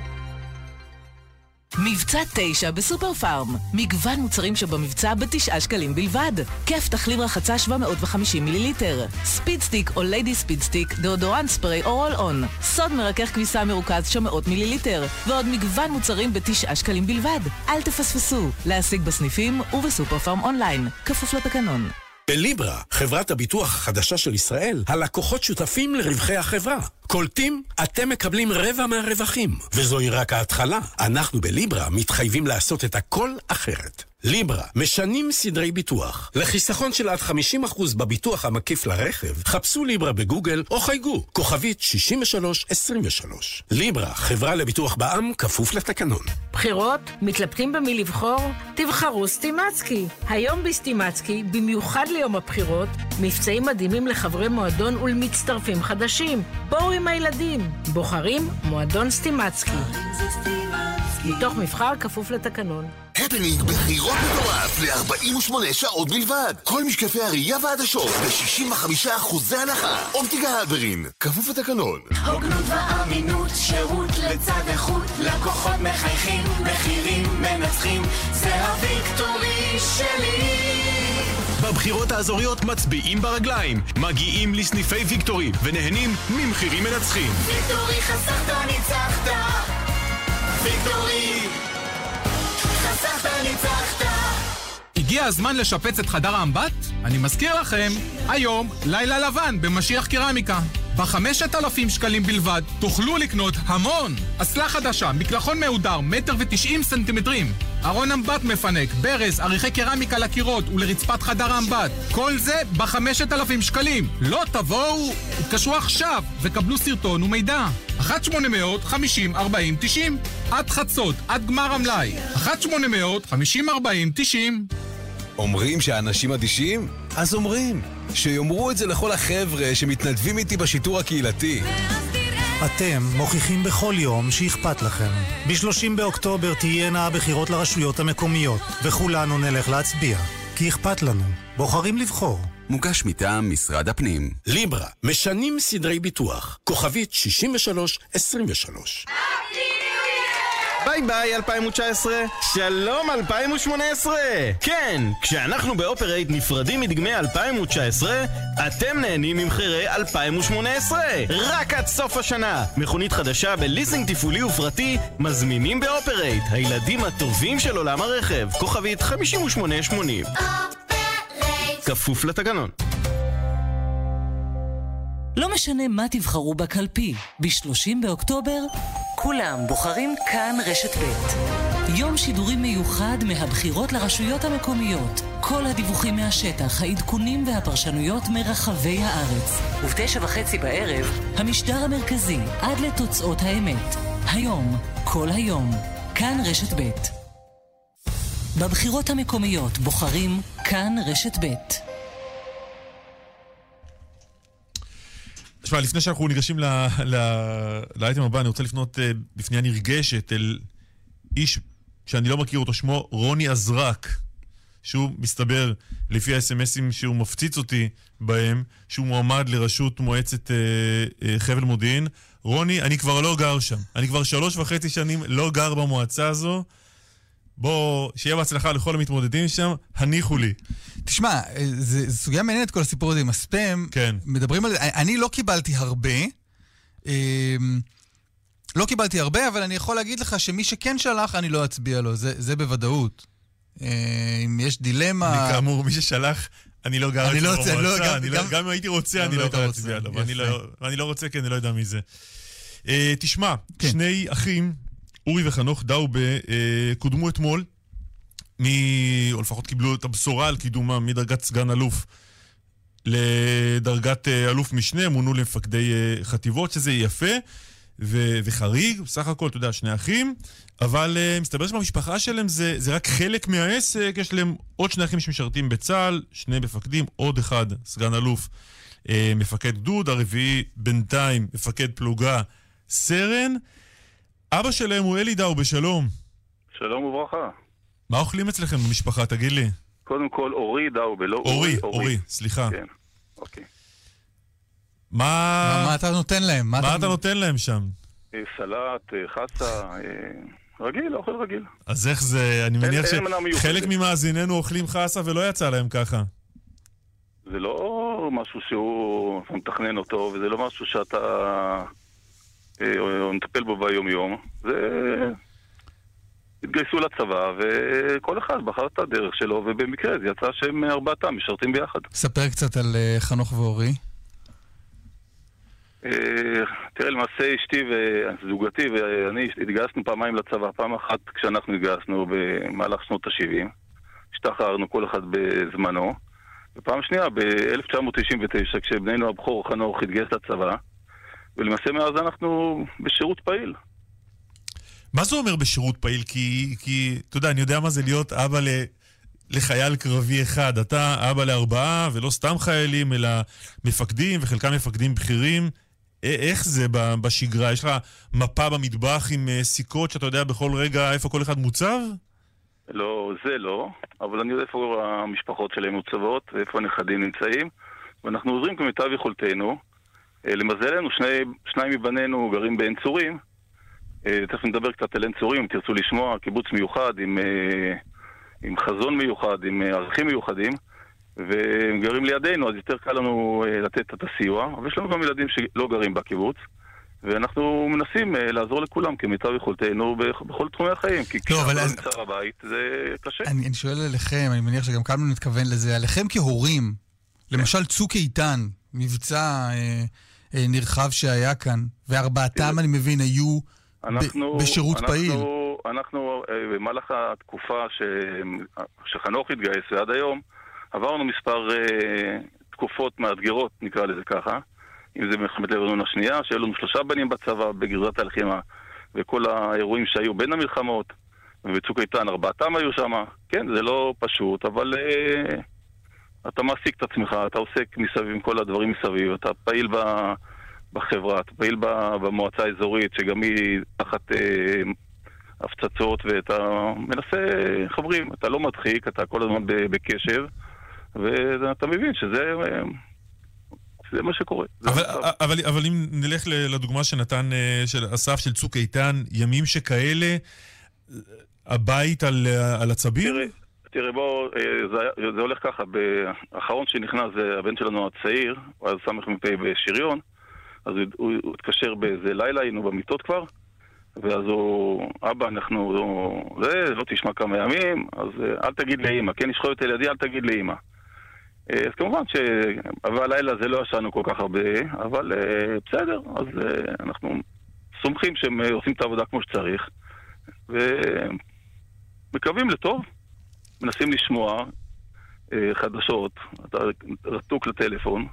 מבצע תשע בסופר פארם. מגוון מוצרים שבמבצע בתשעה שקלים בלבד. כיף תחליב רחצה שבע מאות וחמישים מיליליטר. ספיד סטיק או ליידי ספיד סטיק, דאודורנט ספרי או רול און. סוד מרכך כביסה מרוכז תשע מאות מיליליטר. ועוד מגוון מוצרים בתשעה שקלים בלבד. אל תפספסו. להשיג בסניפים ובסופר פארם אונליין. כפוף לתקנון. בליברה, חברת הביטוח החדשה של ישראל, הלקוחות שותפים לרווחי החברה. קולטים, אתם מקבלים רבע מהרווחים. וזוהי רק ההתחלה. אנחנו בליברה מתחייבים לעשות את הכל אחרת. ליברה, משנים סדרי ביטוח. לחיסכון של עד חמישים אחוז בביטוח המקיף לרכב, חפשו ליברה בגוגל או חייגו, כוכבית שישים ושלוש עשרים ושלוש. ליברה, חברה לביטוח בע"מ, כפוף לתקנון. בחירות? מתלבטים במי לבחור? תבחרו סטימצקי. היום בסטימצקי, במיוחד ליום הבחירות, מבצעים מדהימים לחברי מועדון ולמצטרפים חדשים. בואו עם הילדים. בוחרים מועדון סטימצקי. מתוך מבחר כפוף לתקנון. הפנינג בחירות מטורף ל-ארבעים ושמונה שעות בלבד. כל משקפי הראייה והעדשות ב-שישים וחמישה אחוז הנחה. אופטיקה הלפרין, כפוף לתקנון. הוגנות ואמינות, שירות לצד איכות, לקוחות מחייכים, מחירים מנצחים, זה הוויקטורי שלי. בבחירות האזוריות מצביעים ברגליים, מגיעים לסניפי ויקטורי ונהנים ממחירים מנצחים. ויקטורי חסכת ניצחת, ויקטורי חסכת ניצחת. הגיע הזמן לשפץ את חדר האמבט? אני מזכיר לכם, היום לילה לבן במשיח קרמיקה. בחמשת אלפים שקלים בלבד תוכלו לקנות המון. אסלה חדשה, מקלחון מהודר, מטר ותשעים סנטימטרים. ארון אמבט מפנק, ברז, עריכי קרמיקה לקירות ולרצפת חדר האמבט. כל זה בחמשת אלפים שקלים. לא תבואו, התקשרו עכשיו וקבלו סרטון ומידע. אחת שמונה מאות חמישים ארבעים תשעים. עד חצות, עד גמר המלאי. אחת שמונה מאות חמישים ארבעים תשעים. אומרים שהאנשים אדישים? אז אומרים. שיאמרו את זה לכל החבר'ה שמתנדבים איתי בשיטור הקהילתי. אתם מוכיחים בכל יום שאכפת לכם. ב-שלושים באוקטובר תהיינה הבחירות לרשויות המקומיות, וכולנו נלך להצביע. כי אכפת לנו. בוחרים לבחור. מוגש מטעם משרד הפנים. ליברה, משנים סדרי ביטוח. כוכבית שישים ושלוש עשרים ושלוש. ביי ביי אלפיים תשע עשרה, שלום אלפיים שמונה עשרה. כן, כשאנחנו באופרייט נפרדים מדגמי אלפיים תשע עשרה, אתם נהנים ממחירי אלפיים שמונה עשרה. רק עד סוף השנה. מכונית חדשה בליסינג תפעולי ופרטי, מזמינים באופרייט, הילדים הטובים של עולם הרכב. כוכבית חמישים ושמונה שמונים. אופרייט. כפוף לתקנון. לא משנה מה תבחרו בקלפי, ב-שלושים באוקטובר כולם בוחרים כאן רשת ב'. יום שידורים מיוחד מהבחירות לרשויות המקומיות. כל הדיווחים מהשטח, העדכונים והפרשנויות מרחבי הארץ. ובתשע וחצי בערב, המשדר המרכזי עד לתוצאות האמת. היום, כל היום, כאן רשת ב'. בבחירות המקומיות בוחרים כאן רשת ב'. תשמע, לפני שאנחנו ניגשים לאייטם הבא, אני רוצה לפנות בפנייה נרגשת אל איש שאני לא מכיר אותו, שמו רוני אזרק, שהוא מסתבר, לפי ה-אס-אם-אסים שהוא מפציץ אותי בהם, שהוא מועמד לראשות מועצת אה, אה, חבל מודיעין. רוני, אני כבר לא גר שם. אני כבר שלוש וחצי שנים לא גר במועצה הזו. בוא, שיהיה בהצלחה לכל המתמודדים שם, הניחו לי. תשמע, זו סוגיה מעניינת כל הסיפור הזה עם הספאם. כן. מדברים על זה, אני לא קיבלתי הרבה, לא קיבלתי הרבה, אבל אני יכול להגיד לך שמי שכן שלח, אני לא אצביע לו, זה, זה בוודאות. אם יש דילמה... אני כאמור, מי ששלח, אני לא גר אני לא אצלו רוצה, לא, במועצה, גם- אני לא- גם- גם אם הייתי רוצה, גם אני לא לא היית יכול רוצה. להצביע עליו. יפה. אני לא- ואני לא רוצה, כי אני לא יודע מי זה. אה, תשמע, שני אחים, אורי וחנוך דאובה, אה, קודמו אתמול, מ- או לפחות קיבלו את הבשורה על קידומם מדרגת סגן אלוף לדרגת אה, אלוף משנה, מונו למפקדי אה, חטיבות, שזה יפה ו- וחריג, בסך הכל, אתה יודע, שני אחים, אבל uh, מסתבר שבמשפחה שלהם זה, זה רק חלק מהעסק, יש להם עוד שני אחים שמשרתים בצה"ל, שני מפקדים, עוד אחד, סגן אלוף, uh, מפקד גדוד, הרביעי בינתיים, מפקד פלוגה, סרן. אבא שלהם הוא אלי דאובה, שלום. שלום וברכה. מה אוכלים אצלכם במשפחה, תגיד לי? קודם כל אורי דאובה, לא אורי, אורי, סליחה. כן, אוקיי. מה... מה, מה אתה נותן להם? מה, מה אתה נותן להם שם? אה, סלט, אה, חסה, אה, רגיל, אוכל רגיל. אז איך זה, אני אין- מניח אין מנה מיוחדת. שחלק ממאזיננו אוכלים חסה ולא יצא להם ככה. זה לא משהו שהוא אתה מתכנן אותו, וזה לא משהו שאתה אה, או- או מטפל בו ביום יום. זה... התגייסו לצבא, וכל אחד בחר את הדרך שלו, ובמקרה זה יצא שהם ארבעתם משרתים ביחד. ספר קצת על אה, חנוך ואורי. אה, תראה, למעשה אשתי וזוגתי ואני התגייסנו פעמיים לצבא. פעם אחת כשאנחנו התגייסנו במהלך שנות ה-שבעים, השתחררנו כל אחד בזמנו, ופעם שנייה ב-אלף תשע מאות תשעים ותשע כשבנינו הבכור חנוך התגייס לצבא, ולמעשה מאז אנחנו בשירות פעיל. מה זה אומר בשירות פעיל? כי, כי, אתה יודע, אני יודע מה זה להיות אבא ל, לחייל קרבי אחד. אתה אבא לארבעה, ולא סתם חיילים, אלא מפקדים, וחלקם מפקדים בכירים. א- איך זה ב- בשגרה? יש לך מפה במטבח עם uh, סיכות שאתה יודע בכל רגע איפה כל אחד מוצב? לא, זה לא, אבל אני יודע איפה המשפחות שלהם מוצבות, ואיפה הנכדים נמצאים, ואנחנו עוזרים כמיטב יכולתנו. אה, למזלנו, שני, שניים מבנינו גרים בעין צורים, אה, תכף נדבר קצת על עין צורים, אם תרצו לשמוע, קיבוץ מיוחד עם, אה, עם חזון מיוחד, עם אה, ערכים מיוחדים, והם גרים לידינו, אז יותר קל לנו אה, לתת את הסיוע, אבל יש לנו גם ילדים שלא גרים בקיבוץ, ואנחנו מנסים uh, לעזור לכולם כמיטב יכולתנו בכל תחומי החיים, כי כשאתה אבל לא אז- נמצא בבית זה קשה. אני, אני שואל עליכם, אני מניח שגם כמה מתכוון לזה, עליכם כהורים, למשל צוק איתן, מבצע אה, אה, נרחב שהיה כאן, וארבעתם אני מבין היו אנחנו, ב, בשירות אנחנו, פעיל. אנחנו uh, במהלך התקופה ש... שחנוך התגייס ועד היום, עברנו מספר uh, תקופות מאתגרות, נקרא לזה ככה, אם זה מלחמת לבנון השנייה, שהיו לנו שלושה בנים בצבא בגזרת הלחימה, וכל האירועים שהיו בין המלחמות, ובצוק איתן ארבעתם היו שם. כן, זה לא פשוט, אבל אה, אתה מעסיק את עצמך, אתה עוסק מסביב עם כל הדברים מסביב, אתה פעיל ב, בחברה, אתה פעיל ב, במועצה האזורית, שגם היא תחת אה, הפצצות, ואתה מנסה, חברים, אתה לא מדחיק, אתה כל הזמן בקשב, ואתה מבין שזה... אה, זה מה שקורה. אבל, אבל, אבל אם נלך לדוגמה שנתן, של אסף, של צוק איתן, ימים שכאלה, הבית על, על הצבים? תראה, תראה בוא, זה, זה הולך ככה, האחרון שנכנס זה הבן שלנו הצעיר, הוא היה סמך מפה בשריון, אז הוא, הוא, הוא התקשר באיזה לילה, היינו במיטות כבר, ואז הוא, אבא, אנחנו, זה, לא תשמע כמה ימים, אז אל תגיד לאמא, כן, יש חיות ילדי, אל תגיד לאמא. אז כמובן ש... אבל הלילה זה לא ישנו כל כך הרבה, אבל בסדר, אז אנחנו סומכים שהם עושים את העבודה כמו שצריך, ומקווים לטוב, מנסים לשמוע חדשות, אתה רתוק לטלפון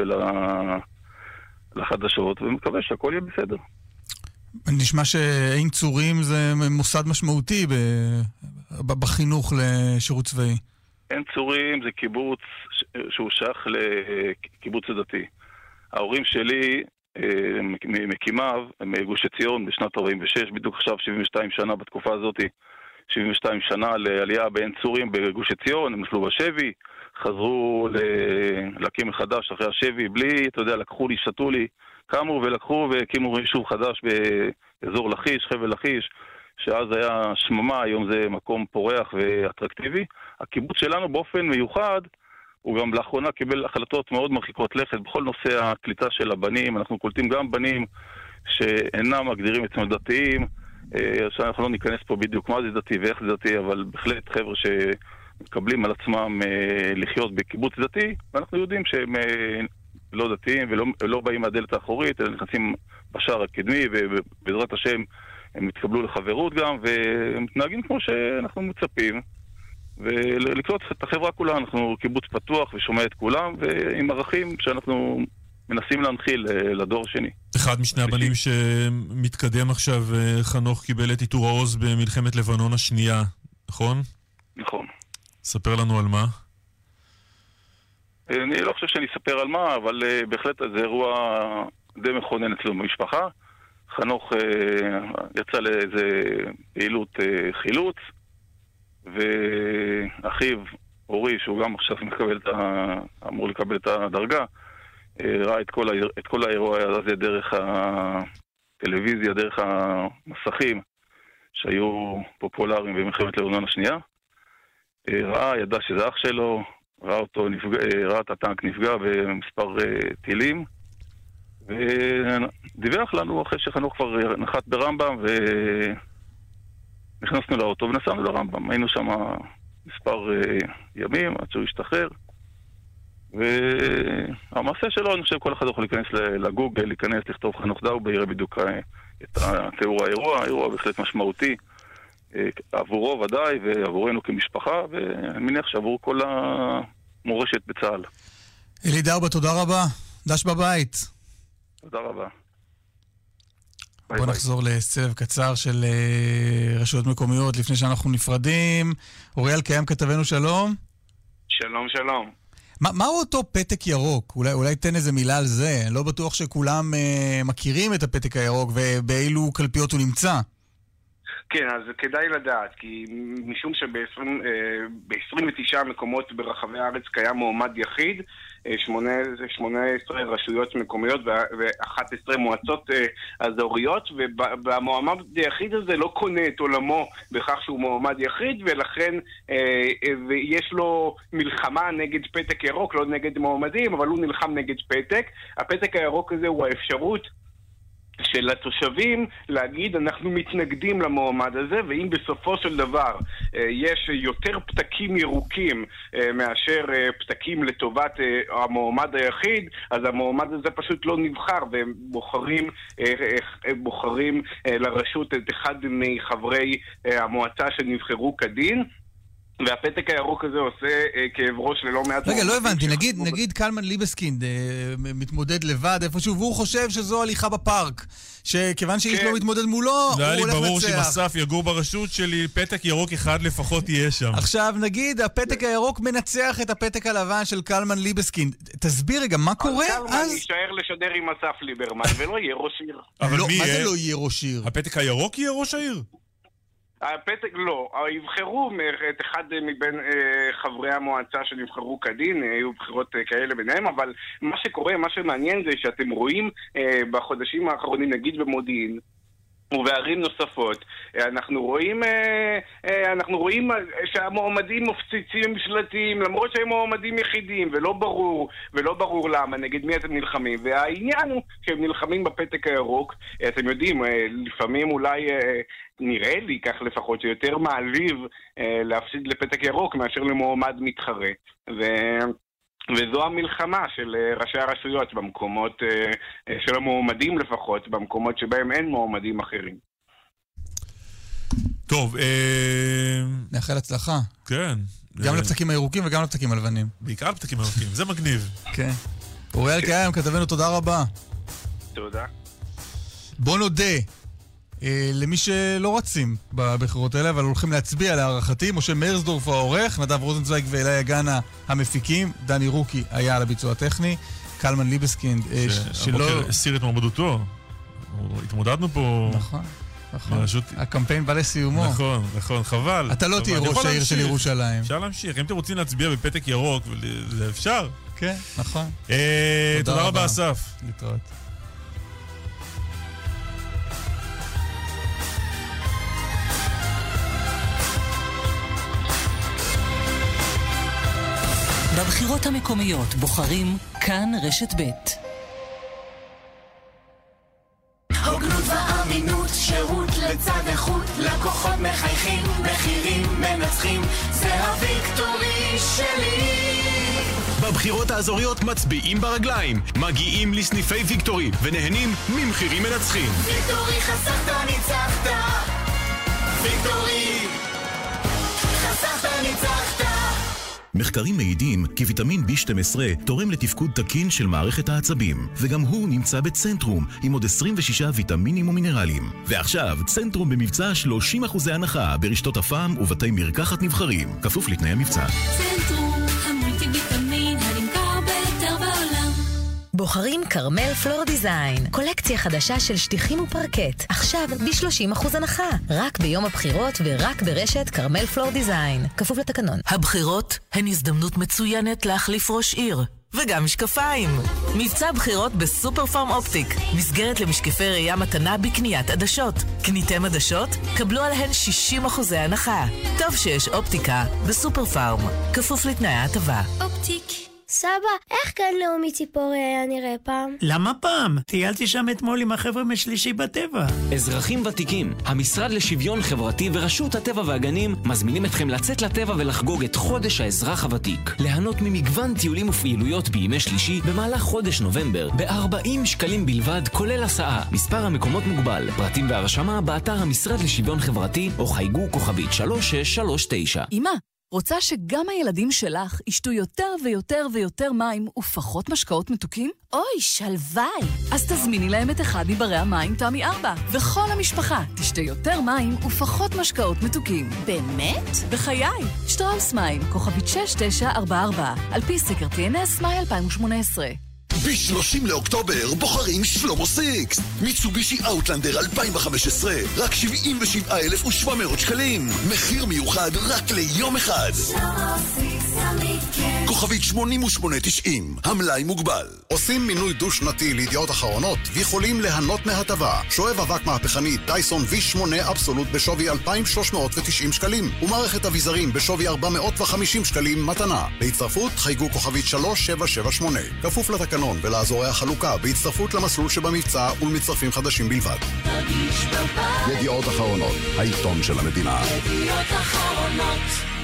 ולחדשות, ומקווה שהכל יהיה בסדר. נשמע שעין צורים זה מוסד משמעותי בחינוך לשירות צבאי. עין צורים זה קיבוץ שהוא שייך לקיבוץ דתי. ההורים שלי, מקימיו, הם מגוש עציון בשנת ארבעים ושש, בדיוק עכשיו שבעים ושתיים שנה בתקופה הזאת, שבעים ושתיים שנה לעלייה בעין צורים בגוש עציון, הם נפלו בשבי, חזרו להקים מחדש אחרי השבי, בלי, אתה יודע, לקחו לי, שתו לי, קמו ולקחו והקימו יישוב חדש באזור לכיש, חבל לכיש, שאז היה שממה, היום זה מקום פורח ואטרקטיבי. הקיבוץ שלנו באופן מיוחד, הוא גם לאחרונה קיבל החלטות מאוד מרחיקות לכת בכל נושא הקליטה של הבנים. אנחנו קולטים גם בנים שאינם מגדירים עצמם דתיים, שאנחנו לא ניכנס פה בדיוק מה זה דתי ואיך זה דתי, אבל בהחלט חבר'ה מקבלים על עצמם לחיות בקיבוץ דתי, ואנחנו יודעים שהם לא דתיים ולא לא באים מהדלת האחורית, אלא נכנסים בשער הקדמי, ובעזרת השם הם התקבלו לחברות גם, והם מתנהגים כמו שאנחנו מצפים. ולקלוט את החברה כולה, אנחנו קיבוץ פתוח ושומע את כולם, ועם ערכים שאנחנו מנסים להנחיל לדור שני. אחד משני הבנים שמתקדם עכשיו, חנוך קיבל את עיטור העוז במלחמת לבנון השנייה, נכון? נכון. ספר לנו על מה. אני לא חושב שאני אספר על מה, אבל בהחלט זה אירוע די מכונן אצלנו במשפחה. חנוך יצא לאיזה פעילות חילוץ, ואחיו, אורי, שהוא גם עכשיו מקבל את ה... אמור לקבל את הדרגה, ראה את כל, האיר... את כל האירוע הזה דרך הטלוויזיה, דרך המסכים שהיו פופולריים במלחמת לבנון השנייה. ראה, ידע שזה אח שלו, ראה אותו נפגע, ראה את הטנק נפגע במספר טילים, ודיווח לנו אחרי שחנוך כבר נחת ברמב"ם, ונכנסנו לאוטו ונסענו לרמב"ם. היינו שם מספר ימים עד שהוא השתחרר, והמעשה שלו, אני חושב כל אחד יכול להיכנס לגוגל, להיכנס, לכתוב חנוך דאוב, ויראה בדיוק את תיאור האירוע. האירוע בהחלט משמעותי עבורו ודאי, ועבורנו כמשפחה, ואני מניח שעבור כל המורשת בצה"ל. אלי דאובה, תודה רבה. דש בבית. תודה רבה. בוא נחזור לסבב קצר של רשויות מקומיות לפני שאנחנו נפרדים. אוריאל קיים כתבנו, שלום. שלום, שלום. מה, מהו אותו פתק ירוק? אולי, אולי תן איזה מילה על זה. אני לא בטוח שכולם אה, מכירים את הפתק הירוק ובאילו קלפיות הוא נמצא. כן, אז כדאי לדעת, כי משום שב-עשרים ותשעה מקומות ברחבי הארץ קיים מועמד יחיד, שמונה עשרה רשויות מקומיות ו-אחת עשרה מועצות אזוריות, והמועמד היחיד הזה לא קונה את עולמו בכך שהוא מועמד יחיד, ולכן יש לו מלחמה נגד פתק ירוק, לא נגד מועמדים, אבל הוא נלחם נגד פתק. הפתק הירוק הזה הוא האפשרות של התושבים להגיד אנחנו מתנגדים למועמד הזה, ואם בסופו של דבר יש יותר פתקים ירוקים מאשר פתקים לטובת המועמד היחיד, אז המועמד הזה פשוט לא נבחר, והם בוחרים, בוחרים לרשות את אחד מחברי המועצה שנבחרו כדין. והפתק הירוק הזה עושה כאב ראש ללא מעט... רגע, לא הבנתי, נגיד, נגיד קלמן ליבסקינד מתמודד לבד איפשהו, והוא חושב שזו הליכה בפארק, שכיוון שאיש לא מתמודד מולו, הוא הולך לצח. לא היה לי ברור שאם אסף יגור ברשות שלי, פתק ירוק אחד לפחות יהיה שם. עכשיו, נגיד, הפתק הירוק מנצח את הפתק הלבן של קלמן ליבסקינד. תסביר רגע, מה קורה אז? קלמן יישאר לשדר עם אסף ליברמן, ולא יהיה ראש עיר. אבל מי מה זה לא יהיה ראש עיר? הפתק הירוק יהיה ראש העיר? הפתק לא, יבחרו את אחד מבין אה, חברי המועצה שנבחרו כדין, היו בחירות אה, כאלה ביניהם, אבל מה שקורה, מה שמעניין זה שאתם רואים אה, בחודשים האחרונים, נגיד במודיעין, ובערים נוספות, אנחנו רואים, אנחנו רואים שהמועמדים מפציצים שלטים, למרות שהם מועמדים יחידים, ולא ברור, ולא ברור למה, נגד מי אתם נלחמים. והעניין הוא שהם נלחמים בפתק הירוק. אתם יודעים, לפעמים אולי נראה לי כך לפחות, שיותר מעליב להפסיד לפתק ירוק מאשר למועמד מתחרה. ו... וזו המלחמה של ראשי הרשויות במקומות, של המועמדים לפחות, במקומות שבהם אין מועמדים אחרים. טוב, נאחל הצלחה. כן. גם לפתקים הירוקים וגם לפתקים הלבנים. בעיקר לפתקים הירוקים, זה מגניב. כן. אוריאל קיים, כתבנו, תודה רבה. תודה. בוא נודה. למי שלא רצים בבחירות האלה, אבל הולכים להצביע להערכתי, משה מרזדורף העורך, נדב רוזנצוויג ואלי הגנה המפיקים, דני רוקי היה על הביצוע הטכני, קלמן ליבסקינד שלא... הבוקר הסיר את מועמדותו, התמודדנו פה... נכון, נכון, הקמפיין בא לסיומו. נכון, נכון, חבל. אתה לא תהיה ראש העיר של ירושלים. אפשר להמשיך, אם אתם רוצים להצביע בפתק ירוק, זה אפשר. כן, נכון. תודה רבה אסף. להתראות. בבחירות המקומיות בוחרים כאן רשת ב'. הוגנות ואמינות, שירות לצד איכות, לקוחות מחייכים, מחירים מנצחים, זה הוויקטור שלי. בבחירות האזוריות מצביעים ברגליים, מגיעים לסניפי ויקטורי ונהנים ממחירים מנצחים. ויקטורי חסכת ניצחת, ויקטורי חסכת ניצחת. מחקרים מעידים כי ויטמין בי שתים עשרה תורם לתפקוד תקין של מערכת העצבים, וגם הוא נמצא בצנטרום עם עוד עשרים ושישה ויטמינים ומינרלים. ועכשיו צנטרום במבצע שלושים אחוז הנחה ברשתות הפעם ובתי מרקחת נבחרים, כפוף לתנאי המבצע. צנטרום, המולטי ויטמין הנמכר ביותר בעולם. בוחרים קרמל פלור דיזיין, קולקציה חדשה של שטיחים ופרקט, עכשיו ב-שלושים אחוז הנחה, רק ביום הבחירות ורק ברשת קרמל פלור דיזיין, כפוף לתקנון. הבחירות הן הזדמנות מצוינת להחליף ראש עיר. וגם משקפיים. מבצע בחירות בסופר פארם אופטיק. מסגרת למשקפי ראייה מתנה בקניית עדשות. קניתם עדשות? קבלו עליהן שישים אחוז הנחה. טוב שיש אופטיקה בסופר פארם. כפוף לתנאי ההטבה. אופטיק. סבא, איך גן לאומי ציפורי היה נראה פעם? למה פעם? טיילתי שם אתמול עם החבר'ה משלישי בטבע. אזרחים ותיקים, המשרד לשוויון חברתי ורשות הטבע והגנים מזמינים אתכם לצאת לטבע ולחגוג את חודש האזרח הוותיק. ליהנות ממגוון טיולים ופעילויות בימי שלישי במהלך חודש נובמבר ב-ארבעים שקלים בלבד, כולל הסעה. מספר המקומות מוגבל. פרטים והרשמה באתר המשרד לשוויון חברתי או חייגו כוכבית שלוש שש שלוש תשע. אמא, רוצה שגם הילדים שלך ישתו יותר ויותר ויותר מים ופחות משקאות מתוקים? אוי, שלוואי. אז תזמיני להם את אחד מברי המים תמי ארבע, וכל המשפחה תשתה יותר מים ופחות משקאות מתוקים. באמת? בחיי, שטראוס מים, כוכבית שש תשע ארבע ארבע, על פי סקר טי אן אס מאי אלפיים ושמונה עשרה. ב-שלושים לאוקטובר בוחרים שלמה סיקס. מיצובישי אאוטלנדר אלפיים וחמש עשרה, רק שבעים ושבעה אלף ושבע מאות שקלים. מחיר מיוחד רק ליום אחד. שלמה סיקס תמיד כן. כוכבית שמונים ושמונה תשעים, המלאי מוגבל. עושים מינוי דו-שנתי לידיעות אחרונות ויכולים ליהנות מהטבה. שואב אבק מהפכני דייסון וי שמונה אבסולוט בשווי אלפיים ושלוש מאות ותשעים שקלים, ומערכת אביזרים בשווי ארבע מאות וחמישים שקלים מתנה. בהצטרפות חייגו כוכבית שלוש שבע שבע שמונה, כפוף לתקנון ולאזורי החלוקה, בהצטרפות למסלול שבמבצע ולמצטרפים חדשים בלבד. ידיעות אחרונות, העיתון של המדינה. ידיעות אחרונות.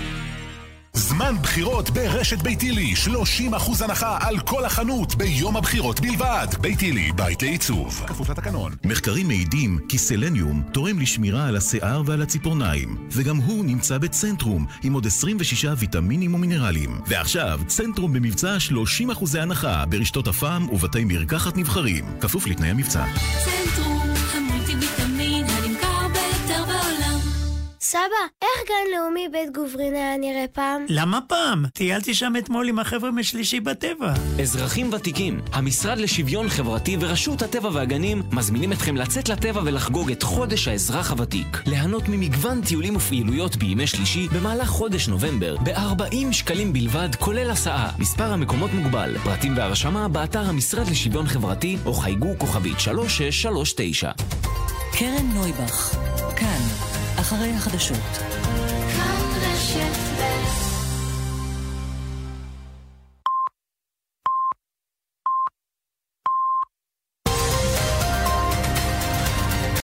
זמן בחירות ברשת ביתילי, שלושים אחוז הנחה על כל החנות ביום הבחירות בלבד. ביתילי, בית לעיצוב, כפוף לתקנון. מחקרים מעידים כי סלניום תורם לשמירה על השיער ועל הציפורניים, וגם הוא נמצא בצנטרום עם עוד עשרים ושישה ויטמינים ומינרלים. ועכשיו צנטרום במבצע שלושים אחוז הנחה ברשתות הפעם ובתי מרקחת נבחרים, כפוף לתנאי המבצע. צנטרום, המולטי ויטמין הנמכר ביותר בעולם. סבא, איך גן לאומי בית גוברין היה נראה פעם? למה פעם? טיילתי שם אתמול עם החבר'ה משלישי בטבע. אזרחים ותיקים, המשרד לשוויון חברתי ורשות הטבע והגנים מזמינים אתכם לצאת לטבע ולחגוג את חודש האזרח הוותיק. ליהנות ממגוון טיולים ופעילויות בימי שלישי במהלך חודש נובמבר ב-ארבעים שקלים בלבד, כולל הסעה. מספר המקומות מוגבל. פרטים והרשמה באתר המשרד לשוויון חברתי או חייגו כוכבית שלוש שש שלוש תשע. קרן נויבך, כאן, אחרי החדשות. כאן רשת